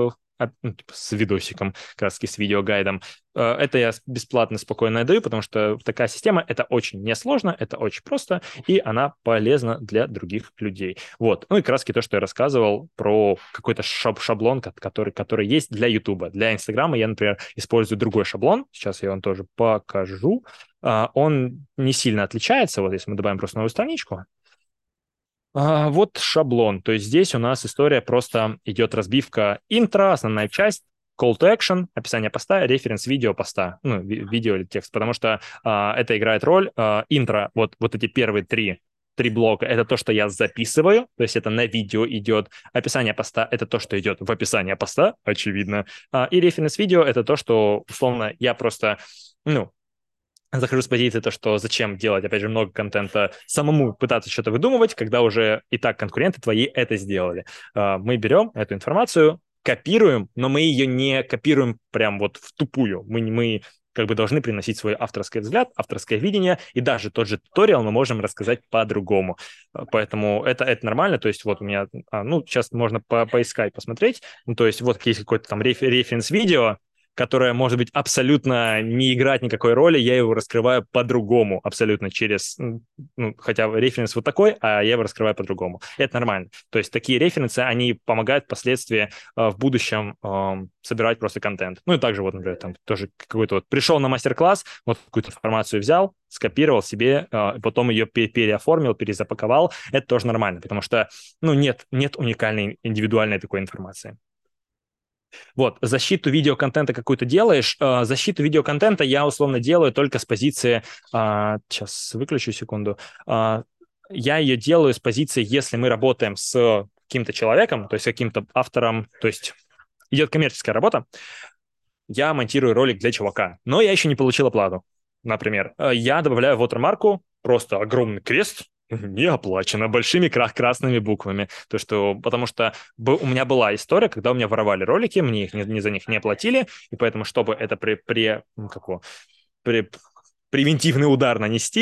с видосиком, как раз таки с видеогайдом. Это я бесплатно, спокойно даю, потому что такая система, это очень несложно, это очень просто, и она полезна для других людей. Вот. Ну и как раз таки то, что я рассказывал про какой-то шаб шаблон, который, который есть для YouTube. Для Инстаграма я, например, использую другой шаблон. Сейчас я вам тоже покажу. Он не сильно отличается. Вот если мы добавим просто новую страничку. Вот шаблон. То есть здесь у нас история просто идет разбивка интро, основная часть, call to action, описание поста, референс видео поста, ну, ви видео или текст, потому что а, это играет роль. А, интро, вот, вот эти первые три, три блока, это то, что я записываю, то есть это на видео идет. Описание поста — это то, что идет в описании поста, очевидно. А, и референс видео — это то, что, условно, я просто, ну, захожу с позиции то, что зачем делать, опять же, много контента, самому пытаться что-то выдумывать, когда уже и так конкуренты твои это сделали. Мы берем эту информацию, копируем, но мы ее не копируем прям вот в тупую. Мы, мы как бы должны приносить свой авторский взгляд, авторское видение, и даже тот же туториал мы можем рассказать по-другому. Поэтому это, это нормально. То есть вот у меня, ну, сейчас можно по поискать, посмотреть. Ну, то есть вот есть какой-то там референс-видео, которое может быть абсолютно не играть никакой роли, я его раскрываю по-другому, абсолютно через, ну, хотя референс вот такой, а я его раскрываю по-другому. Это нормально. То есть такие референсы, они помогают впоследствии э, в будущем э, собирать просто контент. Ну и также вот, например, там тоже какой-то вот пришел на мастер-класс, вот какую-то информацию взял, скопировал себе, э, потом ее переоформил, перезапаковал. Это тоже нормально, потому что, ну, нет, нет уникальной, индивидуальной такой информации. Вот, защиту видеоконтента какую-то делаешь. Э, защиту видеоконтента я условно делаю только с позиции... Э, сейчас выключу секунду. Э, я ее делаю с позиции, если мы работаем с каким-то человеком, то есть каким-то автором, то есть идет коммерческая работа, я монтирую ролик для чувака, но я еще не получил оплату. Например, я добавляю watermark, просто огромный крест, не оплачено, большими красными буквами. То, что, потому что у меня была история, когда у меня воровали ролики, мне их не, не за них не оплатили, и поэтому, чтобы это при, при, ну, как его, при превентивный удар нанести,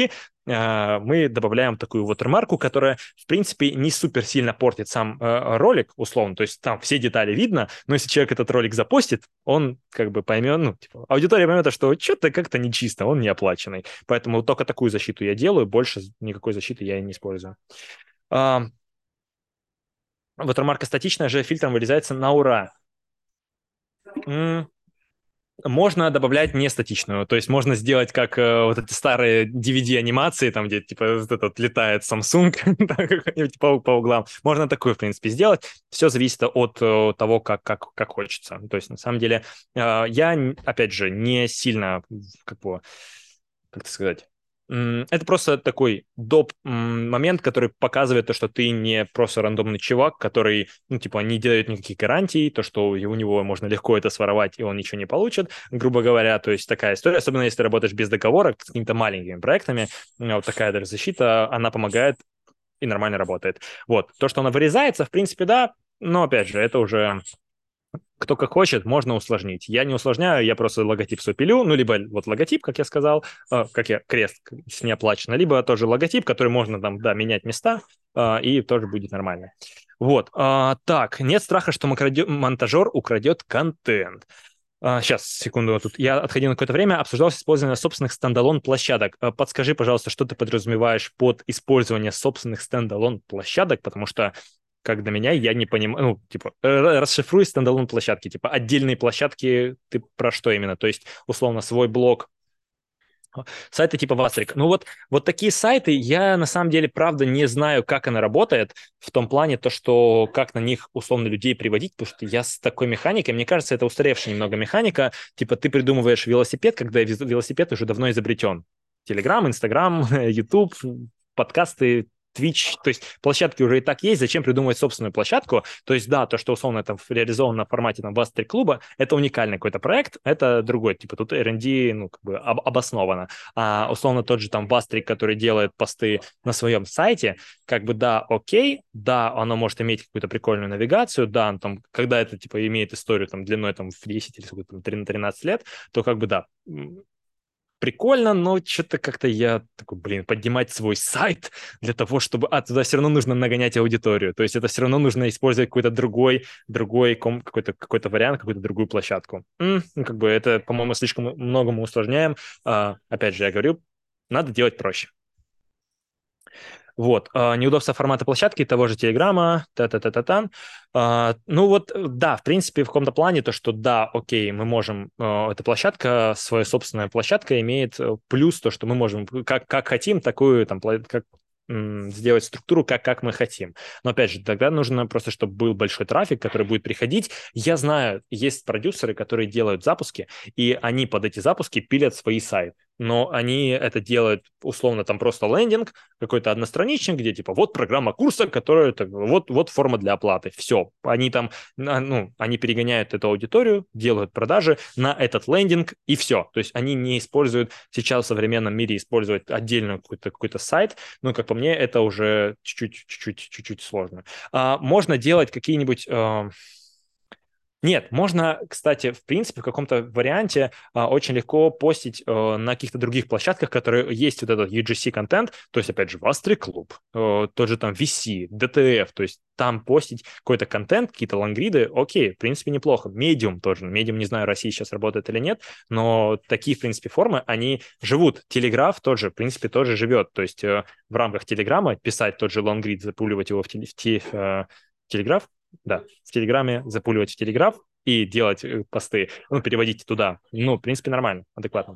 э, мы добавляем такую вот ремарку, которая, в принципе, не супер сильно портит сам э, ролик, условно, то есть там все детали видно, но если человек этот ролик запостит, он как бы поймет, ну, типа, аудитория поймет, что что-то как-то нечисто, он не оплаченный. Поэтому только такую защиту я делаю, больше никакой защиты я не использую. А, вот ремарка статичная же фильтром вырезается на ура. М, Можно добавлять нестатичную, то есть можно сделать как э, вот эти старые ди ви ди-анимации, там, где типа вот этот летает Samsung по, по углам. Можно такую, в принципе, сделать. Все зависит от э, того, как, как, как хочется. То есть, на самом деле, э, я, опять же, не сильно, как бы, как это сказать, это просто такой доп. Момент, который показывает то, что ты не просто рандомный чувак, который, ну, типа, не делает никаких гарантий, то, что у него можно легко это своровать, и он ничего не получит, грубо говоря. То есть такая история, особенно если ты работаешь без договора с какими-то маленькими проектами, вот такая даже защита, она помогает и нормально работает. Вот. То, что она вырезается, в принципе, да, но, опять же, это уже... Кто как хочет, можно усложнить. Я не усложняю, я просто логотип свой пилю, ну, либо вот логотип, как я сказал, э, как я, крест с неоплачено, либо тоже логотип, который можно там, да, менять места, э, и тоже будет нормально. Вот, э, так, нет страха, что макрадё- монтажер украдет контент. А, сейчас, секунду, тут я отходил на какое-то время, обсуждалось использование собственных стендалон-площадок. А, Подскажи, пожалуйста, что ты подразумеваешь под использование собственных стендалон-площадок, потому что, как для меня, я не понимаю, ну, типа, р- расшифруй стендалон-площадки, типа, отдельные площадки, ты про что именно? То есть, условно, свой блог, сайты типа Вастрик. Ну вот, вот такие сайты, я на самом деле, правда, не знаю, как она работает, в том плане то, что как на них условно людей приводить, потому что я с такой механикой, мне кажется, это устаревшая немного механика, типа ты придумываешь велосипед, когда велосипед уже давно изобретен. Телеграм, Инстаграм, Ютуб, подкасты, Twitch, то есть площадки уже и так есть, зачем придумывать собственную площадку? То есть да, то, что условно там реализовано в формате там вас три клуба, это уникальный какой-то проект, это другой, типа тут эр энд ди, ну, как бы об, обосновано. А условно тот же там Бастрик, который делает посты на своем сайте, как бы да, окей, да, оно может иметь какую-то прикольную навигацию, да, он там, когда это типа имеет историю там длиной там в десять или сколько там, тринадцать лет, то как бы да, прикольно, но что-то как-то я такой, блин, поднимать свой сайт для того, чтобы... А, туда все равно нужно нагонять аудиторию. То есть это все равно нужно использовать какой-то другой, другой какой-то, какой-то вариант, какую-то другую площадку. М, ну, как бы это, по-моему, слишком много мы усложняем. А, опять же, я говорю, надо делать проще. Вот, а, неудобство формата площадки того же Телеграма, та-та-та-та-та. А, ну вот, да, в принципе, в каком-то плане то, что да, окей, мы можем, а, эта площадка, своя собственная площадка имеет э, плюс то, что мы можем как, как хотим, такую там, пла- как, м, сделать структуру, как, как мы хотим. Но опять же, тогда нужно просто, чтобы был большой трафик, который будет приходить. Я знаю, есть продюсеры, которые делают запуски, и они под эти запуски пилят свои сайты. Но они это делают условно там просто лендинг, какой-то одностраничник, где типа вот программа курса, которая так, вот, вот форма для оплаты. Все. Они там, ну, они перегоняют эту аудиторию, делают продажи на этот лендинг и все. То есть они не используют сейчас в современном мире использовать отдельно какой-то, какой-то сайт. Ну, как по мне, это уже чуть-чуть, чуть-чуть, чуть-чуть сложно. А, можно делать какие-нибудь... А, нет, можно, кстати, в принципе, в каком-то варианте а, очень легко постить а, на каких-то других площадках, которые есть вот этот ю джи си-контент, то есть, опять же, Вастрик клуб, а, тот же там ви си, ди ти эф, то есть там постить какой-то контент, какие-то лонгриды, окей, в принципе, неплохо. Medium тоже, Medium, не знаю, в России сейчас работает или нет, но такие, в принципе, формы, они живут. Телеграф тоже, в принципе, тоже живет, то есть а, в рамках Телеграма писать тот же лонгрид, запуливать его в, теле, в, те, в Телеграф, да, в Телеграме, запуливать в Телеграф и делать э, посты, ну, переводить туда. Ну, в принципе, нормально, адекватно.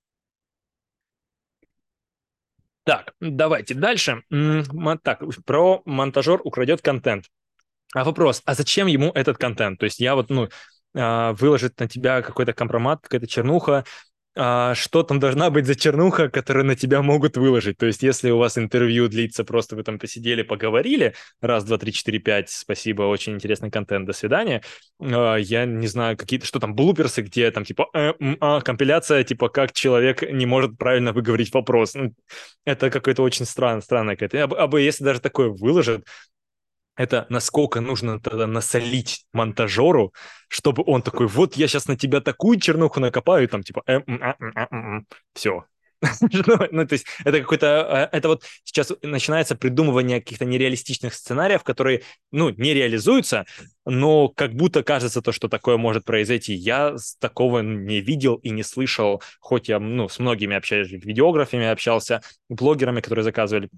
Так, давайте дальше. М, Так, про монтажер украдет контент. А вопрос, а зачем ему этот контент? То есть я вот, ну, а, выложит на тебя какой-то компромат, какая-то чернуха, а, что там должна быть за чернуха, которую на тебя могут выложить? То есть если у вас интервью длится, просто вы там посидели, поговорили, раз, два, три, четыре, пять, спасибо, очень интересный контент, до свидания. А, я не знаю, какие-то, что там, блуперсы, где там типа э, м, а, компиляция, типа как человек не может правильно выговорить вопрос. Ну, это какое-то очень странно, странное какое-то. А, а если даже такое выложат, это насколько нужно тогда насолить монтажеру, чтобы он такой, вот я сейчас на тебя такую чернуху накопаю, и там типа, э, м, а, м, а, м, м. Все. Ну, ну, то есть это какой-то... Это вот сейчас начинается придумывание каких-то нереалистичных сценариев, которые, ну, не реализуются, но как будто кажется то, что такое может произойти. Я такого не видел и не слышал, хоть я, ну, с многими общаюсь, видеографами общался, блогерами, которые заказывали.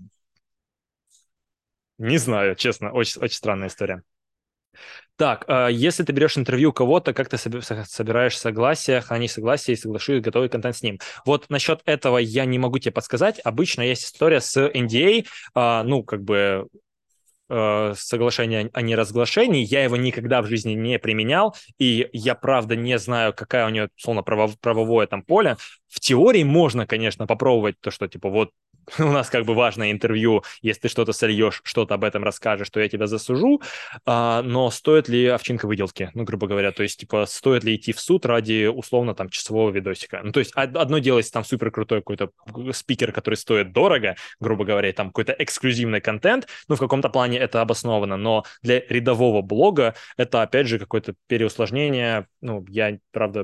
Не знаю, честно, очень, очень странная история. Так, а если ты берешь интервью у кого-то, как ты соби- со- собираешь согласие, хранишь согласие и соглашуешь готовый контент с ним? Вот насчет этого я не могу тебе подсказать. Обычно есть история с эн ди эй, а, ну, как бы э, соглашение о неразглашении. Я его никогда в жизни не применял, и я, правда, не знаю, какая у нее, условно, право- правовое там поле. В теории можно, конечно, попробовать то, что, типа, вот у нас как бы важное интервью, если ты что-то сольешь, что-то об этом расскажешь, то я тебя засужу, а, но стоит ли овчинка выделки, ну, грубо говоря, то есть, типа, стоит ли идти в суд ради, условно, там, часового видосика? Ну, то есть, од- одно дело, если там супер крутой какой-то спикер, который стоит дорого, грубо говоря, и там какой-то эксклюзивный контент, ну, в каком-то плане это обосновано, но для рядового блога это, опять же, какое-то переусложнение, ну, я, правда,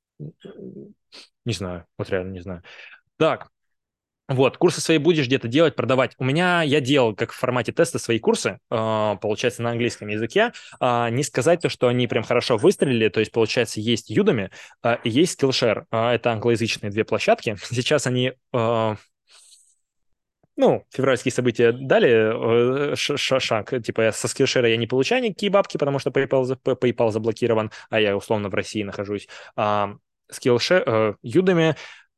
не знаю, вот реально не знаю. Так, вот, курсы свои будешь где-то делать, продавать. У меня, я делал как в формате теста свои курсы, э, получается, на английском языке. А, не сказать то, что они прям хорошо выстрелили, то есть, получается, есть Udemy, э, и есть Skillshare. Э, это англоязычные две площадки. Сейчас они... э, ну, февральские события дали э, ш- ш- шаг. Типа я со Skillshare я не получаю никакие бабки, потому что PayPal, за- П- PayPal заблокирован, а я условно в России нахожусь. А Skillshare, э, Udemy,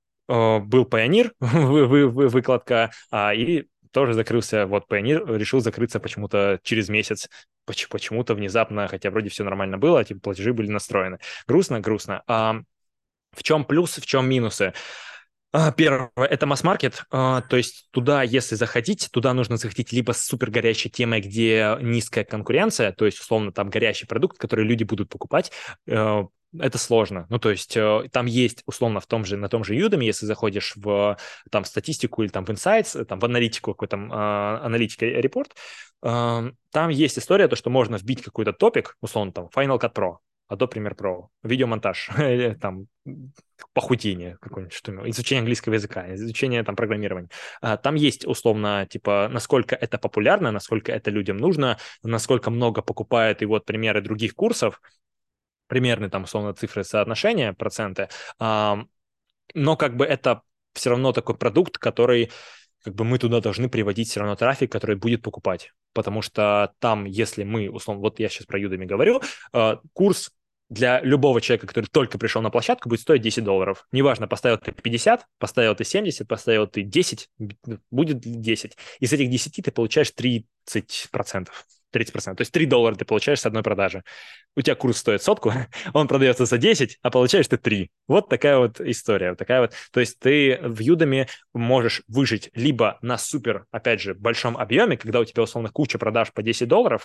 э, был Payoneer, вы- вы- вы- выкладка, а, и тоже закрылся. Вот Payoneer решил закрыться почему-то через месяц. Поч- Почему-то внезапно, хотя вроде все нормально было, типа платежи были настроены. Грустно, грустно. А в чем плюсы, в чем минусы? А, Первое– это масс-маркет, а, то есть туда, если заходить, туда нужно заходить либо с супер горячей темой, где низкая конкуренция, то есть, условно, там горячий продукт, который люди будут покупать, э, это сложно. Ну, то есть э, там есть, условно, в том же, на том же Udemy, если заходишь в там, статистику или там в Insights, там, в аналитику, какой-то там а, аналитика репорт, э, там есть история, то, что можно вбить какой-то топик, условно, там, Final Cut Pro, Adobe Premiere Pro, видеомонтаж, или там похудение какое-нибудь, что изучение английского языка, изучение там программирования. А, Там есть условно, типа, насколько это популярно, насколько это людям нужно, насколько много покупают, и вот примеры других курсов, примерные там, условно, цифры соотношения, проценты, А, но как бы это все равно такой продукт, который как бы мы туда должны приводить все равно трафик, который будет покупать. Потому что там, если мы, условно, вот я сейчас про Udemy говорю, э, курс для любого человека, который только пришел на площадку, будет стоить десять долларов. Неважно, поставил ты пятьдесят, поставил ты семьдесят, поставил ты десять, будет десять. Из этих десяти ты получаешь тридцать процентов. тридцать процентов. То есть три доллара ты получаешь с одной продажи. У тебя курс стоит сотку, он продается за десять, а получаешь ты три. Вот такая вот история. Вот такая вот. То есть ты в Udemy можешь выжить либо на супер, опять же, большом объеме, когда у тебя, условно, куча продаж по десять долларов.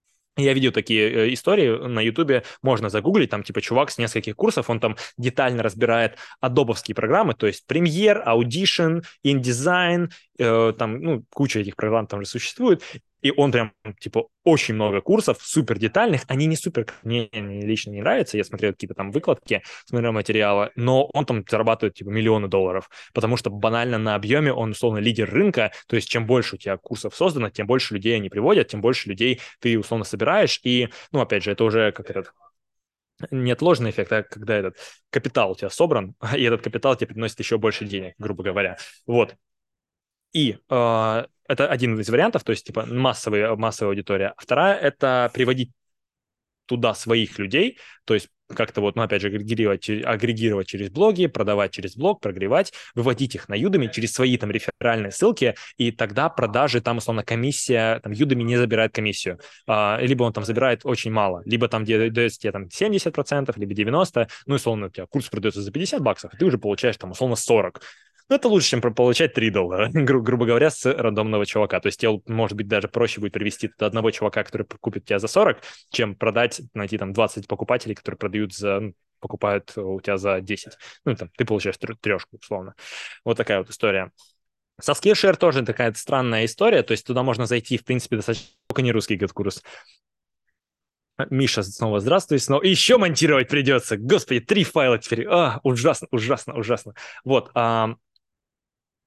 Я видел такие э, истории на Ютубе, можно загуглить, там типа чувак с нескольких курсов, он там детально разбирает адобовские программы, то есть Premiere, Audition, InDesign, э, там, ну, куча этих программ там же существует, и он прям, типа, очень много курсов, супер детальных, они не супер, мне лично не нравятся, я смотрел какие-то там выкладки, смотрел материалы, но он там зарабатывает, типа, миллионы долларов, потому что банально на объеме он, условно, лидер рынка, то есть чем больше у тебя курсов создано, тем больше людей они приводят, тем больше людей ты, условно, собираешь, и, ну, опять же, это уже как этот неотложный эффект, а когда этот капитал у тебя собран, и этот капитал тебе приносит еще больше денег, грубо говоря. Вот. И э, это один из вариантов, то есть, типа, массовая, массовая аудитория. А вторая– это приводить туда своих людей, то есть как-то вот, ну, опять же, агрегировать, агрегировать через блоги, продавать через блог, прогревать, выводить их на Udemy через свои там реферальные ссылки, и тогда продажи, там, условно, комиссия, там, Udemy не забирает комиссию, а, либо он там забирает очень мало, либо там дается тебе там семьдесят процентов, либо девяносто процентов, ну, условно, у тебя курс продается за пятьдесят баксов, и ты уже получаешь там, условно, сорок. Ну, это лучше, чем получать три доллара, гру- грубо говоря, с рандомного чувака. То есть тебе, может быть, даже проще будет привести туда одного чувака, который купит тебя за сорок, чем продать, найти там двадцать покупателей, которые продают за, ну, покупают у тебя за десять. Ну, там, ты получаешь трешку, условно. Вот такая вот история. Со Skillshare тоже такая странная история, то есть туда можно зайти, в принципе, достаточно, только не русский гид-курс. Миша, снова здравствуй, снова. И еще монтировать придется. Господи, три файла теперь. А, ужасно, ужасно, ужасно. Вот. А,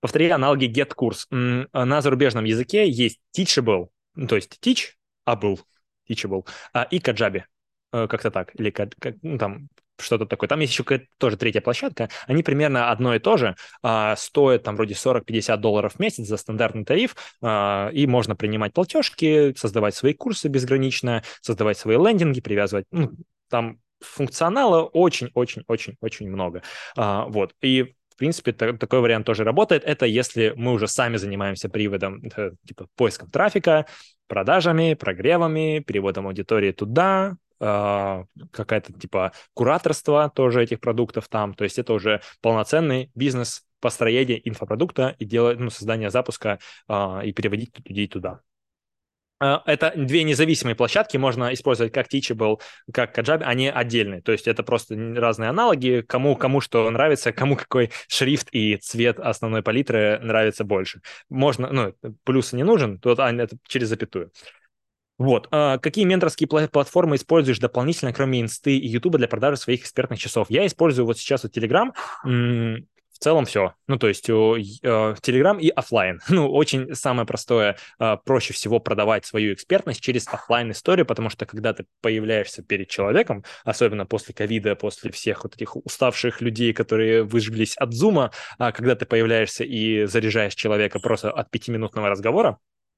повтори аналоги get-курс. На зарубежном языке есть Teachable, ну, то есть teachable, teachable, а, и Kajabi. Как-то так. Или как, ну, там что-то такое. Там есть еще тоже третья площадка. Они примерно одно и то же. А, стоят там вроде сорок-пятьдесят долларов в месяц за стандартный тариф. А, и можно принимать платежки, создавать свои курсы безгранично, создавать свои лендинги, привязывать. Ну, там функционала очень-очень-очень-очень много. А, вот. И в принципе, такой вариант тоже работает. Это если мы уже сами занимаемся приводом, типа поиском трафика, продажами, прогревами, переводом аудитории туда, какая-то типа кураторство тоже этих продуктов там. То есть это уже полноценный бизнес построения инфопродукта и делать, ну, создание запуска и переводить людей туда. Это две независимые площадки, можно использовать как Teachable, как Kajabi, они отдельные, то есть это просто разные аналоги, кому, кому что нравится, кому какой шрифт и цвет основной палитры нравится больше. Можно, ну, плюсы не нужен, то это через запятую. Вот. Какие менторские платформы используешь дополнительно, кроме Инсты и Ютуба, для продажи своих экспертных часов? Я использую вот сейчас вот Telegram. В целом все. Ну, то есть Telegram и офлайн. Ну, очень самое простое, проще всего продавать свою экспертность через офлайн историю, потому что когда ты появляешься перед человеком, особенно после ковида, после всех вот этих уставших людей, которые выжглись от зума, когда ты появляешься и заряжаешь человека просто от пятиминутного разговора,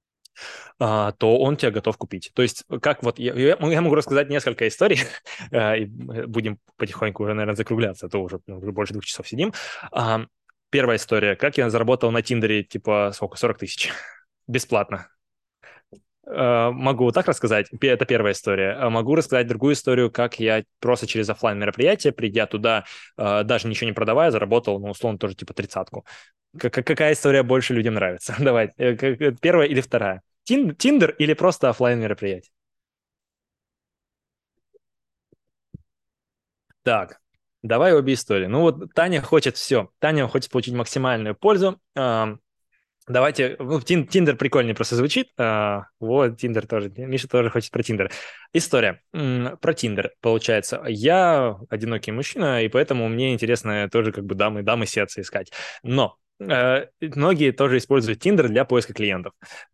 то он тебя готов купить. То есть, как вот я, я могу рассказать несколько историй, и будем потихоньку уже, наверное, закругляться, а то уже, уже больше двух часов сидим. Первая история. Как я заработал на Тиндере, типа, сколько, сорок тысяч. Бесплатно. Могу так рассказать. Это первая история. Могу рассказать другую историю, как я просто через офлайн мероприятие, придя туда, даже ничего не продавая, заработал, ну, условно, тоже типа тридцатку. Какая история больше людям нравится? Давай, первая или вторая? Тиндер или просто офлайн мероприятие? Так, давай обе истории. Ну вот Таня хочет все. Таня хочет получить максимальную пользу. Давайте, ну, Тиндер прикольнее просто звучит. А, вот, Тиндер тоже. Миша тоже хочет про Тиндер. История про Тиндер, получается. Я одинокий мужчина, и поэтому мне интересно тоже как бы дамы, дамы сердца искать. Но э, многие тоже используют Тиндер для поиска клиентов.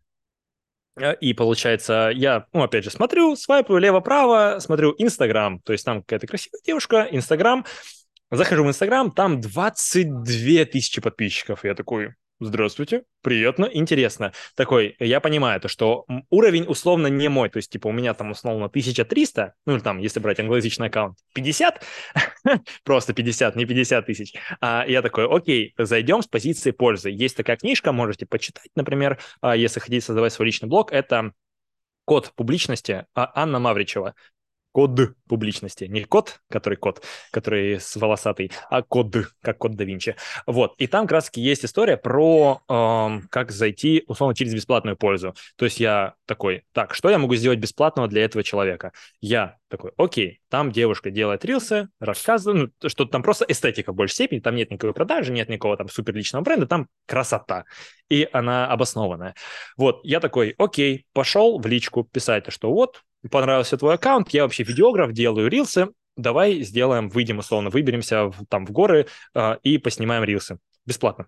И получается, я, ну, опять же, смотрю, свайпаю лево-право, смотрю Инстаграм, то есть там какая-то красивая девушка, Инстаграм. Захожу в Инстаграм, там двадцать две тысячи подписчиков. Я такой... Здравствуйте, приятно, интересно. Такой, я понимаю, то, что уровень условно не мой, то есть, типа, у меня там условно тысяча триста, ну, или там, если брать англоязычный аккаунт, пятьдесят, просто пятьдесят, не пятьдесят тысяч. А я такой, окей, зайдем с позиции пользы. Есть такая книжка, можете почитать, например, если хотите создавать свой личный блог, это «Код публичности» Анна Мавричева. Код публичности. Не код, который код, который с волосатый, а код, как код да Винчи. Вот. И там как раз-таки есть история про эм, как зайти, условно, через бесплатную пользу. То есть я такой, так, что я могу сделать бесплатного для этого человека? Я такой, окей, там девушка делает рилсы, рассказывает, ну, что там просто эстетика в большей степени, там нет никакой продажи, нет никакого там суперличного бренда, там красота. И она обоснованная. Вот, я такой, окей, пошел в личку писать, что вот, понравился твой аккаунт, я вообще видеограф, делаю рилсы, давай сделаем, выйдем условно, выберемся в, там в горы э, и поснимаем рилсы. Бесплатно.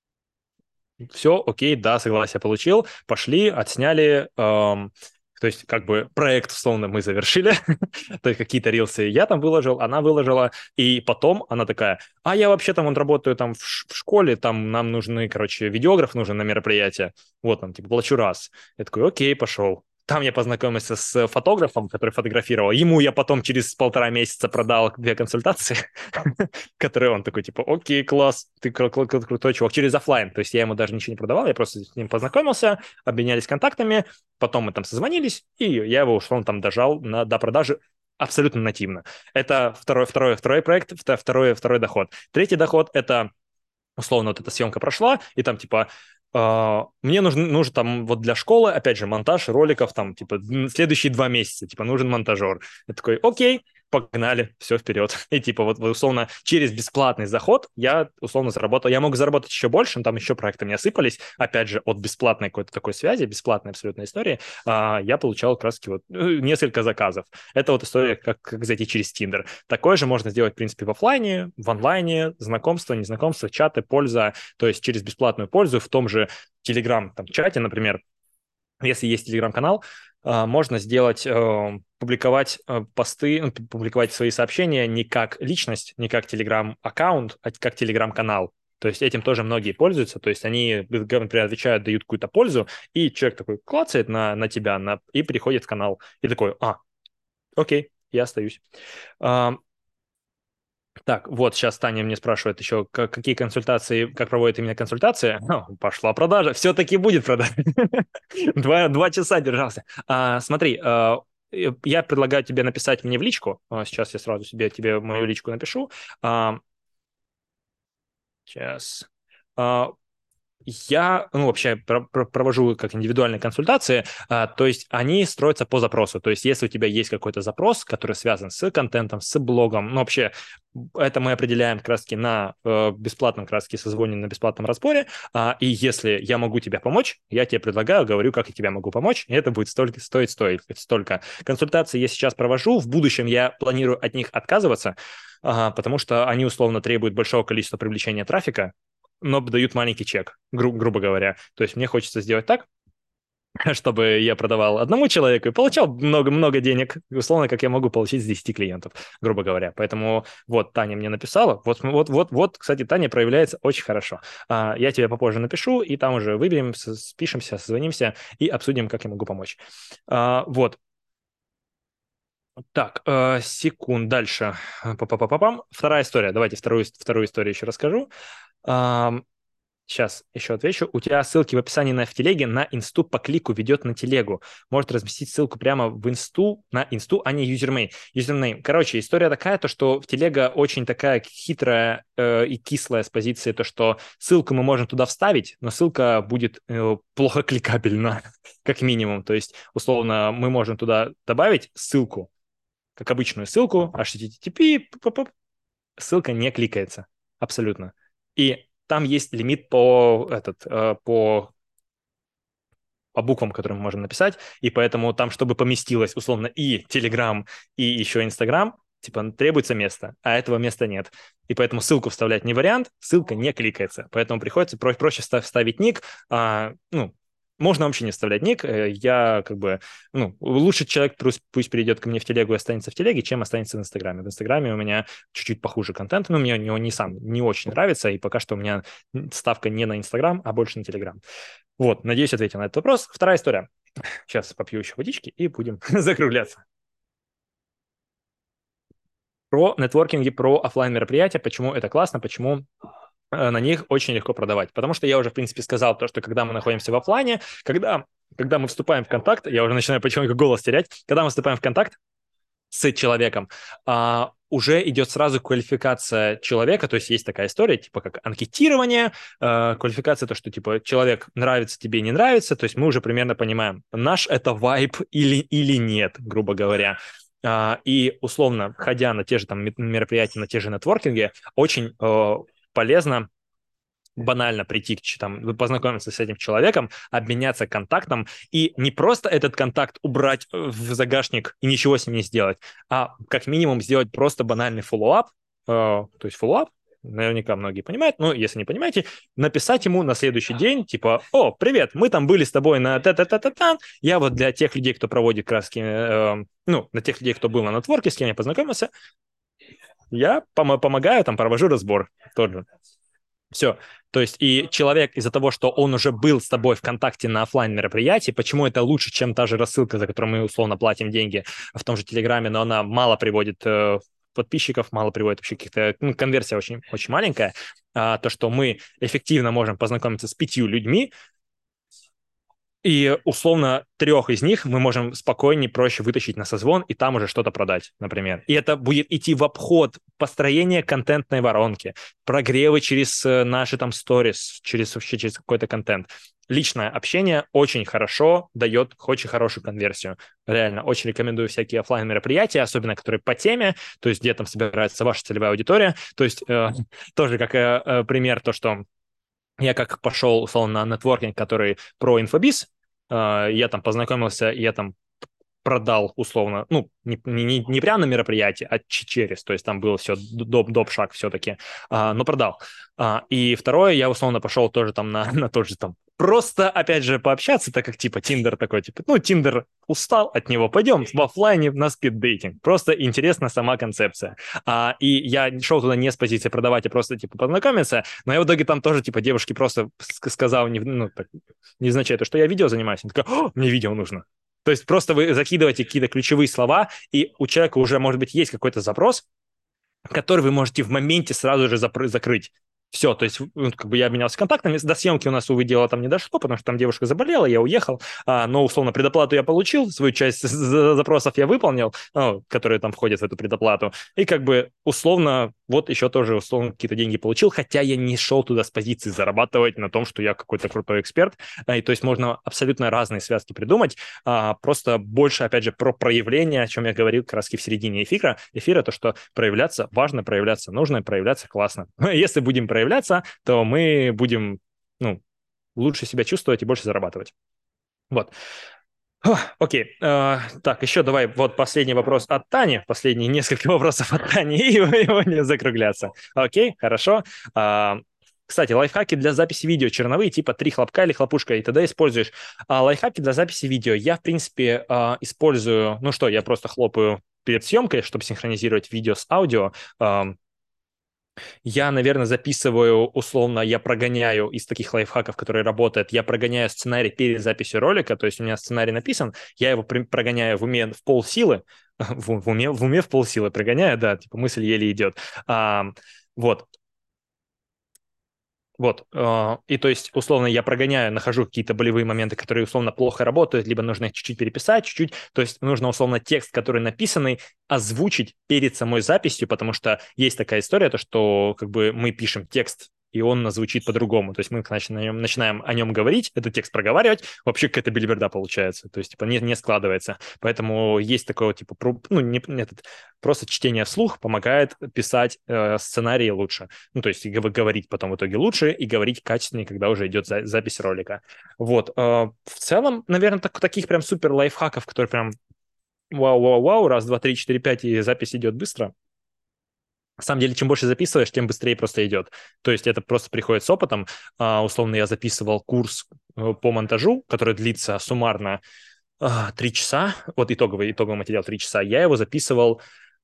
Все, окей, да, согласие получил, пошли, отсняли, эм, то есть как бы проект условно мы завершили, то есть какие-то рилсы я там выложил, она выложила, и потом она такая, а я вообще там вот работаю там в, ш- в школе, там нам нужны, короче, видеограф нужен на мероприятие, вот там, типа, плачу раз. Я такой, окей, пошел. Там я познакомился с фотографом, который фотографировал. Ему я потом через полтора месяца продал две консультации, которые он такой, типа, окей, класс, ты крутой чувак, через офлайн. То есть я ему даже ничего не продавал, я просто с ним познакомился, обменялись контактами, потом мы там созвонились, и я его, условно, там дожал на, до продажи абсолютно нативно. Это второй, второй, второй проект, второй, второй доход. Третий доход – это, условно, вот эта съемка прошла, и там, типа, Uh, мне нужен, нужен там вот для школы, опять же, монтаж роликов там, типа, следующие два месяца, типа, нужен монтажер. Я такой, окей, погнали, все вперед. И типа вот условно через бесплатный заход я условно заработал, я мог заработать еще больше, но там еще проекты мне осыпались, опять же, от бесплатной какой-то такой связи, бесплатной абсолютной истории, а, я получал как раз вот несколько заказов. Это вот история, как, как зайти через Tinder. Такое же можно сделать, в принципе, в офлайне, в онлайне, знакомства, незнакомства, чаты, польза, то есть через бесплатную пользу в том же Telegram, там, чате, например, если есть Telegram-канал, можно сделать, публиковать посты, ну, публиковать свои сообщения не как личность, не как Telegram-аккаунт, а как Telegram-канал. То есть этим тоже многие пользуются. То есть они, например, отвечают, дают какую-то пользу, и человек такой клацает на, на тебя на, и переходит в канал. И такой, а, окей, я остаюсь. Так, вот сейчас Таня мне спрашивает еще, как, какие консультации, как проводят именно консультации. Ну, пошла продажа, все-таки будет продажа. два, два часа держался. А, смотри, а, я предлагаю тебе написать мне в личку. А, сейчас я сразу себе тебе мою личку напишу. А, сейчас. А, Я, ну, вообще провожу как индивидуальные консультации, а, то есть они строятся по запросу. То есть если у тебя есть какой-то запрос, который связан с контентом, с блогом, ну, вообще это мы определяем как раз-таки на э, бесплатном, как раз-таки созвоне на бесплатном разборе, а, и если я могу тебе помочь, я тебе предлагаю, говорю, как я тебе могу помочь, и это будет столько, стоить, стоить столько. Консультации я сейчас провожу, в будущем я планирую от них отказываться, а, потому что они условно требуют большого количества привлечения трафика, но дают маленький чек, гру- грубо говоря. То есть мне хочется сделать так, чтобы я продавал одному человеку и получал много-много денег, условно, как я могу получить с десяти клиентов, грубо говоря. Поэтому вот Таня мне написала. Вот, вот, вот, вот, кстати, Таня проявляется очень хорошо. А, я тебе попозже напишу, и там уже выберем, спишемся, созвонимся и обсудим, как я могу помочь. А, вот. Так, э, секунд, дальше. Па-па-па-пам. Вторая история. Давайте вторую, вторую историю еще расскажу. Сейчас еще отвечу. У тебя ссылки в описании на в телеге на инсту по клику ведет на телегу. Может разместить ссылку прямо в инсту, на инсту, а не юзернейм. Юзернейм. Короче, история такая, то что в телега очень такая хитрая э, и кислая с позиции, то что ссылку мы можем туда вставить, но ссылка будет э, плохо кликабельна, как минимум. То есть, условно, мы можем туда добавить ссылку, как обычную ссылку, эйч ти ти пи, ссылка не кликается. Абсолютно. И там есть лимит по, этот, по, по буквам, которые мы можем написать, и поэтому там, чтобы поместилось, условно, и Telegram, и еще Instagram, типа, требуется место, а этого места нет. И поэтому ссылку вставлять не вариант, ссылка не кликается. Поэтому приходится про- проще вставить ник, а, ну, можно вообще не вставлять ник. Я как бы, ну, лучше человек пусть, пусть перейдет ко мне в телегу и останется в телеге, чем останется в Инстаграме. В Инстаграме у меня чуть-чуть похуже контент, но мне он не сам не очень нравится, и пока что у меня ставка не на Инстаграм, а больше на Телеграм. Вот, надеюсь, ответил на этот вопрос. Вторая история. Сейчас попью еще водички и будем закругляться. Про нетворкинги, про офлайн мероприятия, почему это классно, почему на них очень легко продавать. Потому что я уже, в принципе, сказал то, что когда мы находимся в офлайне, когда, когда мы вступаем в контакт, я уже начинаю потихоньку голос терять, когда мы вступаем в контакт с человеком, а, уже идет сразу квалификация человека, то есть есть такая история, типа как анкетирование, а, квалификация, то, что типа человек нравится тебе, не нравится, то есть мы уже примерно понимаем, наш это вайб или, или нет, грубо говоря. А, и условно, ходя на те же там мероприятия, на те же нетворкинги, очень э, полезно банально прийти, там, познакомиться с этим человеком, обменяться контактом и не просто этот контакт убрать в загашник и ничего с ним не сделать, а как минимум сделать просто банальный фоллоуап, э, то есть фоллоуап, наверняка многие понимают, но если не понимаете, написать ему на следующий день, типа, о, привет, мы там были с тобой на та-та-та-та-та, я вот для тех людей, кто проводит краски, э, ну, для тех людей, кто был на нетворке, с кем я познакомился, я пом- помогаю, там, провожу разбор тоже. Все. То есть и человек из-за того, что он уже был с тобой в контакте на офлайн мероприятии, почему это лучше, чем та же рассылка, за которую мы условно платим деньги в том же Телеграме, но она мало приводит э, подписчиков, мало приводит вообще каких-то... Ну, конверсия очень, очень маленькая. А, то, что мы эффективно можем познакомиться с пятью людьми, и условно трех из них мы можем спокойнее, проще вытащить на созвон и там уже что-то продать, например. И это будет идти в обход построения контентной воронки, прогревы через наши там сторис, через вообще через какой-то контент. личное общение очень хорошо дает очень хорошую конверсию. Реально, очень рекомендую всякие офлайн мероприятия, особенно которые по теме, то есть где там собирается ваша целевая аудитория. То есть э, тоже как э, э, пример, то, что я как пошел, условно, на нетворкинг, который про инфобиз, э, я там познакомился, я там продал, условно, ну, не, не, не прямо на мероприятии, а через, то есть там было все доп, доп шаг все-таки, а, но продал. А, и второе, я, условно, пошел тоже там на, на тот же там, просто, опять же, пообщаться, так как, типа, Тиндер такой, типа, ну, Тиндер устал от него, пойдем в офлайне на спиддейтинг. Просто интересна сама концепция. А, и я шел туда не с позиции продавать, а просто, типа, познакомиться, но я в итоге там тоже, типа, девушке просто сказал, не, ну, так, невзначай, то, что я видео занимаюсь. Она такая, мне видео нужно. То есть просто вы закидываете какие-то ключевые слова, и у человека уже, может быть, есть какой-то запрос, который вы можете в моменте сразу же закрыть. Все, то есть ну, как бы я обменялся контактами, до съемки у нас, увы, дело там не дошло, потому что там девушка заболела, я уехал, а, но, условно, предоплату я получил, свою часть запросов я выполнил, ну, которые там входят в эту предоплату, и как бы, условно, вот еще тоже, условно, какие-то деньги получил, хотя я не шел туда с позиции зарабатывать на том, что я какой-то крутой эксперт, и, то есть можно абсолютно разные связки придумать, а, просто больше, опять же, про проявление, о чем я говорил как раз в середине эфира, эфира, то, что проявляться важно, проявляться нужно, проявляться классно. Если будем проявляться, то мы будем ну, лучше себя чувствовать и больше зарабатывать. Вот. О, окей. Uh, так, еще давай вот последний вопрос от Тани. Последние несколько вопросов от Тани, и его не закругляться. Окей, хорошо. Uh, кстати, лайфхаки для записи видео черновые, типа три хлопка или хлопушка, и тогда используешь. А лайфхаки для записи видео я, в принципе, uh, использую... Ну что, я просто хлопаю перед съемкой, чтобы синхронизировать видео с аудио. Uh, Я, наверное, записываю, условно, я прогоняю из таких лайфхаков, которые работают, я прогоняю сценарий перед записью ролика, то есть у меня сценарий написан, я его прогоняю в уме в полсилы, в, в, уме, в уме в полсилы прогоняю, да, типа мысль еле идет. А, вот. Вот, э, и то есть, условно, я прогоняю, нахожу какие-то болевые моменты, которые, условно, плохо работают, либо нужно их чуть-чуть переписать, чуть-чуть, то есть нужно, условно, текст, который написанный, озвучить перед самой записью, потому что есть такая история, то, что, как бы, мы пишем текст, и он звучит по-другому, то есть мы начинаем, начинаем о нем говорить, этот текст проговаривать, вообще какая-то белиберда получается, то есть, типа, не, не складывается, поэтому есть такое, типа, ну, не, этот, просто чтение вслух помогает писать э, сценарии лучше, ну, то есть говорить потом в итоге лучше и говорить качественнее, когда уже идет за, запись ролика. Вот. Э, в целом, наверное, так, таких прям супер лайфхаков, которые прям вау-вау-вау, раз, два, три, четыре, пять, и запись идет быстро. На самом деле, чем больше записываешь, тем быстрее просто идет. То есть это просто приходит с опытом. Uh, условно, я записывал курс по монтажу, который длится суммарно три uh, часа. Вот итоговый, итоговый материал три часа. Я его записывал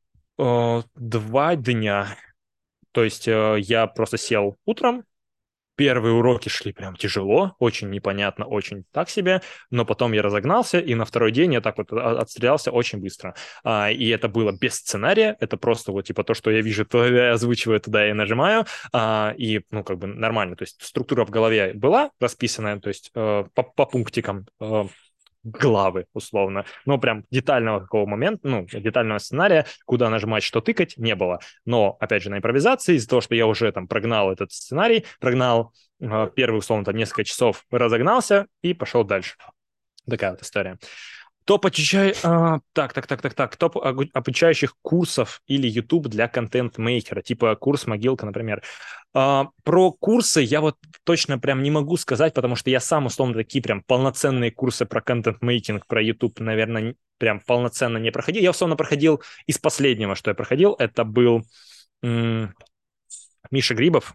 uh, два дня. То есть uh, я просто сел утром. Первые уроки шли прям тяжело, очень непонятно, очень так себе, но потом я разогнался, и на второй день я так вот отстрелялся очень быстро. А, и это было без сценария, это просто вот типа то, что я вижу, то я озвучиваю, туда я нажимаю, а, и ну как бы нормально, то есть структура в голове была расписанная, то есть э, по, по пунктикам, э, главы, условно, но прям детального какого момента, ну, детального сценария, куда нажимать, что тыкать, не было. Но, опять же, на импровизации, из-за того, что я уже там прогнал этот сценарий, прогнал э, первый, условно, там несколько часов, разогнался и пошел дальше. Такая вот история. Топ обучай... а, так, так, так, так, так. Топ обучающих курсов или YouTube для контент-мейкера, типа курс Могилка, например. А, про курсы я вот точно прям не могу сказать, потому что я сам, условно, такие прям полноценные курсы про контент-мейкинг, про YouTube, наверное, прям полноценно не проходил. Я, условно, проходил из последнего, что я проходил, это был м- Миша Грибов.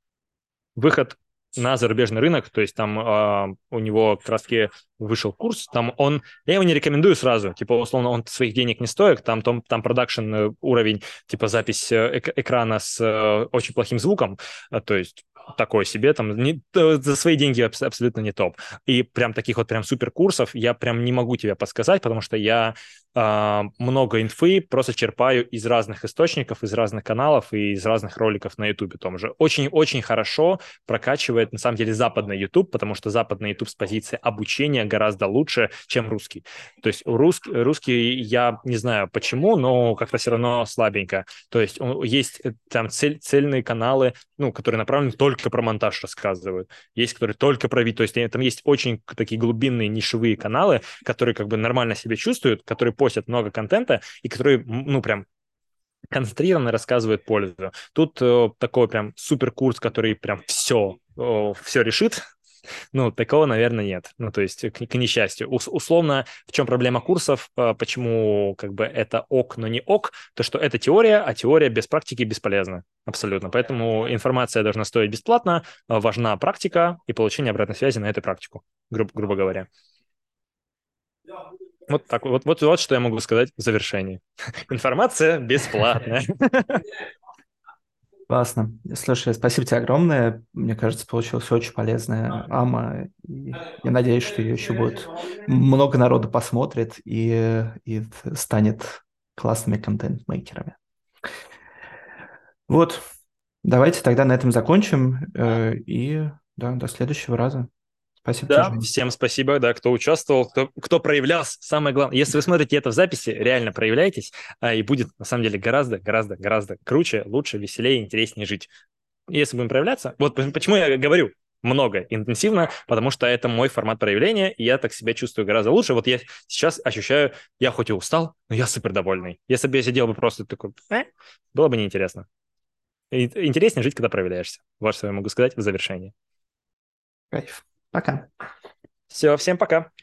Выход на зарубежный рынок, то есть там э, у него как раз-таки вышел курс, там он, я его не рекомендую сразу, типа, условно, он своих денег не стоит, там, там, там продакшн уровень, типа, запись эк- экрана с э, очень плохим звуком, э, то есть такое себе, там, не, э, за свои деньги аб- абсолютно не топ. И прям таких вот прям супер курсов я прям не могу тебе подсказать, потому что я а, много инфы просто черпаю из разных источников, из разных каналов и из разных роликов на YouTube том же. Очень-очень хорошо прокачивает, на самом деле, западный YouTube, потому что западный YouTube с позиции обучения гораздо лучше, чем русский. То есть рус, русский, я не знаю почему, но как-то все равно слабенько. То есть он, есть там цель, цельные каналы, ну, которые направлены только про монтаж рассказывают. Есть, которые только про видео. То есть там есть очень такие глубинные нишевые каналы, которые как бы нормально себя чувствуют, которые постят много контента и которые, ну, прям концентрированно рассказывают пользу. Тут э, такой прям супер курс, который прям все, э, все решит. Ну, такого, наверное, нет. Ну, то есть, к, к несчастью. Ус- условно, в чем проблема курсов, э, почему как бы это ок, но не ок, то, что это теория, а теория без практики бесполезна. Абсолютно. Поэтому информация должна стоить бесплатно, э, важна практика и получение обратной связи на эту практику, гру- грубо говоря. Вот так вот, вот, вот что я могу сказать в завершении. Информация бесплатная. Классно. Слушай, спасибо тебе огромное. Мне кажется, получилась очень полезная АМА. И я надеюсь, что ее еще будет много народу посмотрит и, и станет классными контент-мейкерами. Вот, давайте тогда на этом закончим. э, И да, до следующего раза. Спасибо тебе, Да, Жень. всем спасибо, да, кто участвовал, кто, кто проявлялся. Самое главное, если вы смотрите это в записи, реально проявляйтесь, а, и будет, на самом деле, гораздо, гораздо, гораздо круче, лучше, веселее, интереснее жить. Если будем проявляться, вот почему я говорю много, интенсивно, потому что это мой формат проявления, и я так себя чувствую гораздо лучше. Вот я сейчас ощущаю, я хоть и устал, но я супер довольный. Если бы я сидел бы просто такой, э, было бы неинтересно. И интереснее жить, когда проявляешься. Вот что я могу сказать в завершении. Кайф. Пока. Все, всем пока.